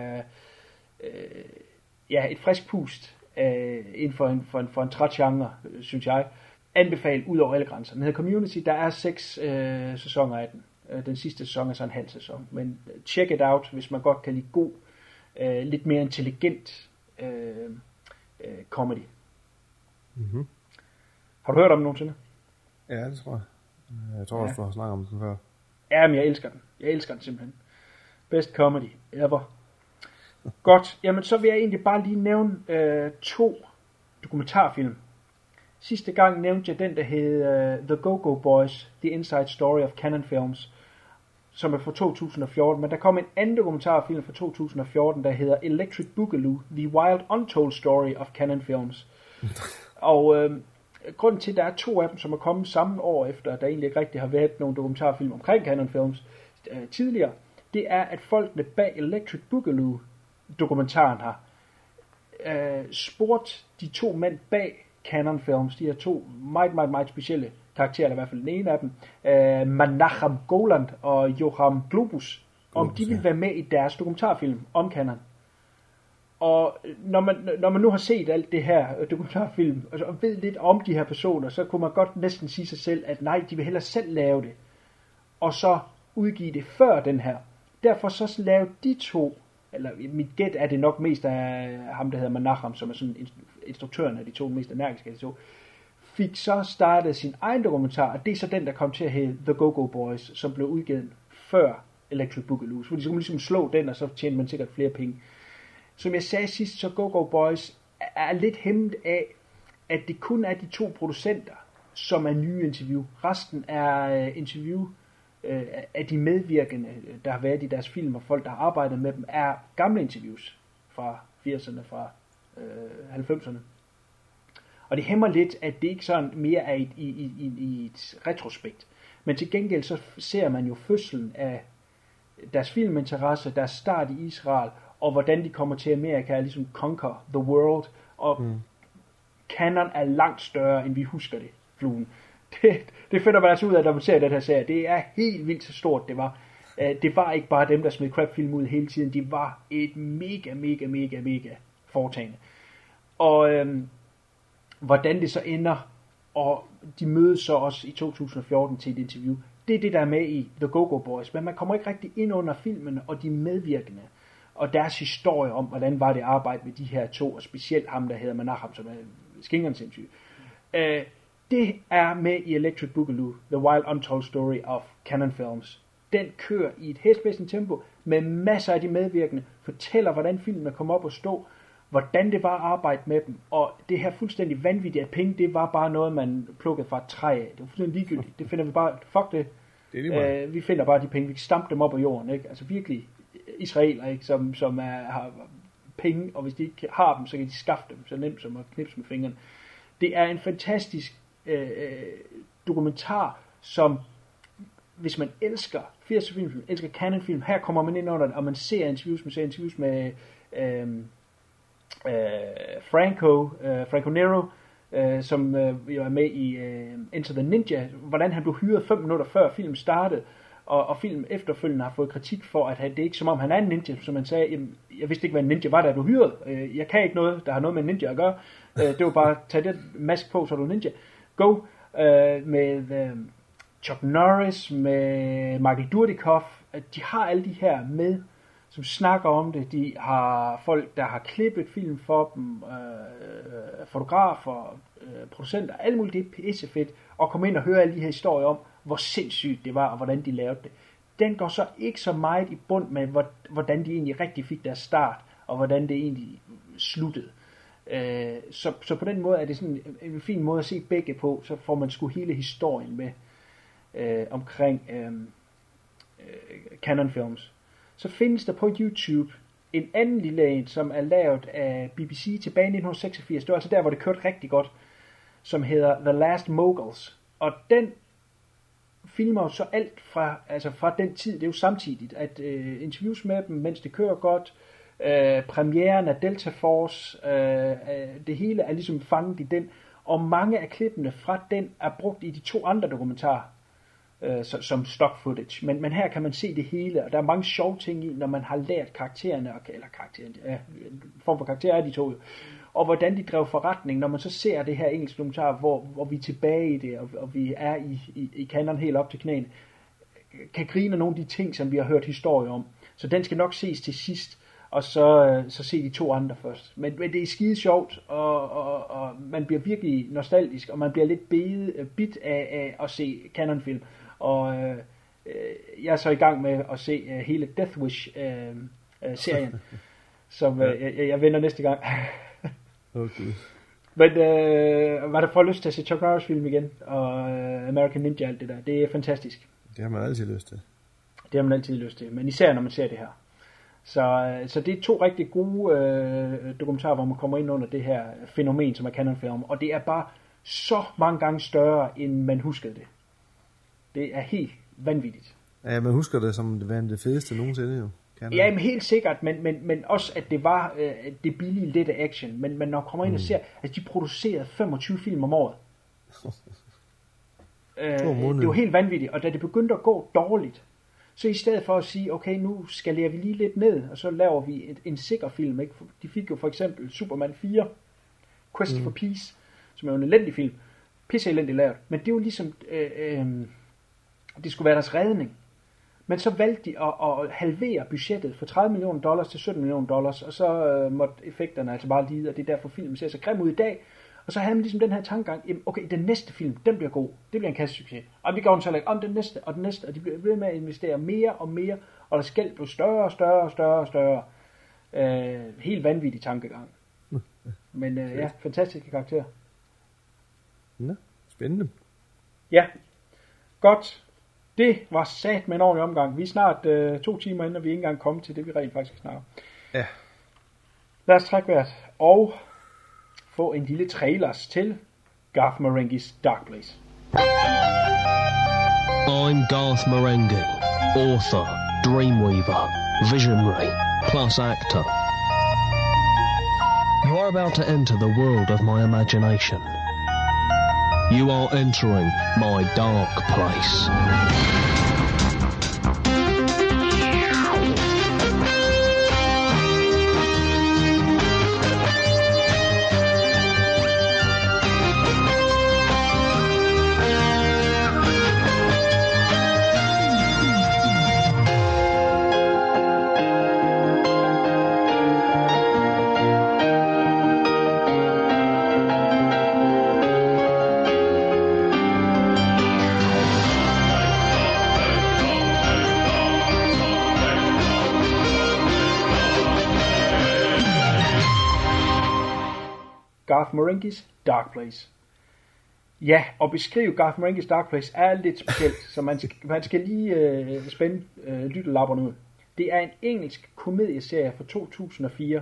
et frisk pust inden for en træt genre, synes jeg. Anbefale ud over alle grænser. Den hedder Community, der er 6 sæsoner af den. Den sidste sæson er så en halv sæson. Men check it out, hvis man godt kan lide god, lidt mere intelligent comedy. Mm-hmm. Har du hørt om den nogensinde? Ja, det tror jeg. Jeg tror også, du har snakket om den før. Ja, men jeg elsker den. Jeg elsker den simpelthen. Best comedy ever. Godt, jamen så vil jeg egentlig bare lige nævne 2 dokumentarfilm. Sidste gang nævnte jeg den, der hed The Go-Go Boys, The Inside Story of Cannon Films, som er fra 2014, men der kom en anden dokumentarfilm fra 2014, der hedder Electric Boogaloo, The Wild Untold Story of Cannon Films. Og grunden til, at der er 2 af dem, som er kommet samme år efter, at der egentlig ikke rigtig har været nogen dokumentarfilm omkring Cannon Films tidligere, det er, at folkene bag Electric Boogaloo dokumentaren har spurgt de 2 mænd bag Cannon Films, de her 2 meget specielle karakterer, eller i hvert fald den ene af dem, Menachem Golan og Joachim Globus, om de vil være med i deres dokumentarfilm om Cannon. Og når man nu har set alt det her dokumentarfilm, og ved lidt om de her personer, så kunne man godt næsten sige sig selv, at nej, de vil hellere selv lave det, og så udgive det før den her. Derfor så lavede de 2, eller mit gæt er det nok mest af ham, der hedder Menachem, som er sådan instruktøren af de 2 mest energiske af de 2, fik så startet sin egen dokumentar, og det er så den, der kom til at hedde The Go-Go Boys, som blev udgivet før Electric Boogaloo. Fordi så kunne man ligesom slå den, og så tjente man sikkert flere penge. Som jeg sagde sidst, så Go-Go Boys er lidt hæmmet af, at det kun er de 2 producenter, som er nye interview. Resten er interview af de medvirkende, der har været i deres film, og folk, der har arbejdet med dem, er gamle interviews fra 80'erne, fra 90'erne. Og det hæmmer lidt, at det ikke sådan mere er i et retrospekt. Men til gengæld så ser man jo fødslen af deres filminteresse, deres start i Israel, og hvordan de kommer til Amerika og ligesom conquer the world. Og Cannon er langt større, end vi husker det, fluen. Det finder man altså ud af, når man ser den her serie. Det er helt vildt så stort, det var. Det var ikke bare dem, der smed crap-film ud hele tiden. De var et mega foretagende. Og hvordan det så ender, og de mødes så også i 2014 til et interview, det er det, der er med i The Go-Go Boys. Men man kommer ikke rigtig ind under filmene og de medvirkende, og deres historie om, hvordan var det arbejde med de her 2, og specielt ham, der hedder Menachem, som er skingeren sindssyg. Det er med i Electric Boogaloo, The Wild Untold Story of Cannon Films. Den kører i et hæsblæsende tempo, med masser af de medvirkende, fortæller, hvordan filmen er kommet op og stå, hvordan det var at arbejde med dem, og det her fuldstændig vanvittige, at penge, det var bare noget, man plukkede fra et træ af. Det var fuldstændig ligegyldigt. Det finder vi bare, fuck det. Vi finder bare de penge, vi kan stampe dem op af jorden, ikke? Altså virkelig israeler, ikke? Som har penge, og hvis de ikke har dem, så kan de skaffe dem, så nemt som at knipse med fingrene. Det er en fantastisk dokumentar, som hvis man elsker 80'er film, elsker Cannon-film, her kommer man ind under det, og man ser interviews med Franco Nero, som jo er med i Enter the Ninja, hvordan han blev hyret 5 minutter før filmen startede, og filmen efterfølgende har fået kritik for, at det er ikke som om han er en ninja, som han sagde, jamen, jeg vidste ikke, hvad en ninja var, da jeg blev hyret. Jeg kan ikke noget, der har noget med en ninja at gøre. Det var bare at tage den mask på, så er du ninja. Go! Med Chuck Norris, med Michael Dudikoff, de har alle de her med, som snakker om det. De har folk, der har klippet film for dem, fotografer, producenter, alle mulige, det er pissefedt, og komme ind og høre alle de her historier om, hvor sindssygt det var, og hvordan de lavede det. Den går så ikke så meget i bund med, hvordan de egentlig rigtig fik deres start, og hvordan det egentlig sluttede. Så på den måde er det sådan en fin måde at se begge på, så får man sgu hele historien med omkring Cannon Films. Så findes der på YouTube en anden lille en, som er lavet af BBC tilbage i 1986. Det var altså der, hvor det kørte rigtig godt, som hedder The Last Moguls. Og den filmer jo så alt fra den tid, det er jo samtidigt, at interviews med dem, mens det kører godt, premieren af Delta Force, det hele er ligesom fanget i den, og mange af klippene fra den er brugt i de 2 andre dokumentarer, som stock footage, men her kan man se det hele, og der er mange sjove ting i, når man har lært karaktererne, en form for karakterer er de 2 jo, og hvordan de drev forretning, når man så ser det her engelske dokumentar, hvor vi er tilbage i det, og vi er i Cannon helt op til knæene, kan grine nogle af de ting, som vi har hørt historier om, så den skal nok ses til sidst, og så se de 2 andre først. Men det er skide sjovt, og man bliver virkelig nostalgisk, og man bliver lidt bit af at se Cannon-film. Og jeg er så i gang med at se hele Death Wish-serien, som jeg vender næste gang. Okay. Men var der for lyst til at se Chuck Norris-film igen, og American Ninja og alt det der? Det er fantastisk. Det har man altid lyst til. Det har man altid lyst til, men især når man ser det her. Så det er 2 rigtig gode dokumentarer, hvor man kommer ind under det her fænomen, som er Cannon-film, og det er bare så mange gange større, end man huskede det. Det er helt vanvittigt. Ja, man husker det som det fedeste nogensinde jo. Ja, men helt sikkert, men også at det var det billige lette action, men når man kommer ind og ser, at de producerede 25 film om året. Det var helt vanvittigt, og da det begyndte at gå dårligt, så i stedet for at sige, okay, nu skalerer vi lige lidt ned, og så laver vi en sikker film, ikke? De fik jo for eksempel Superman 4, Quest for Peace, som er jo en elendig film, pisse elendig lavet, men det er jo ligesom, det skulle være deres redning. Men så valgte de at halvere budgettet fra $30 million til $17 million, og så måtte effekterne altså bare lide, og det er derfor filmen ser så grim ud i dag. Og så havde man ligesom den her tankegang, okay, den næste film, den bliver god, det bliver en kassesucces. Og vi går så om den næste, og de bliver ved med at investere mere og mere, og der skal blive større. Helt vanvittig tankegang. Men ja, fantastiske karakterer. Nå, spændende. Ja, godt. Det var sat med en ordentlig omgang. Vi er snart 2 timer inden, og vi er ikke engang kommet til det, vi rent faktisk snakker. Ja. Lad os trække vejret og få en lille trailers til Garth Marenghi's Dark Place. I'm Garth Marenghi, author, dreamweaver, visionary, plus actor. You are about to enter the world of my imagination. You are entering my dark place. Garth Marenghi's Dark Place. Ja, og beskrive Garth Marenghi's Dark Place er lidt specielt, så man skal lige spænde lyttelapperne ud. Det er en engelsk komedieserie fra 2004.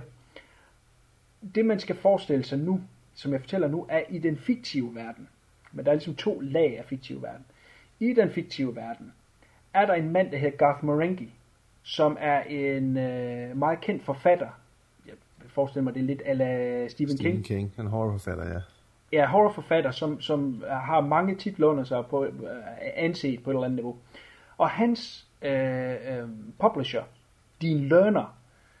Det man skal forestille sig nu, som jeg fortæller nu, er i den fiktive verden. Men der er ligesom 2 lag af fiktive verden. I den fiktive verden er der en mand, der hedder Garth Marenghi, som er en meget kendt forfatter. Jeg forestiller mig, det er lidt a la Stephen King. En horrorforfatter, ja. Ja, horrorforfatter, som har mange titler under sig på anset på et eller andet niveau. Og hans publisher, Dean Lerner,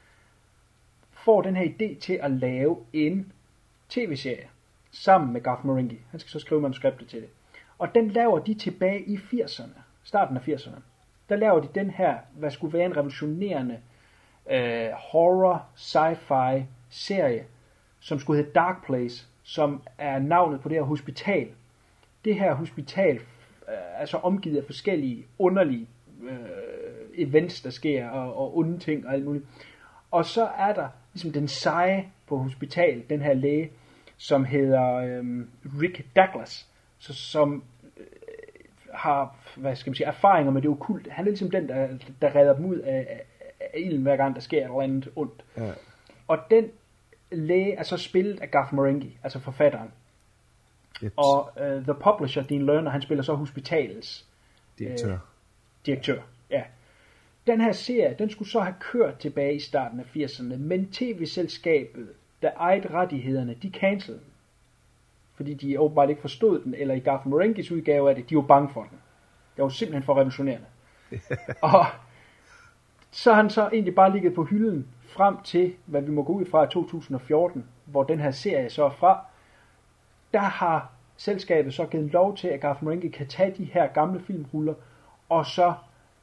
får den her idé til at lave en tv-serie sammen med Garth Marenghi. Han skal så skrive manuskriptet til det. Og den laver de tilbage i 80'erne, starten af 80'erne. Der laver de den her, hvad skulle være en revolutionerende horror sci-fi serie, som skulle hedde Dark Place, som er navnet på det her hospital. Det her hospital er så omgivet af forskellige underlige events, der sker, og onde ting og alt muligt. Og så er der ligesom den seje på hospitalet, den her læge, som hedder Rick Douglas, som har, hvad skal man sige, erfaringer med det okkulte. Han er ligesom den, der redder dem ud af ilden, hver gang der sker et eller andet ondt. Ja. Og den læge er så spillet af Garth Marenghi, altså forfatteren. Yep. Og the publisher, Dean Lerner, han spiller så hospitalets direktør. Ja. Den her serie, den skulle så have kørt tilbage i starten af 80'erne, men tv-selskabet, der ejede rettighederne, de cancelede den. Fordi de åbenbart ikke forstod den, eller i Garth Marenghis udgave af det, de var bange for den. Det var simpelthen for revolutionerende. Og så har han så egentlig bare ligget på hylden frem til, hvad vi må gå ud fra 2014, hvor den her serie så er fra. Der har selskabet så givet lov til, at Garth Marenghi kan tage de her gamle filmruller, og så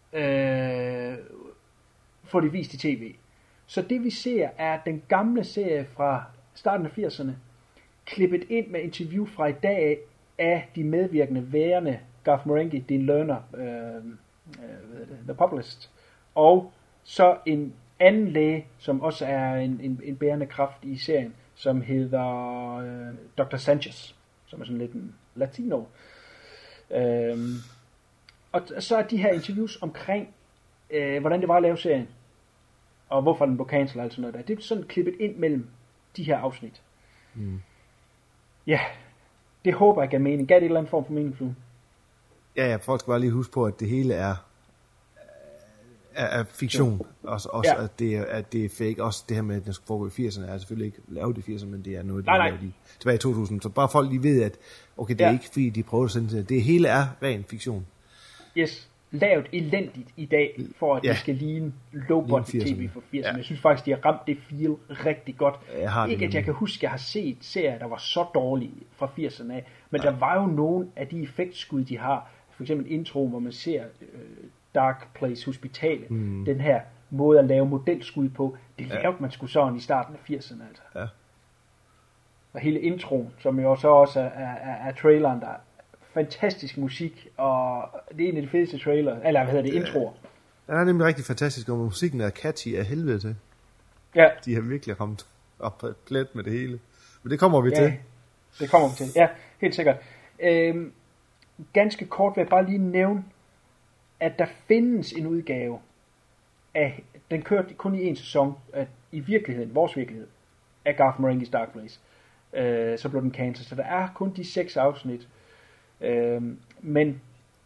få det vist i tv. Så det vi ser er den gamle serie fra starten af 80'erne, klippet ind med interview fra i dag af de medvirkende værende Garth Marenghi, Dean Lerner, the publicist, og så en anden læge, som også er en bærende kraft i serien, som hedder Dr. Sanchez, som er sådan lidt en latino. Og så er de her interviews omkring, hvordan det var at lave serien, og hvorfor den blev cancelled og alt sådan noget der. Det er sådan klippet ind mellem de her afsnit. Mm. Ja, det håber jeg gav mening. Gav det en eller anden form for mening, Flue? Ja, folk skal bare lige huske på, at det hele er fiktion. Også ja. At det er fake. Også det her med, at den skulle foregå i 80'erne, er selvfølgelig ikke lavet i 80'erne, men det er noget, de lavede tilbage i 2000. Så bare folk lige ved, at okay, det er ikke fordi, de prøver at sende det. Det hele er ren fiktion. Yes. Lavet elendigt i dag, for at det skal ligne low-budget tv for 80'erne. Ja. Jeg synes faktisk, de har ramt det feel rigtig godt. Ikke at jeg kan huske, at jeg har set serier, der var så dårlige fra 80'erne af, men der var jo nogle af de effektskud, de har. For eksempel intro, hvor man ser Dark Place Hospitalet. Den her måde at lave modelskud på, det lavede man sgu sådan i starten af 80'erne. Altså. Ja. Og hele introen, som jo så også er traileren, der fantastisk musik, og det er en af de fedeste trailers, eller hvad hedder det, introer. Den er nemlig rigtig fantastisk, og musikken er catchy af helvede til. Ja. De har virkelig kommet op på et plet med det hele. Men det kommer vi til. Det kommer vi til, ja, helt sikkert. Ganske kort vil jeg bare lige nævne, at der findes en udgave af, den kørte kun i en sæson, at i virkeligheden, vores virkelighed, af Garth Marenghi's Dark Place. Så blev den cancelled, så der er kun de 6 afsnit. Men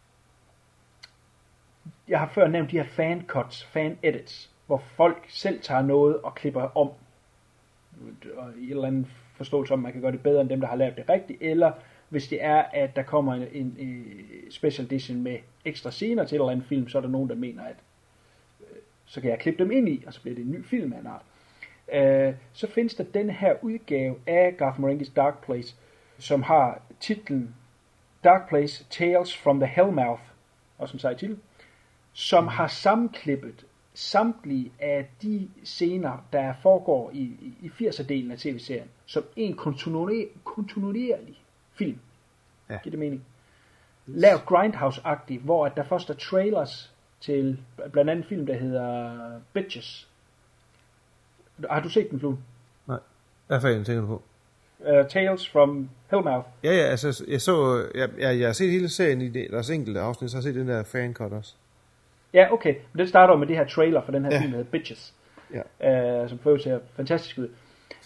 jeg har før nævnt de her fan cuts, fan edits, hvor folk selv tager noget og klipper om, og i en eller anden forståelse om, man kan gøre det bedre end dem, der har lavet det rigtigt, eller hvis det er, at der kommer en special edition med ekstra scener til en eller anden film, så er der nogen, der mener, at så kan jeg klippe dem ind i, og så bliver det en ny film af en art. Så findes der den her udgave af Garth Marenghi's Dark Place, som har titlen Dark Place Tales from the Hellmouth, og som sagt titel, som har sammenklippet samtlige af de scener, der foregår i 80'er-delen af tv-serien, som en kontinuerlig film. Ja. Giver det mening? Lav Grindhouse-agtigt, hvor at der først er trailers til blandt andet film, der hedder Bitches. Har du set den, Flue? Nej. Hvad fanden tænker du på? Tales from Hellmouth. Ja, altså, jeg har set hele serien i deres enkelte afsnit, så har jeg set den der fancut også. Ja, okay. Men det starter med det her trailer for den her film, der hedder Bitches. Ja. Som prøver ser fantastisk ud.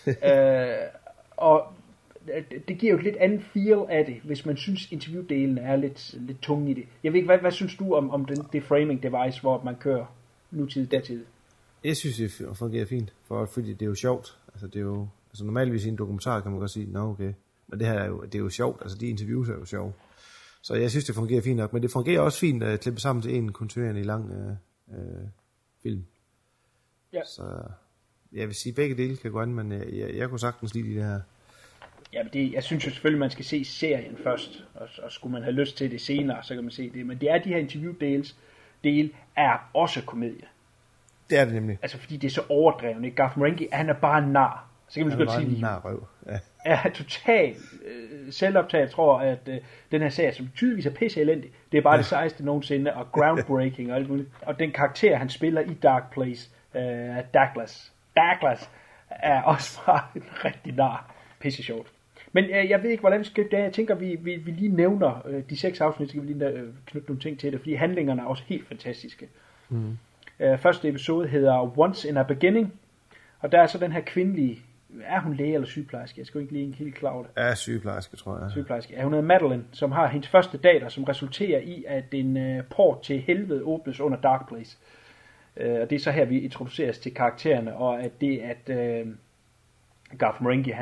Og det giver jo et lidt andet feel af det, hvis man synes interviewdelen er lidt tung i det. Jeg ved ikke, hvad synes du om det framing device, hvor man kører nutid, datid? Jeg synes, det fungerer fint, fordi det er jo sjovt. Altså, det er jo, altså normalvis i en dokumentar kan man godt sige, okay. Men det her det er jo sjovt, altså de interviews er jo sjove. Så jeg synes, det fungerer fint nok, men det fungerer også fint at klippe sammen til en kontinuerlig lang film. Ja. Så jeg vil sige, begge dele kan gå an, men jeg kunne sagtens lide det her. Ja, men jeg synes jo selvfølgelig, man skal se serien først, og skulle man have lyst til det senere, så kan man se det. Men det er de her interviewdele er også komedie. Det er det nemlig. Altså fordi det er så overdrevet, ikke? Garth Marenghi, han er bare en nar. Så kan man godt sige en narrøv. Ja. Er totalt selvoptaget, tror at den her serie, som tydeligvis er pisse elendig, det er bare det sejeste nogensinde, og groundbreaking og alt muligt. Og den karakter, han spiller i Dark Place, Douglas, er også bare en rigtig nar. Pisse sjovt. Men jeg ved ikke, hvordan skal det. Jeg tænker, vi lige nævner de 6 afsnit, så kan vi lige knytte nogle ting til det, fordi handlingerne er også helt fantastiske. Første episode hedder Once in a Beginning, og der er så den her kvindelige, er hun læge eller sygeplejerske? Jeg skal ikke lige helt klar over det. Ja, sygeplejerske, tror jeg. Sygeplejerske. Ja, hun hedder Madeline, som har hendes første datter, som resulterer i, at en port til helvede åbnes under Dark Place. Og det er så her, vi introduceres til karaktererne, og at det at Garth Marenghi,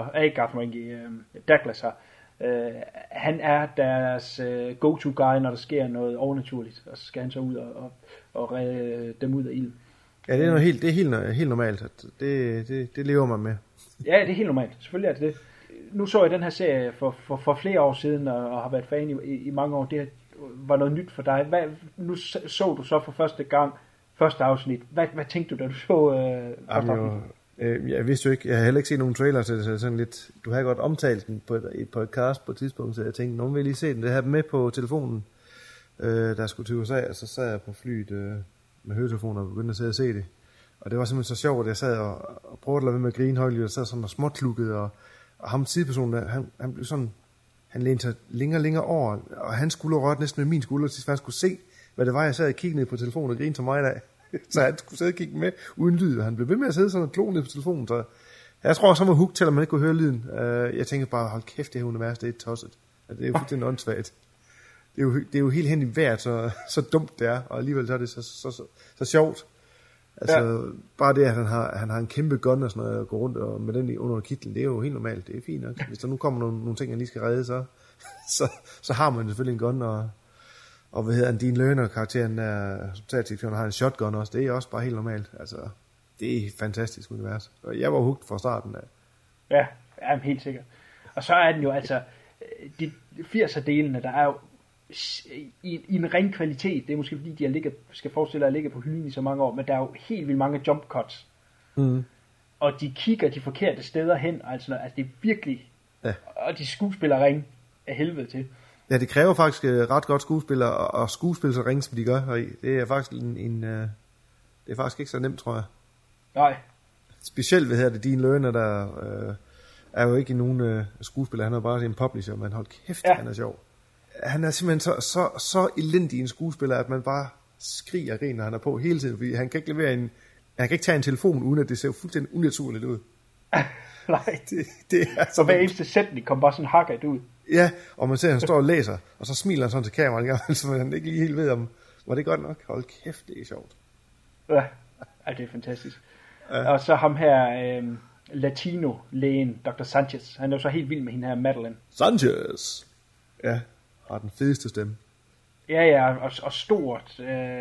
Douglas her, han er deres go-to guy, når der sker noget overnaturligt, og så skal han så ud og redde dem ud af ilden. Ja, det er helt normalt, at det lever man med. Ja, det er helt normalt, selvfølgelig er det det. Nu så jeg den her serie for flere år siden, og har været fan i mange år. Det var noget nyt for dig. Nu så du så for første afsnit. Hvad tænkte du, da du så første afsnit? Jeg vidste jo ikke, jeg har heller ikke set nogen trailer til det, så sådan lidt, du har godt omtalt den på et podcast på et tidspunkt, så jeg tænkte, nogen vil lige se den, det her med på telefonen, der skulle til USA, og så sad jeg på flyet med høretelefoner og begyndte at sidde og se det, og det var simpelthen så sjovt, at jeg sad og prøvede at lade være med at grine højt, og sad sådan og småtlukket, og ham sidepersonen der, han blev sådan, han lænede sig længere over, og hans skulder rørte næsten med min skulder, til han skulle se, hvad det var, jeg sad og kiggede ned på telefonen og grinede til mig i dag. Så han skulle sidde og kigge med uden lyd, og han blev ved med at sidde sådan og klo ned på telefonen, så jeg tror, så var hooked til, at man ikke kunne høre lyden. Jeg tænkte bare, hold kæft, det her univers, det er tosset. Det er jo fuldstændig åndssvagt. Det er jo helt hen i vejret, så dumt det er, og alligevel så er det så sjovt. Altså, bare det, at han har en kæmpe gun og sådan noget, og går rundt og med den under kitlen, det er jo helt normalt, det er fint nok. Hvis der nu kommer nogle ting, han lige skal redde, så har man selvfølgelig en gun, og hvad hedder han, Dean Lerner-karakteren, som har en shotgun også, det er også bare helt normalt. Altså, det er et fantastisk univers. Og jeg var hooked fra starten af. Ja, helt sikkert. Og så er den jo altså, de 80'er-delene, der er jo i en ren kvalitet. Det er måske fordi, de skal forestille at ligge på hylden i så mange år, men der er jo helt vildt mange jump cuts. Og de kigger de forkerte steder hen, altså det er virkelig, og de skuespiller ring af helvede til. Ja, det kræver faktisk ret godt skuespiller og skuespille så ringe, som de gør heri. Det er faktisk det er faktisk ikke så nemt, tror jeg. Nej. Specielt ved her det Dean Lerner, der er jo ikke nogen skuespiller, han er bare en publisher, men hold kæft, han er sjov. Han er simpelthen så elendig en skuespiller, at man bare skriger og griner, når han er på hele tiden, fordi han kan ikke levere han kan ikke tage en telefon, uden at det ser fuldstændig unaturligt ud. Nej. Det er så hver eneste sætning kom bare sådan hakket ud. Ja, og man ser, at han står og læser, og så smiler han sådan til kameraet, så man ikke lige helt ved, om var det godt nok. Hold kæft, det er sjovt. Ja, det er fantastisk. Ja. Og så ham her, latino-lægen, Dr. Sanchez, han er jo så helt vild med hende her, Madeline. Sanchez! Ja, har den fedeste stemme. Ja, og stort,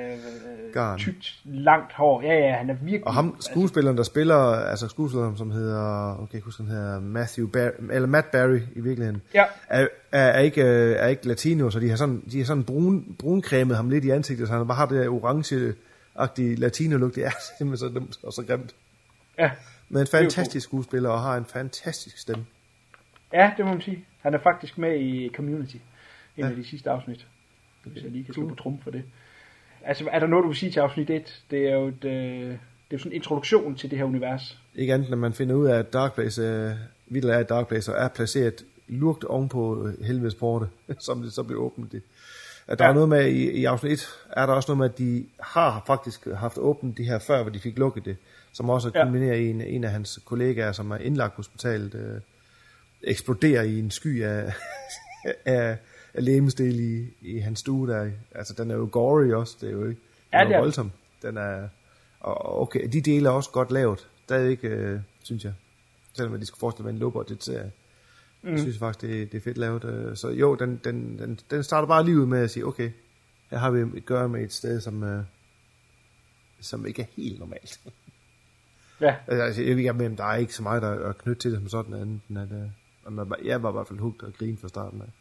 tykt, langt hår. Ja, han er virkelig... Og ham, skuespilleren, der spiller, altså skuespilleren, som hedder, okay, husk, han hedder Matt Berry i virkeligheden, er ikke latino, så de har sådan bruncremet ham lidt i ansigtet, så han bare har det der orange-agtige latino-look. Det er simpelthen så dumt og så grimt. Ja. Men en fantastisk skuespiller, og har en fantastisk stemme. Ja, det må man sige. Han er faktisk med i Community, en af de sidste afsnit. Hvis jeg lige kan slå på trum for det. Altså, er der noget, du vil sige til afsnit 1? Det er jo sådan en introduktion til det her univers. Ikke andet, når man finder ud af, at Dark Place vildt er Dark Place, og er placeret lugt ovenpå helvedes porte, som det så bliver åbnet. Der er noget med, i afsnit 1, er der også noget med, at de har faktisk haft åbent det her før, hvor de fik lukket det, som også kulminerer i en af hans kollegaer, som er indlagt på hospitalet, eksploderer i en sky af legemsdel i hans stue der. Altså, den er jo gory også, det er jo ikke voldsomt. Den er, og okay, de dele er også godt lavet. Der er ikke, synes jeg, selvom de skal forestille med en low-budget-serie. Jeg synes faktisk, det er fedt lavet. Så jo, den starter bare lige ud med at sige, okay, her har vi at gøre med et sted, som ikke er helt normalt. Ja. Altså, jeg ved ikke, men der er ikke så meget, der er knyttet til det som sådan, anden, at jeg var i hvert fald hugt og grine fra starten af.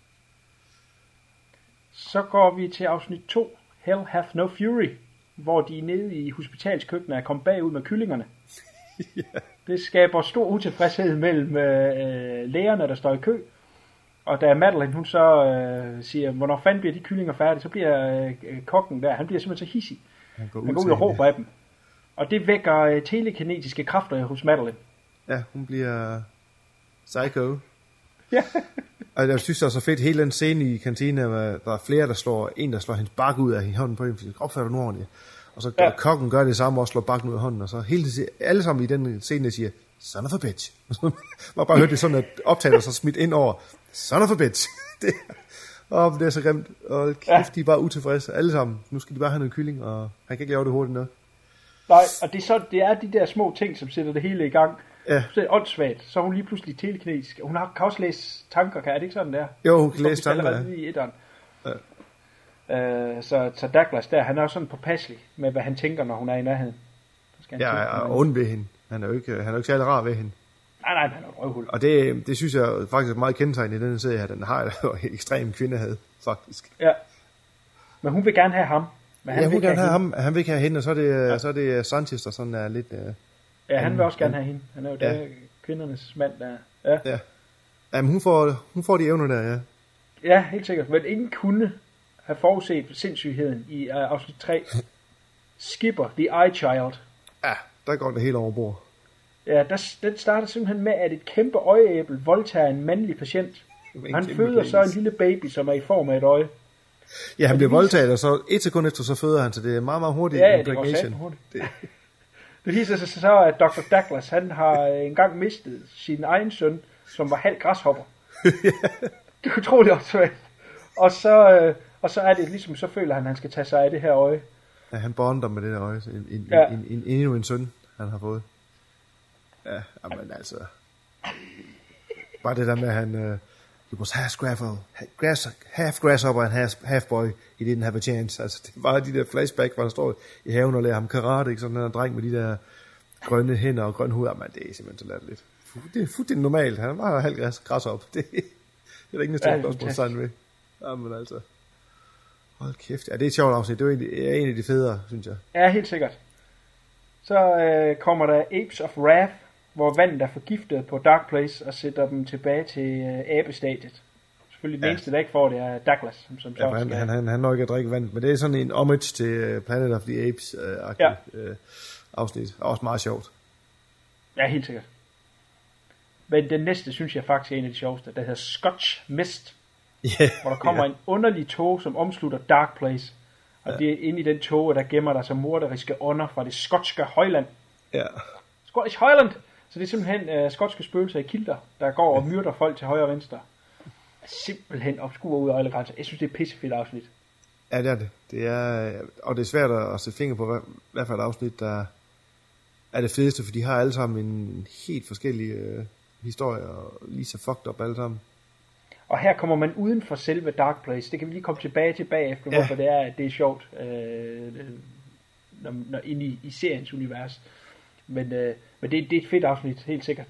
Så går vi til afsnit 2, Hell Hath No Fury, hvor de nede i hospitalskøkkenet er kommet bagud med kyllingerne. Det skaber stor utilfredshed mellem lægerne, der står i kø. Og da Madeline, hun så siger, hvornår fanden bliver de kyllinger færdige, så bliver kokken der, han bliver simpelthen så hissig. Han går ud og råber af dem. Og det vækker telekinetiske kræfter hos Madeline. Ja, hun bliver psycho. Ja. Og jeg synes det er så fedt, hele den scene i kantinen, der er flere, der slår hendes bakke ud af hånden på en, fordi opfører du nu ordentligt. Og så kokken gør det samme og slår bakken ud af hånden, og så hele tiden, alle sammen i den scene siger, son of a bitch. Man bare hørte det sådan, at optager så smidt ind over, son of a bitch. Det er så grimt, og kæft, de er bare utilfredse, alle sammen. Nu skal de bare have noget kylling, og han kan ikke lave det hurtigt nok. Nej, og det er de der små ting, som sætter det hele i gang. Ja. Så er det åndssvagt, så er hun lige pludselig telekinetisk. Hun kan også læse tanker, er det ikke sådan der? Jo, hun kan læse tanker, ja. Så Douglas der, han er også sådan påpasselig med, hvad han tænker, når hun er i nærheden. Og ond ved hende. Han er jo ikke særlig rar ved hende. Nej, han er et røvhul. Og det synes jeg faktisk er meget kendetegnet i denne serie her. Den har jo ekstrem kvindehad, faktisk. Ja. Men hun vil gerne have ham. Men hun vil gerne have ham. Han vil ikke have hende, og så er det Sanchez, der sådan er lidt... Ja, han vil også gerne have hende. Han er jo der kvindernes mand, der... Ja. Jamen, hun får de evner der, ja. Ja, helt sikkert. Men ingen kunne have forudset sindssygheden i afsnit 3. Skipper, The Eye Child. Ja, der går det helt over bord. Ja, den starter simpelthen med, at et kæmpe øjeæble voldtager en mandlig patient. Han føder så en lille baby, som er i form af et øje. Ja, han bliver voldtaget, og så 1 sekund efter, så føder han, så det er meget, meget hurtigt. Ja, det går sandt hurtigt. Det viser sig så, at Dr. Douglas, han har engang mistet sin egen søn, som var halv græshopper. Det er utroligt også svært. Og så er det ligesom, så føler han skal tage sig af det her øje. Ja, han bonder med det der øje. Endnu en søn, han har fået. Ja, men altså... Bare det der med, at han... He was half grasshopper and half boy. He didn't have a chance. Altså, det var de der flashback, hvor han står i haven og lærer ham karate, ikke? Sådan en dreng med de der grønne hænder og grøn hud. Men det er simpelthen så latterligt. Det er fuldstændig normalt. Han var halv græshopper. Det er der ikke næsten spørgsmål sådan ved. Jamen altså... Hold kæft. Ja, det er et sjovt afsnit. Det er en af de federe, synes jeg. Ja, helt sikkert. Så kommer der Apes of Wrath, hvor vandet er forgiftet på Dark Place og sætter dem tilbage til abestadiet. Selvfølgelig den eneste, der ikke får det, er Douglas. Som ja, han når ikke at drikke vand, men det er sådan en homage til Planet of the Apes afsnit. Også meget sjovt. Ja, helt sikkert. Men den næste, synes jeg faktisk er en af de sjoveste, der hedder Scotch Mist. Hvor der kommer en underlig tog, som omslutter Dark Place. Og det er inde i den tog, der gemmer der sig morderiske ånder fra det skotske højland. Ja. Scottish Highland! Så det er simpelthen skotske spøgelser i kilder, der går og myrder folk til højre og venstre. Simpelthen obskur ud af øjlegrænser. Jeg synes, det er et pissefedt afsnit. Ja, det er det. Det er, og det er svært at sætte finger på, hvad for et afsnit, der er det fedeste, for de har alle sammen en helt forskellig historie, og lige så fucked up alle sammen. Og her kommer man uden for selve Dark Place. Det kan vi lige komme tilbage til bagefter, hvorfor det er sjovt, når inde i seriens univers. Men det er et fedt afsnit, helt sikkert.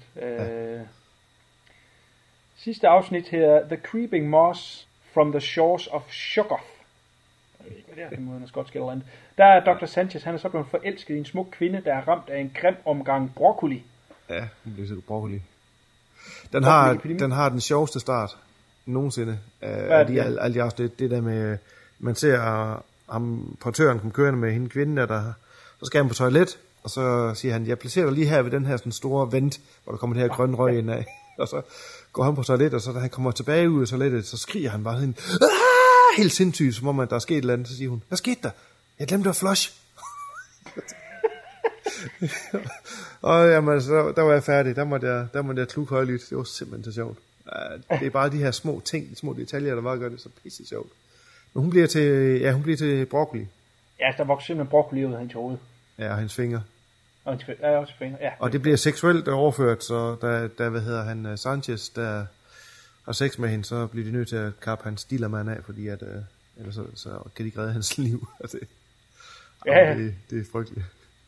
Sidste afsnit her, The Creeping Moss from the Shores of Shoggoth. Jeg ved ikke, hvad det er, det må være skotsk eller andet. Der er Dr. Sanchez, han er så blevet forelsket i en smuk kvinde, der er ramt af en grim omgang broccoli. Ja, hun bliver så broccoli. Den har den sjoveste start nogensinde af alle de afsnit. Det der med, man ser ham, portøren kom kørende med hende kvinde, der så skal han på toilet, og så siger han, jeg placerer dig lige her ved den her sådan store vent, hvor der kommer det her grønne røg ind af. Og så går han på toilettet, og så da han kommer tilbage ud af toilettet, så skriger han bare sådan, helt sindssygt, som om der er sket et eller andet. Så siger hun, hvad skete der? Jeg glemte at flush. Og jamen, så, der var jeg færdig. Der måtte jeg klukke højlydt. Det var simpelthen så sjovt. Det er bare de her små ting, små detaljer, der bare gør det så pisse sjovt. Men hun bliver til broccoli. Ja, der vokser simpelthen broccoli ud af hans hoved. Ja, og hans fingre. Og også fingre, ja. Og det bliver seksuelt overført, så da Sanchez, der har sex med hende, så bliver de nødt til at kappe hans dillermand af, fordi at, ellers så kan de ikke redde hans liv. Altså, det er frygteligt.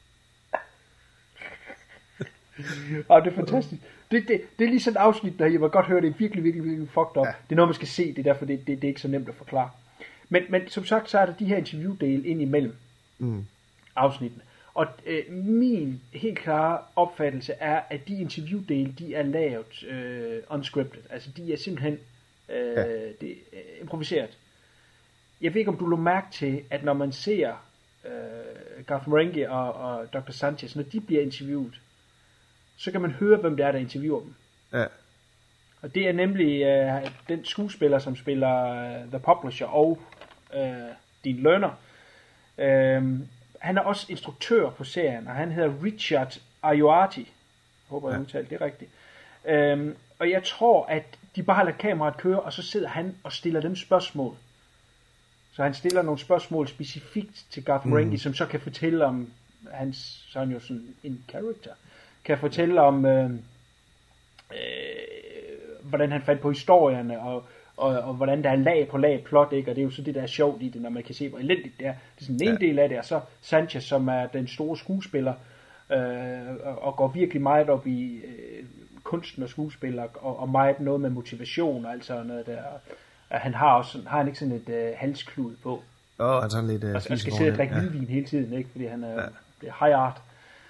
Og det er fantastisk. Det er lige sådan et afsnit, der jeg var godt høre, det er virkelig, virkelig, virkelig fucked up. Ja. Det er noget, man skal se, det er derfor, det er ikke så nemt at forklare. Men som sagt, så er der de her interviewdele ind imellem afsnittene. Og min helt klare opfattelse er, at de interviewdele, de er lavet unscripted. Altså, de er simpelthen det er improviseret. Jeg ved ikke, om du lå mærke til, at når man ser Garth Marenghi og Dr. Sanchez, når de bliver interviewet, så kan man høre, hvem det er, der interviewer dem. Ja. Og det er nemlig den skuespiller, som spiller The Publisher og Dean Lerner. Han er også instruktør på serien, og han hedder Richard Ayoade. Jeg håber, jeg udtalte det rigtigt. Og jeg tror, at de bare har lagt kameraet køre, og så sidder han og stiller dem spørgsmål. Så han stiller nogle spørgsmål specifikt til Garth Marenghi, som så kan fortælle om hans, så er han jo sådan en character, kan fortælle om hvordan han fandt på historierne, og hvordan der er lag på lag plot, ikke? Og det er jo så det, der er sjovt i det, når man kan se, hvor elendigt det er. Det er sådan en del af det, og så Sanchez, som er den store skuespiller, og går virkelig meget op i kunsten og skuespiller, og meget noget med motivation, og altså noget der. Han har han ikke sådan et halsklud på. Han sådan lidt og skal sidde og drikke hvidvin hele tiden, ikke? Fordi han er high art.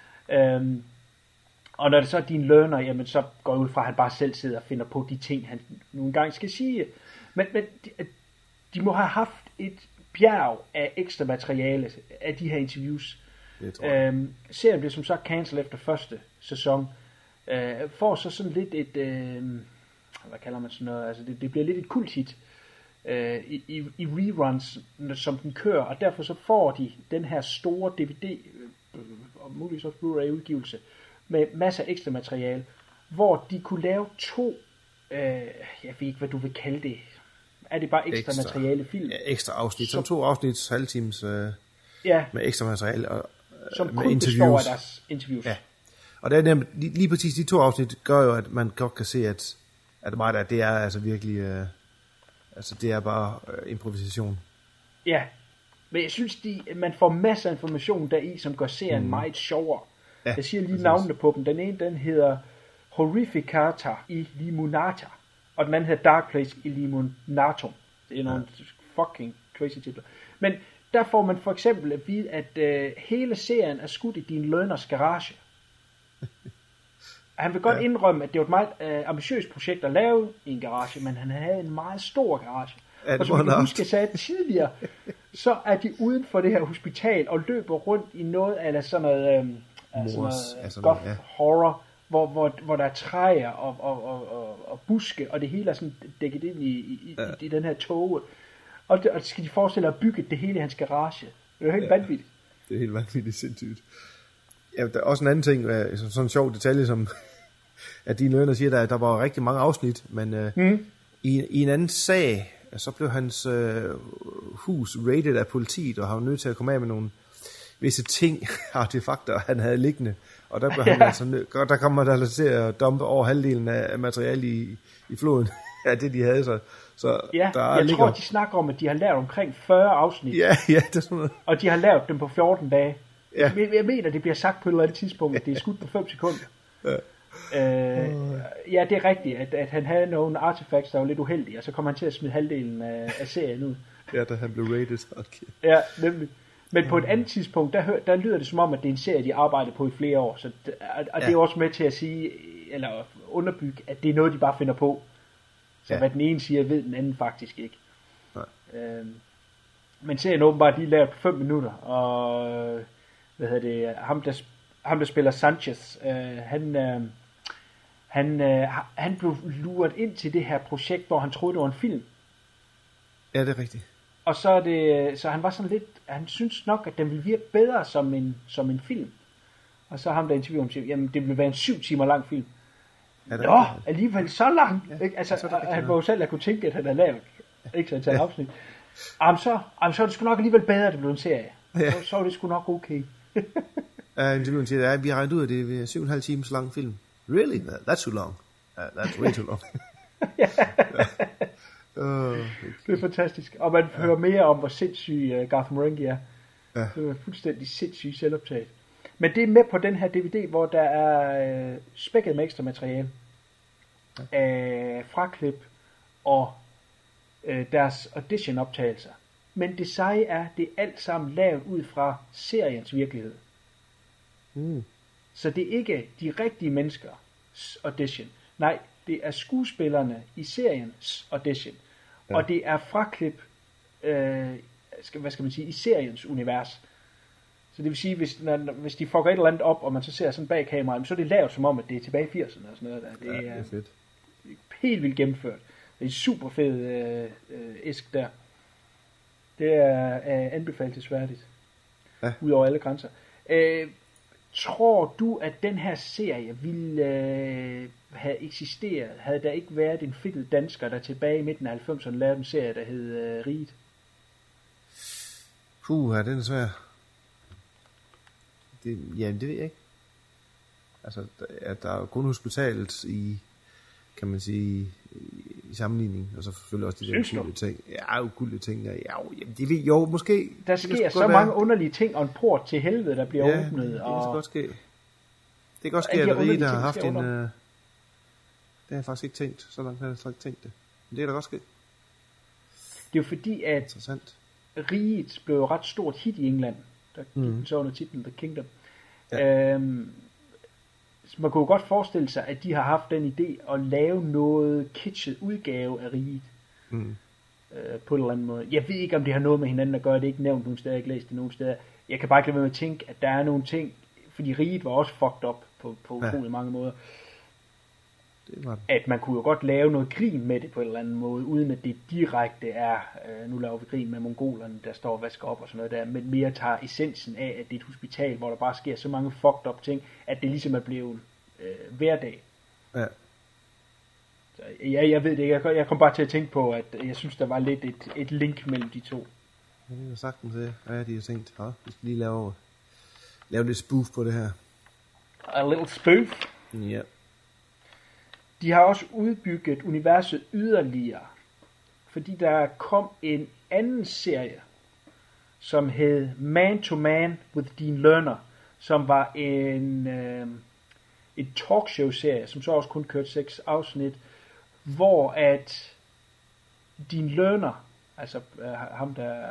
Og når det så er Dean Lerner, jamen så går jeg ud fra, at han bare selv sidder og finder på de ting, han nu engang skal sige. Men de må have haft et bjerg af ekstra materiale af de her interviews. Serien blev som sagt cancel efter første sæson. Får så sådan lidt et, hvad kalder man sådan noget, altså det bliver lidt et kulthit i reruns, som den kører, og derfor så får de den her store DVD, og muligvis også Blu-ray udgivelse, med masser af ekstra materiale, hvor de kunne lave 2, jeg ved ikke, hvad du vil kalde det. Er det bare ekstra materiale film? Ja, ekstra afsnit. Som 2 afsnits halvtimes med ekstra materiale og som med kun interviews. Består af deres interviews. Ja. Og det er nemt, lige præcis de 2 afsnit gør jo, at man godt kan se, at meget af det er altså virkelig, altså det er bare improvisation. Ja, men jeg synes, man får masser af information deri, som gør serien meget sjovere. Ja, jeg siger lige navnene på dem. Den ene, den hedder Horrificata Illuminata, og den anden hedder Dark Place Illuminatum. Det er nogle fucking crazy titler. Men der får man for eksempel at vide, at hele serien er skudt i Dean Lerners garage. Han vil godt indrømme, at det var et meget ambitiøst projekt at lave i en garage, men han havde en meget stor garage. Og som du husker, jeg sagde tidligere, så er de uden for det her hospital og løber rundt i noget af sådan noget goth horror, hvor der er træer og buske, og det hele er sådan dækket ind i den her tåge. Og skal de forestille at bygge det hele i hans garage. Det er jo helt vanvittigt. Det er helt vanvittigt sindssygt. Ja, der er også en anden ting, sådan en sjov detalje, som at Dean Lerner siger, at der var rigtig mange afsnit, men i en anden sag, så blev hans hus raided af politiet, og han var nødt til at komme af med nogle visse ting, artefakter, han havde liggende. Og der blev han altså der kom man altså til at dumpe over halvdelen af materiale i floden af det, de havde. Så ja, jeg tror, de snakker om, at de har lavet omkring 40 afsnit. Ja, det er sådan noget. Og de har lavet dem på 14 dage. Ja. Jeg mener, det bliver sagt på et eller andet tidspunkt, at det er skudt på 5 sekunder. Ja, det er rigtigt, at han havde nogle artefacts, der var lidt uheldige, og så kom han til at smide halvdelen af serien ud. Ja, da han blev rated. Okay. Ja, nemlig. Men på et andet tidspunkt, der lyder det som om, at det er en serie, de arbejder på i flere år. Så, og det er også med til at sige, eller underbygge, at det er noget, de bare finder på. Så hvad den ene siger, ved den anden faktisk ikke. Men serien åbenbart lige lavet på 5 minutter, og ham der spiller Sanchez, han Han blev luret ind til det her projekt, hvor han troede, det var en film. Ja, det er rigtigt. Og så han var sådan lidt, han synes nok, at den ville virke bedre som en film. Og så ham der interviewer ham siger, jamen det ville være en 7 timer lang film. Nå, alligevel så lang. Ja, ikke? Altså, han var jo selv, at kunne tænke, at han havde lavet ikke så et afsnit. Så er det sgu nok alligevel bedre, at det blev en serie. Ja. Så er det sgu nok okay. Interviewen siger, at vi har regnet ud, at det er 7,5 timer lang film. Really? That's too long. That's way too long. Det er fantastisk. Og man hører mere om, hvor sindssyg Garth Marenghi er. Ja. Det er fuldstændig sindssyg selvoptaget. Men det er med på den her DVD, hvor der er spækket med ekstra materiale. Fraklip og deres audition-optagelser. Men det seje er, det er alt sammen lavet ud fra seriens virkelighed. Så det er ikke de rigtige menneskers audition. Nej, det er skuespillerne i seriens audition. Ja. Og det er fraklip, hvad skal man sige, i seriens univers. Så det vil sige, hvis de fucker et eller andet op, og man så ser sådan bag kameraet, så er det lavet som om, at det er tilbage i 80'erne og sådan noget der. Det er fedt. Helt vildt gennemført. Det er en super fed æsk der. Det er anbefalelsesværdigt. Ja. Udover alle grænser. Tror du, at den her serie ville have eksisteret, havde der ikke været en fedtet dansker, der tilbage i midten af 90'erne lavede en serie, der hed Riget? Den er svær. Det ved jeg ikke. Altså, der er jo kun hospitalet i, kan man sige, i sammenligning, og så selvfølgelig også de der ukulte ting. Ja, ukulte ting. Det ved jo måske. Der sker så mange underlige ting, og en port til helvede, der bliver åbnet. Det kan godt ske. Det kan godt ske, at Rige, der har haft en... det har jeg faktisk ikke tænkt. Så langt har jeg ikke tænkt det. Men det er da godt ske. Det er jo fordi, at Riget blev ret stort hit i England. Der gik så under titlen The Kingdom. Ja. Man kunne jo godt forestille sig, at de har haft den idé at lave noget kitschet udgave af Riget. På en eller anden måde. Jeg ved ikke, om det har noget med hinanden at gøre. Det er ikke nævnt nogen steder. Jeg har ikke læst det nogen steder. Jeg kan bare ikke lade være med at tænke, at der er nogle ting, fordi Riget var også fucked up på utrolig mange måder. At man kunne jo godt lave noget grin med det på en eller anden måde, uden at det direkte er, nu laver vi grin med mongolerne, der står og vasker op og sådan noget der, men mere tager essensen af, at det er et hospital, hvor der bare sker så mange fucked up ting, at det ligesom er blevet hverdag. Ja. Så, jeg ved det ikke. Jeg kom bare til at tænke på, at jeg synes, der var lidt et link mellem de to. Ja, det er sagtens det. Ja, de har tænkt, vi skal lige lave lidt spoof på det her. A little spoof? Ja. Yeah. De har også udbygget universet yderligere, fordi der kom en anden serie, som hed Man to Man with Dean Lerner, som var et talkshow-serie, som så også kun kørte 6 afsnit, hvor at Dean Lerner, altså ham der,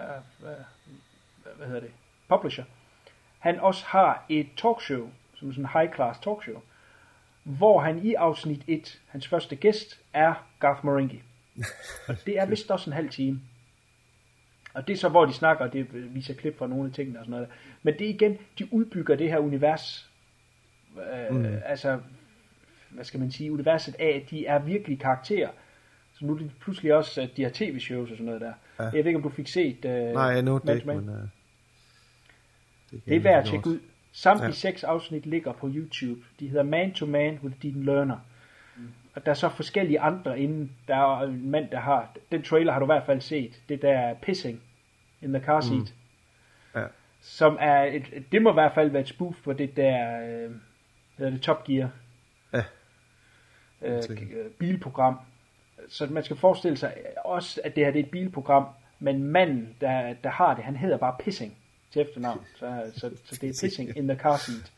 publisher, han også har et talkshow, som sådan en high-class talkshow, hvor han i afsnit 1, hans første gæst, er Garth Marenghi. Og det er vist også en halv time. Og det er så, hvor de snakker, og det viser klip fra nogle af tingene og sådan noget. Men det er igen, de udbygger det her univers, altså, hvad skal man sige, universet af, at de er virkelige karakterer. Så nu er det pludselig også, at de har tv-shows og sådan noget der. Ja. Jeg ved ikke, om du fik set Nej, jeg nåede det ikke, men... det er værd at tjekke ud. Samtlige 6 afsnit ligger på YouTube. De hedder Man to Man with Dean Lerner. Og der er så forskellige andre inden. Der er en mand, der har... Den trailer har du i hvert fald set. Det der Pissing in the Car Seat. Ja. Som er... det må i hvert fald være et spoof på det der... hedder det Top Gear. Ja. Bilprogram. Så man skal forestille sig også, at det her det er et bilprogram. Men manden, der har det, han hedder bare Pissing til efternavn. Så det er Pissing in the Car Seat.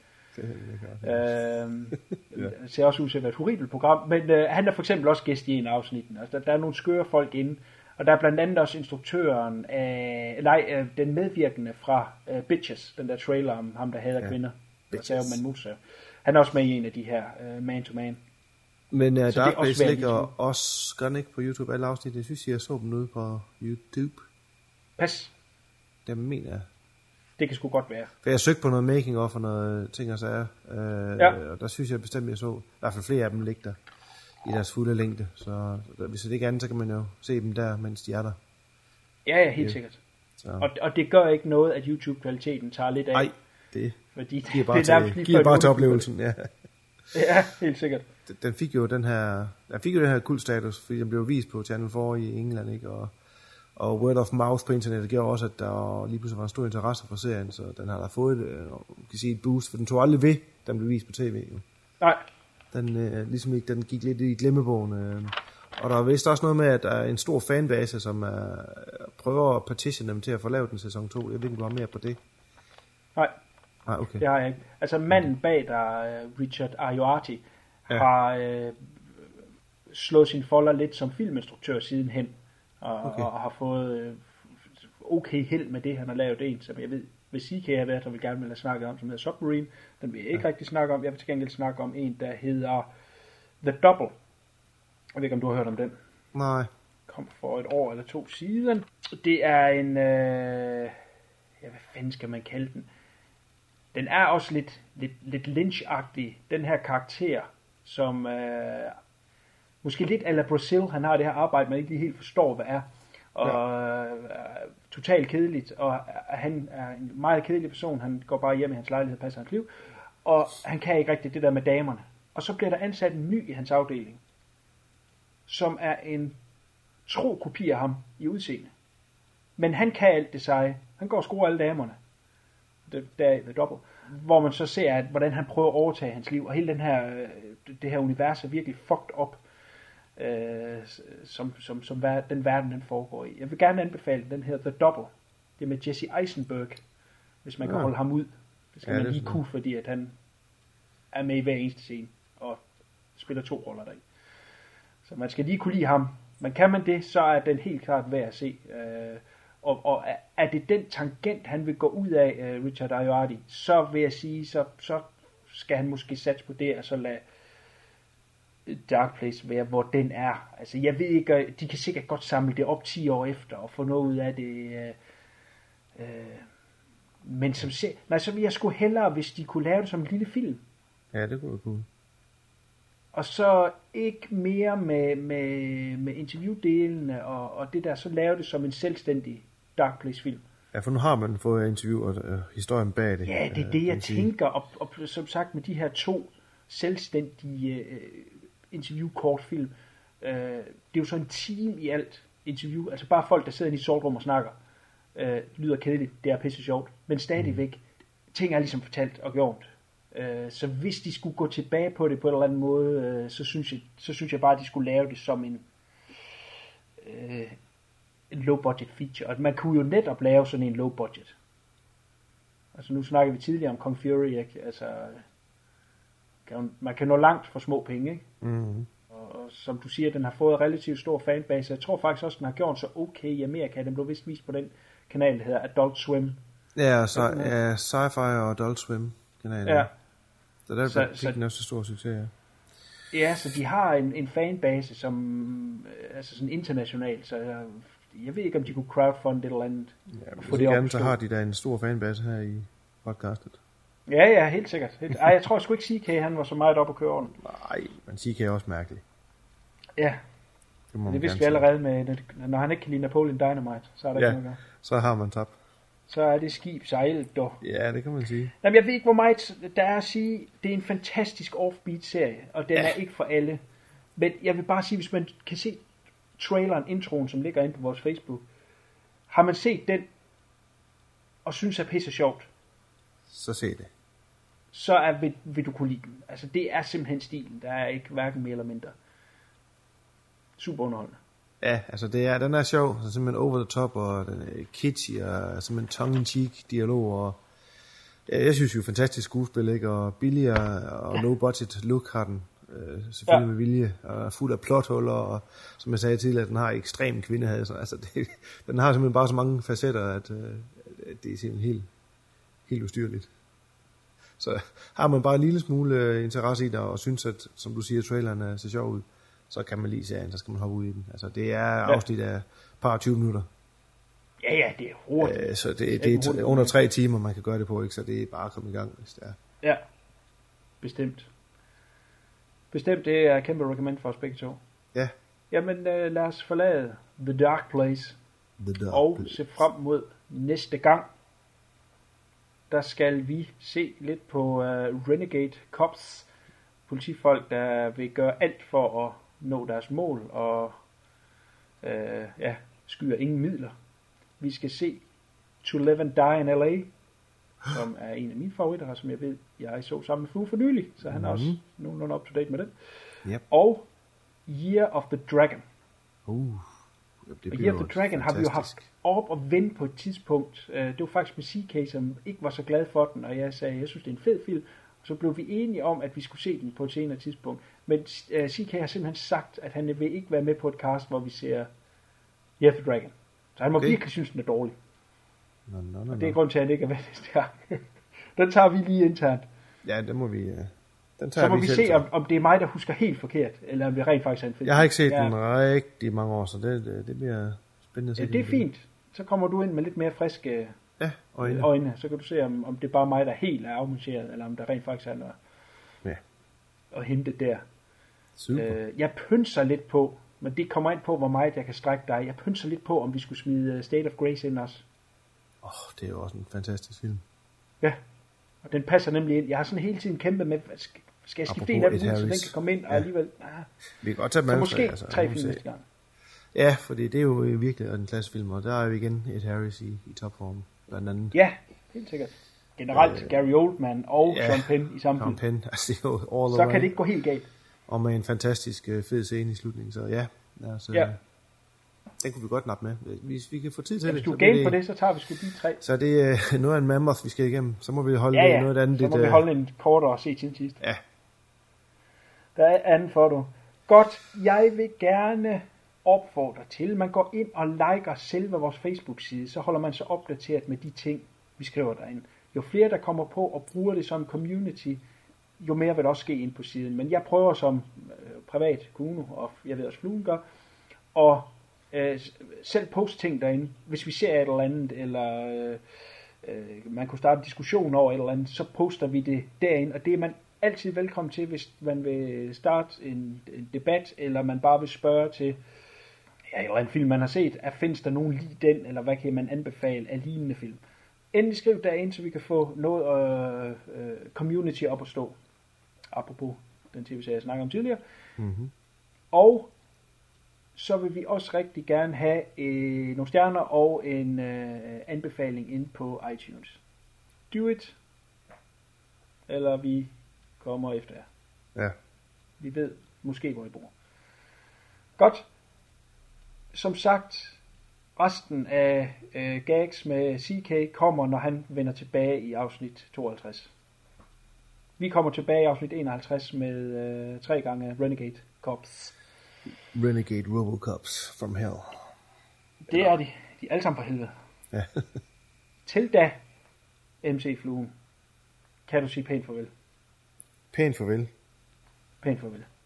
Det ser også ud til at være et horribelt program, men han er for eksempel også gæst i en af afsnitten. Altså, der er nogle skøre folk inde, og der er blandt andet også instruktøren den medvirkende fra Bitches, den der trailer om ham, der hader kvinder. Han er også med i en af de her Man to Man. Men Dark Place ligger også, gør den ikke på YouTube alle afsnit? Jeg synes, jeg så dem ude på YouTube. Pas. Det mener jeg. Det kan sgu godt være. For jeg søgte på noget making of og noget ting og sager, og der synes jeg bestemt, jeg så i hvert fald flere af dem ligger der i deres fulde længde. Så hvis det ikke er andet, så kan man jo se dem der, mens de er der. Ja, helt sikkert. Og det gør ikke noget, at YouTube-kvaliteten tager lidt af. Nej, det giver bare til oplevelsen, ja. Ja, helt sikkert. Den fik jo den her kultstatus, fordi den blev vist på Channel 4 i England, ikke? Og word of mouth på internettet gjorde også, at der lige pludselig var en stor interesse for serien, så den har da fået et boost, for den tog aldrig ved, den blev vist på tv. Jo. Nej. Den gik lidt i glemmebogen. Og der er vist også noget med, at der er en stor fanbase, som prøver at petition dem til at få lavet den sæson 2. Jeg ved ikke, om du har mere på det. Nej. Okay. Det har jeg ikke. Altså manden bag der, Richard Ayoade, har slået sin folder lidt som filminstruktør sidenhen. Og har fået okay held med det. Han har lavet en, som jeg ved, hvis CK har været, der vil gerne vil have snakket om, som hedder Submarine. Den vil jeg ikke rigtig snakke om. Jeg vil til gengæld snakke om en, der hedder The Double. Jeg ved ikke, om du har hørt om den. Nej. Kom for et år eller 2 siden. Det er en... hvad fanden skal man kalde den? Den er også lidt Lynch-agtig. Den her karakter, som... måske lidt a la Brazil. Han har det her arbejde, man ikke lige helt forstår, hvad er. Og totalt kedeligt. Og han er en meget kedelig person. Han går bare hjem i hans lejlighed og passer hans liv. Og han kan ikke rigtig det der med damerne. Og så bliver der ansat en ny i hans afdeling, som er en tro kopi af ham i udseende. Men han kan alt det seje. Han går og skruer alle damerne. Det er The Double. Hvor man så ser, at, hvordan han prøver at overtage hans liv. Og hele det her univers er virkelig fucked up. Som den verden, den foregår i. Jeg vil gerne anbefale den her The Double. Det er med Jesse Eisenberg. Hvis man kan holde ham ud. Det skal man lige kunne, fordi at han er med i hver eneste scene. Og spiller 2 roller deri. Så man skal lige kunne lide ham. Men kan man det, så er den helt klart værd at se. Og er det den tangent, han vil gå ud af, Richard Ayoade, så vil jeg sige, så skal han måske satse på det, og så lade Dark Place være, hvor den er. Altså, jeg ved ikke, de kan sikkert godt samle det op 10 år efter, og få noget ud af det. Men så vil jeg sgu hellere, hvis de kunne lave det som en lille film. Ja, det kunne være cool. Og så ikke mere med interviewdelene og det der, så lave det som en selvstændig Dark Place film. Ja, for nu har man fået interview og historien bag det. Ja, det er det, jeg tænker. Og som sagt, med de her 2 selvstændige interview-kortfilm, det er jo så en time i alt interview. Altså bare folk, der sidder i et sortrum og snakker, lyder kedeligt, det er pisse sjovt. Men stadigvæk, ting er ligesom fortalt og gjort. Så hvis de skulle gå tilbage på det på en eller anden måde, så synes jeg bare, at de skulle lave det som en low budget feature. Og man kunne jo netop lave sådan en low budget. Altså nu snakker vi tidligere om Kong Fury, ikke? Altså man kan nå langt for små penge, ikke? Mm-hmm. Og som du siger, den har fået relativt stor fanbase. Jeg tror faktisk også, den har gjort så okay i Amerika. Den blev vist vist på den kanal, der hedder Adult Swim. Ja, Sci-Fi og Adult Swim kanalen. Ja. Så der fik den også så stor succes, ja. Ja, så de har en fanbase, som altså sådan international, så jeg ved ikke, om de kunne crowdfund det eller andet. Ja, men hvis gerne, så har de da en stor fanbase her i podcastet. Ja, helt sikkert. Jeg tror sgu ikke CK, han var så meget op at køre over. Nej, men CK er også mærkelig. Ja, det vidste vi allerede med, når han ikke kan lide Napoleon Dynamite, så er der ikke noget. Så har man tabt. Så er det skib sejlet, dog. Ja, det kan man sige. Jamen, jeg ved ikke, hvor meget der er at sige. Det er en fantastisk offbeat-serie, og den er ikke for alle. Men jeg vil bare sige, hvis man kan se traileren, introen, som ligger inde på vores Facebook, har man set den, og synes er pisse sjovt, så se det. Så vil du kunne lide den. Altså, det er simpelthen stilen. Der er ikke hverken mere eller mindre. Super underholdende. Ja, altså den er sjov, altså simpelthen over the top, og den er kitschy, og simpelthen tongue-in-cheek dialog, og jeg synes jo fantastisk skuespil, ikke, og billigere og low budget look har den, selvfølgelig med vilje, og fuld af plothuller, og som jeg sagde tidligere, den har ekstrem kvindehad, så altså den har simpelthen bare så mange facetter, at det er simpelthen helt ustyrligt. Så har man bare en lille smule interesse i det, og synes, at, som du siger, traileren ser sjov ud, så kan man lige serien, så skal man hoppe ud i den. Altså, det er afsnit af par 20 minutter. Ja, det er hurtigt. Så det er under 3 timer, man kan gøre det på, ikke? Så det er bare at komme i gang, hvis det er. Ja, bestemt. Bestemt, det er kæmpe recommend for os begge to. Ja. Jamen, lad os forlade The Dark Place. Og se frem mod næste gang. Der skal vi se lidt på Renegade Cops. Politifolk, der vil gøre alt for at nå deres mål og skyer ingen midler. Vi skal se To Live and Die in L.A., som er en af mine favoritter, som jeg ved, jeg så sammen med Flue for nylig, så han er også nogenlunde up to date med den. Yep. Og Year of the Dragon. Det Year of the Dragon har vi jo haft op og vende på et tidspunkt. Det var faktisk med CK, som ikke var så glad for den, og jeg sagde, jeg synes, det er en fed film. Og så blev vi enige om, at vi skulle se den på et senere tidspunkt. Men CK har simpelthen sagt, at han vil ikke være med på et cast, hvor vi ser Year of the Dragon. Så han må virkelig synes, den er dårlig. Og det er grund til, at han ikke er med næste gang. Den tager vi lige internt. Ja, den må vi... Så må vi se, om det er mig, der husker helt forkert, eller om det rent faktisk er en film. Jeg har ikke set den rigtig mange år, så det bliver spændende at se. Ja, det er fint. Så kommer du ind med lidt mere friske øjne. Så kan du se, om det er bare mig, der helt er afmonteret, eller om der rent faktisk er noget at hente der. Super. Jeg pynser lidt på, men det kommer ind på, hvor meget jeg kan strække dig. Jeg pynser lidt på, om vi skulle smide State of Grace ind også. Det er jo også en fantastisk film. Ja, og den passer nemlig ind. Jeg har sådan hele tiden kæmpet med, skal jeg skifte en af dem, så den kan komme ind, og alligevel... Vi kan godt tage dem så måske 3 film næste gang. Ja, fordi det er jo virkelig en klassefilm, og der er vi igen et Harris i topform, blandt andet. Ja, helt sikkert. Generelt Gary Oldman og Sean Penn i samme film. Sean Penn, altså det er jo all så kan det ikke gå helt galt. Og med en fantastisk fed scene i slutningen, så ja. Den kunne vi godt nappe med. Hvis vi kan få tid til det. Hvis du er game på det, så tager vi sgu de 3. Så det er noget af en mammoth, vi skal igennem. Så må vi holde noget andet. Så må vi holde en kortere og se til sidst. Ja. Der er anden for du. Godt, jeg vil gerne opfordre til, man går ind og liker selve vores Facebook-side, så holder man sig opdateret med de ting, vi skriver derinde. Jo flere, der kommer på og bruger det som community, jo mere vil der også ske ind på siden. Men jeg prøver som privat Kuno, og jeg ved også Fluen gør, og selv poste ting derinde. Hvis vi ser et eller andet, eller man kunne starte en diskussion over et eller andet, så poster vi det derinde, og det er man altid velkommen til, hvis man vil starte en debat, eller man bare vil spørge til en eller anden film, man har set, findes der nogen lige den, eller hvad kan man anbefale af lignende film. Endelig skriv derinde, så vi kan få noget community op at stå. Apropos den tv-serie, jeg snakkede om tidligere. Mm-hmm. Og så vil vi også rigtig gerne have nogle stjerner og en anbefaling ind på iTunes. Do it. Eller vi kommer efter jer. Ja. Vi ved måske, hvor I bor. Godt. Som sagt, resten af gags med CK kommer, når han vender tilbage i afsnit 52. Vi kommer tilbage i afsnit 51 med 3 gange Renegade Cops. Renegade Robocops from Hell. Det er de. De er alle sammen fra helvede. Ja. Til da, MC Fluen, kan du sige pænt farvel. Pænt farvel. Pænt farvel.